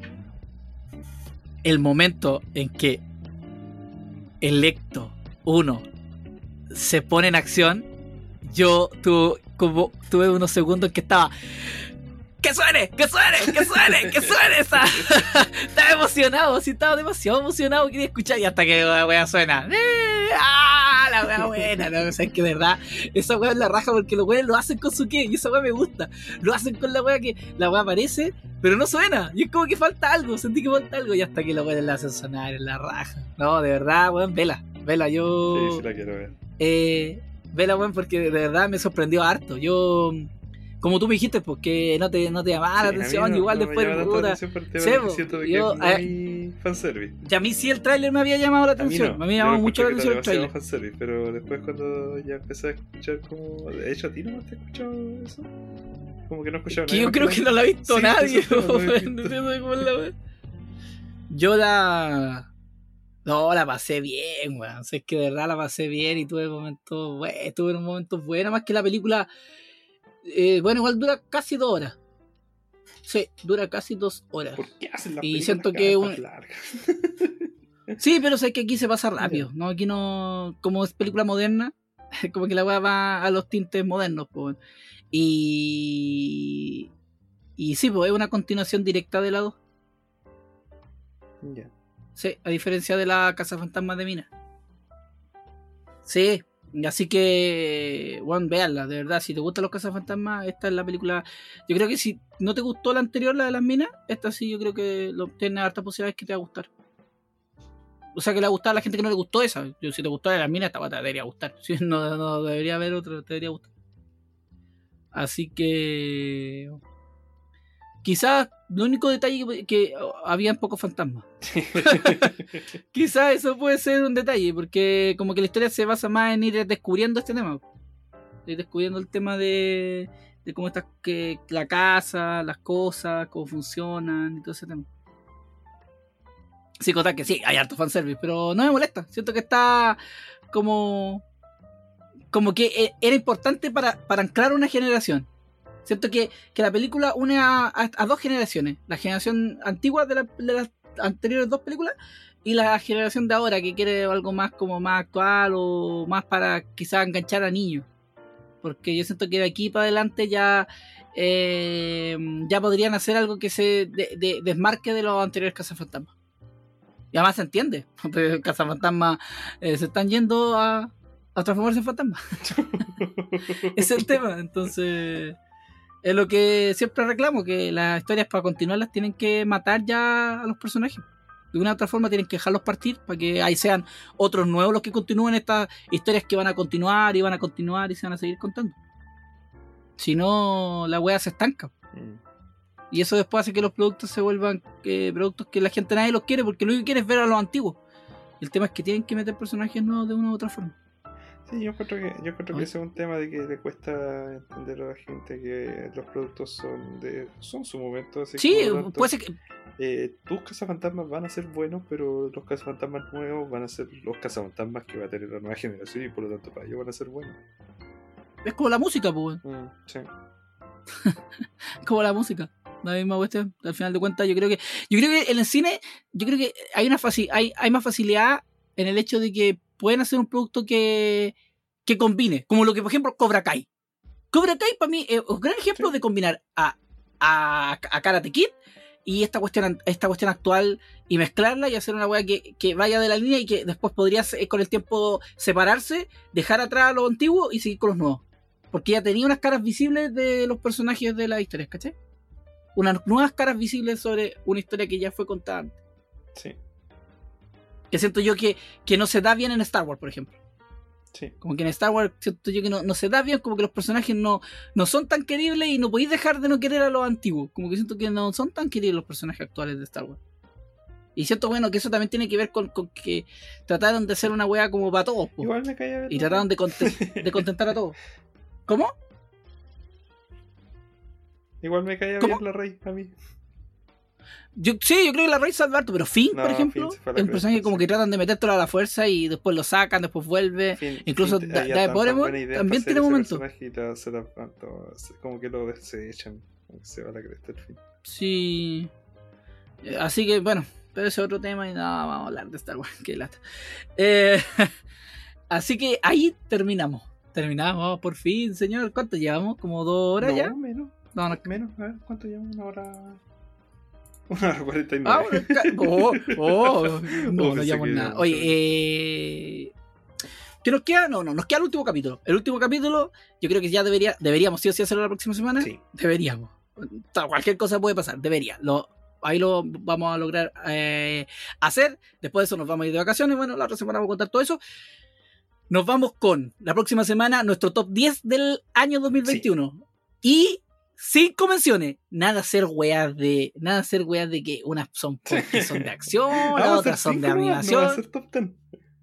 El momento en que Electo uno se pone en acción, yo, tú, como tuve unos segundos que estaba... ¡Que suene! ¡Que suene! ¡Que suene! ¡Que suene! Esa. Estaba emocionado, sí, estaba demasiado emocionado, quería escuchar y hasta que la wea suena. ¡Eh! ¡Ah! La wea buena, no, o sea, es que de verdad, esa wea es la raja porque los weas lo hacen con su qué, y esa wea me gusta. Lo hacen con la wea que la wea aparece, pero no suena, y es como que falta algo, sentí que falta algo, y hasta que los weas la hacen sonar en la raja. No, de verdad, weón, vela, vela, yo. Sí, sí la quiero ver. Eh, vela, weón, porque de verdad me sorprendió harto. Yo. Como tú me dijiste, porque no te, no te llamaba la Sí, atención, no, igual no después me llama puta, tanto la atención por el tema sí, de que siento de yo, que es muy fanservice. y a mí sí el tráiler me había llamado la atención, A mí no, me había llamado yo mucho la encontré que atención el era tráiler. demasiado fanservice, pero después cuando ya empecé a escuchar como... De hecho, ¿a ti no te has escuchado eso? Como que no he escuchado Que nada. yo creo que no la ha visto Sí, nadie. eso no lo he No visto. entiendo cómo es la wea. Yo la... No, la pasé bien, weón. O sea, es que de verdad la pasé bien y tuve momentos... Bueno, tuve unos momentos buenos, más que la película... Eh, bueno, igual dura casi dos horas. Sí, dura casi dos horas. ¿Por qué hacen las Y películas siento cada que vez un- más largas? Sí, pero sé que aquí se pasa rápido, ¿no? Aquí no... Como es película moderna, como que la weá va a los tintes modernos, pues. Y... Y sí, pues es una continuación directa de la dos. Ya. Sí, a diferencia de la Casa Fantasma de Mina. Sí, así que, bueno, véanla, de verdad, si te gustan los Cazafantasmas, esta es la película. Yo creo que si no te gustó la anterior, la de las minas, esta sí yo creo que lo, tiene hartas posibilidades que te va a gustar. O sea, que le va a gustar a la gente que no le gustó esa. Yo, si te gustó la de las minas, esta te debería gustar. Si no, no debería haber otra, te debería gustar. Así que... Quizás lo único detalle que, que había pocos fantasmas. Quizás eso puede ser un detalle, porque como que la historia se basa más en ir descubriendo este tema. Ir descubriendo el tema de, de cómo está que, la casa, las cosas, cómo funcionan y todo ese tema. Sí, cosa que sí, hay harto fanservice, pero no me molesta. Siento que está como... Como que era importante para, para anclar una generación. Siento que, que la película une a, a, a dos generaciones. La generación antigua de, la, de las anteriores dos películas y la generación de ahora que quiere algo más como más actual o más para quizás enganchar a niños. Porque yo siento que de aquí para adelante ya eh, ya podrían hacer algo que se de, de, desmarque de los anteriores Cazafantasmas. Y además se entiende. Porque Cazafantasmas eh, se están yendo a, a transformarse en fantasmas. Ese es el tema. Entonces... Es lo que siempre reclamo, que las historias para continuarlas tienen que matar ya a los personajes. De una u otra forma tienen que dejarlos partir para que ahí sean otros nuevos los que continúen estas historias que van a continuar y van a continuar y se van a seguir contando. Si no, la wea se estanca. Mm. Y eso después hace que los productos se vuelvan eh, productos que la gente nadie los quiere, porque lo único que quiere es ver a los antiguos. El tema es que tienen que meter personajes nuevos de una u otra forma. Sí, yo encuentro que, yo encuentro que ese es un tema de que le cuesta entender a la gente que los productos son de son su momento. Así Sí, que, por lo tanto, puede ser que... eh, tus cazafantasmas van a ser buenos, pero los cazafantasmas nuevos van a ser los cazafantasmas que va a tener la nueva generación y por lo tanto para ellos van a ser buenos. Es como la música, pues. Mm, sí. Como la música, la misma cuestión. Al final de cuentas, yo creo que yo creo que en el cine, yo creo que hay una faci- hay, hay más facilidad en el hecho de que pueden hacer un producto que, que combine, como lo que por ejemplo Cobra Kai. Cobra Kai para mí es un gran ejemplo Sí. de combinar a, a, a Karate Kid y esta cuestión esta cuestión actual y mezclarla y hacer una weá que, que vaya de la línea y que después podría ser, con el tiempo separarse, dejar atrás lo antiguo y seguir con los nuevos. Porque ya tenía unas caras visibles de los personajes de las historias, ¿cachai? Unas nuevas caras visibles sobre una historia que ya fue contada antes. Sí, Que siento yo que, que no se da bien en Star Wars, por ejemplo. sí. Como que en Star Wars siento yo que no, no se da bien, como que los personajes no, no son tan queribles y no podéis dejar de no querer a los antiguos. Como que siento que no son tan queridos los personajes actuales de Star Wars. Y siento, bueno, que eso también tiene que ver con, con que trataron de ser una wea como para todos, po. Igual me caía ver. Y trataron de, conten- de contentar a todos. ¿Cómo? Igual me caía ¿Cómo? bien la Rey a mí. Yo, sí, yo creo que la Rey salva harto, pero Finn, No, por ejemplo, Finn se fue a la es un personaje cresta, como sí. que tratan de metértelo a la fuerza y después lo sacan, después vuelve. Fin- Incluso fin- Da- había David tantas Boreanaz buenas ideas también para hacer tiene ese momentos. personaje y la- se la- todo- como que lo desechan. Como que se va a la cresta el fin. Sí. Eh, Así que, bueno, pero ese es otro tema y no, vamos a hablar de Star Wars, qué lata. Eh, así que ahí terminamos. terminamos, por fin, señor. ¿Cuánto llevamos? ¿Como dos horas no, ya? menos. No, no. Menos, a ver, ¿cuánto llevamos? Una hora. Una hora cuarenta y nueve. Ah, bueno, ca- oh, oh, no, Oh, no pensé llevamos que nada. íbamos Oye, a- eh. ¿Qué nos queda? No, no, nos queda el último capítulo. El último capítulo, yo creo que ya debería, deberíamos sí o sí hacerlo la próxima semana. Sí. Deberíamos. O sea, cualquier cosa puede pasar, debería. Lo, ahí lo vamos a lograr eh, hacer. Después de eso nos vamos a ir de vacaciones. Bueno, la otra semana vamos a contar todo eso. Nos vamos con la próxima semana nuestro top diez del año dos mil veintiuno. Sí. Y cinco menciones. Nada hacer weas de. Nada hacer weas de que unas son porque son de acción, las otras son de animación. No va a ser top diez.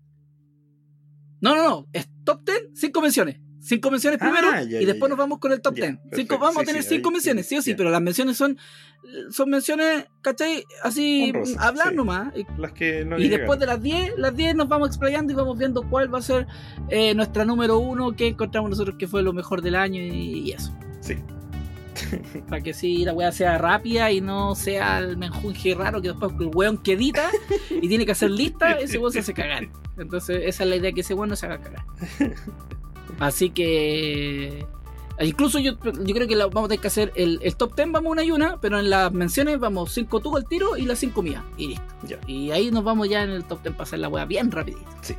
No, no, no. Es top diez, cinco menciones. Cinco menciones primero Ah, ya, y ya, después ya. nos vamos con el top Ya, diez. perfecto. Cinco, vamos Sí, a tener sí, cinco ahí, menciones, sí, sí o sí, ya. pero las menciones son son menciones, ¿cachai? Así, Honrosas, hablar sí. nomás. Las que no Y llegaron. después de las diez, las diez nos vamos explayando y vamos viendo cuál va a ser eh, nuestra número uno, que encontramos nosotros que fue lo mejor del año y, y eso. Sí. Para que sí la weá sea rápida y no sea el menjunje raro que después el weón que edita y tiene que hacer lista, ese weón se hace cagar. Entonces esa es la idea, que ese weón no se haga cagar. Así que incluso yo, yo creo que la, vamos a tener que hacer el, el top diez, vamos una y una, pero en las menciones vamos cinco tú al tiro y las cinco mías y listo. Ya. Y ahí nos vamos ya en el top diez para hacer la weá bien rapidito. Sí.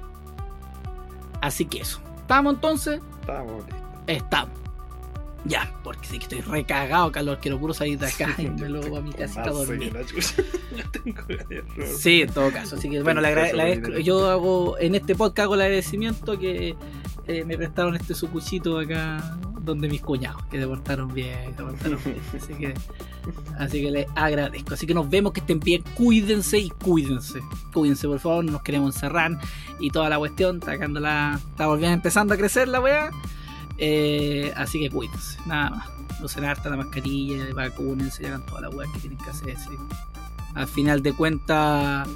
Así que eso. ¿Estamos entonces? Estamos listos. Estamos. Ya, porque sí que estoy recagado, calor, quiero puro salir de acá y me lo voy a mi casita a Más soy dormir. la chucha. No tengo ganas de error. Sí, en todo caso. Así que bueno, le agrade- le agradezco- yo hago en este podcast hago el agradecimiento que eh, me prestaron este sucuchito acá donde mis cuñados, que se portaron bien, se portaron bien. Así que, así que les agradezco. Así que nos vemos, que estén bien, cuídense y cuídense. Cuídense, por favor, no nos queremos encerrar y toda la cuestión, sacándola, estamos bien empezando a crecer la weá. Eh, así que cuídense, nada más. Usen harta la mascarilla, vacúnense, hagan toda la weá que tienen que hacer. Sí. Al final de cuentas,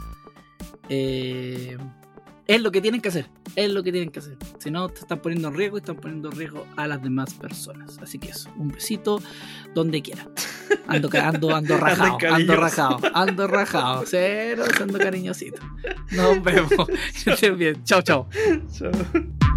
eh, es lo que tienen que hacer. Es lo que tienen que hacer. Si no, te están poniendo en riesgo y están poniendo en riesgo a las demás personas. Así que eso, un besito donde quieran. Ando, ando, ando rajado, ando rajado, ando rajado. Cero, ando cariñosito. Nos vemos. Que estén bien. Chao, chao. Chao.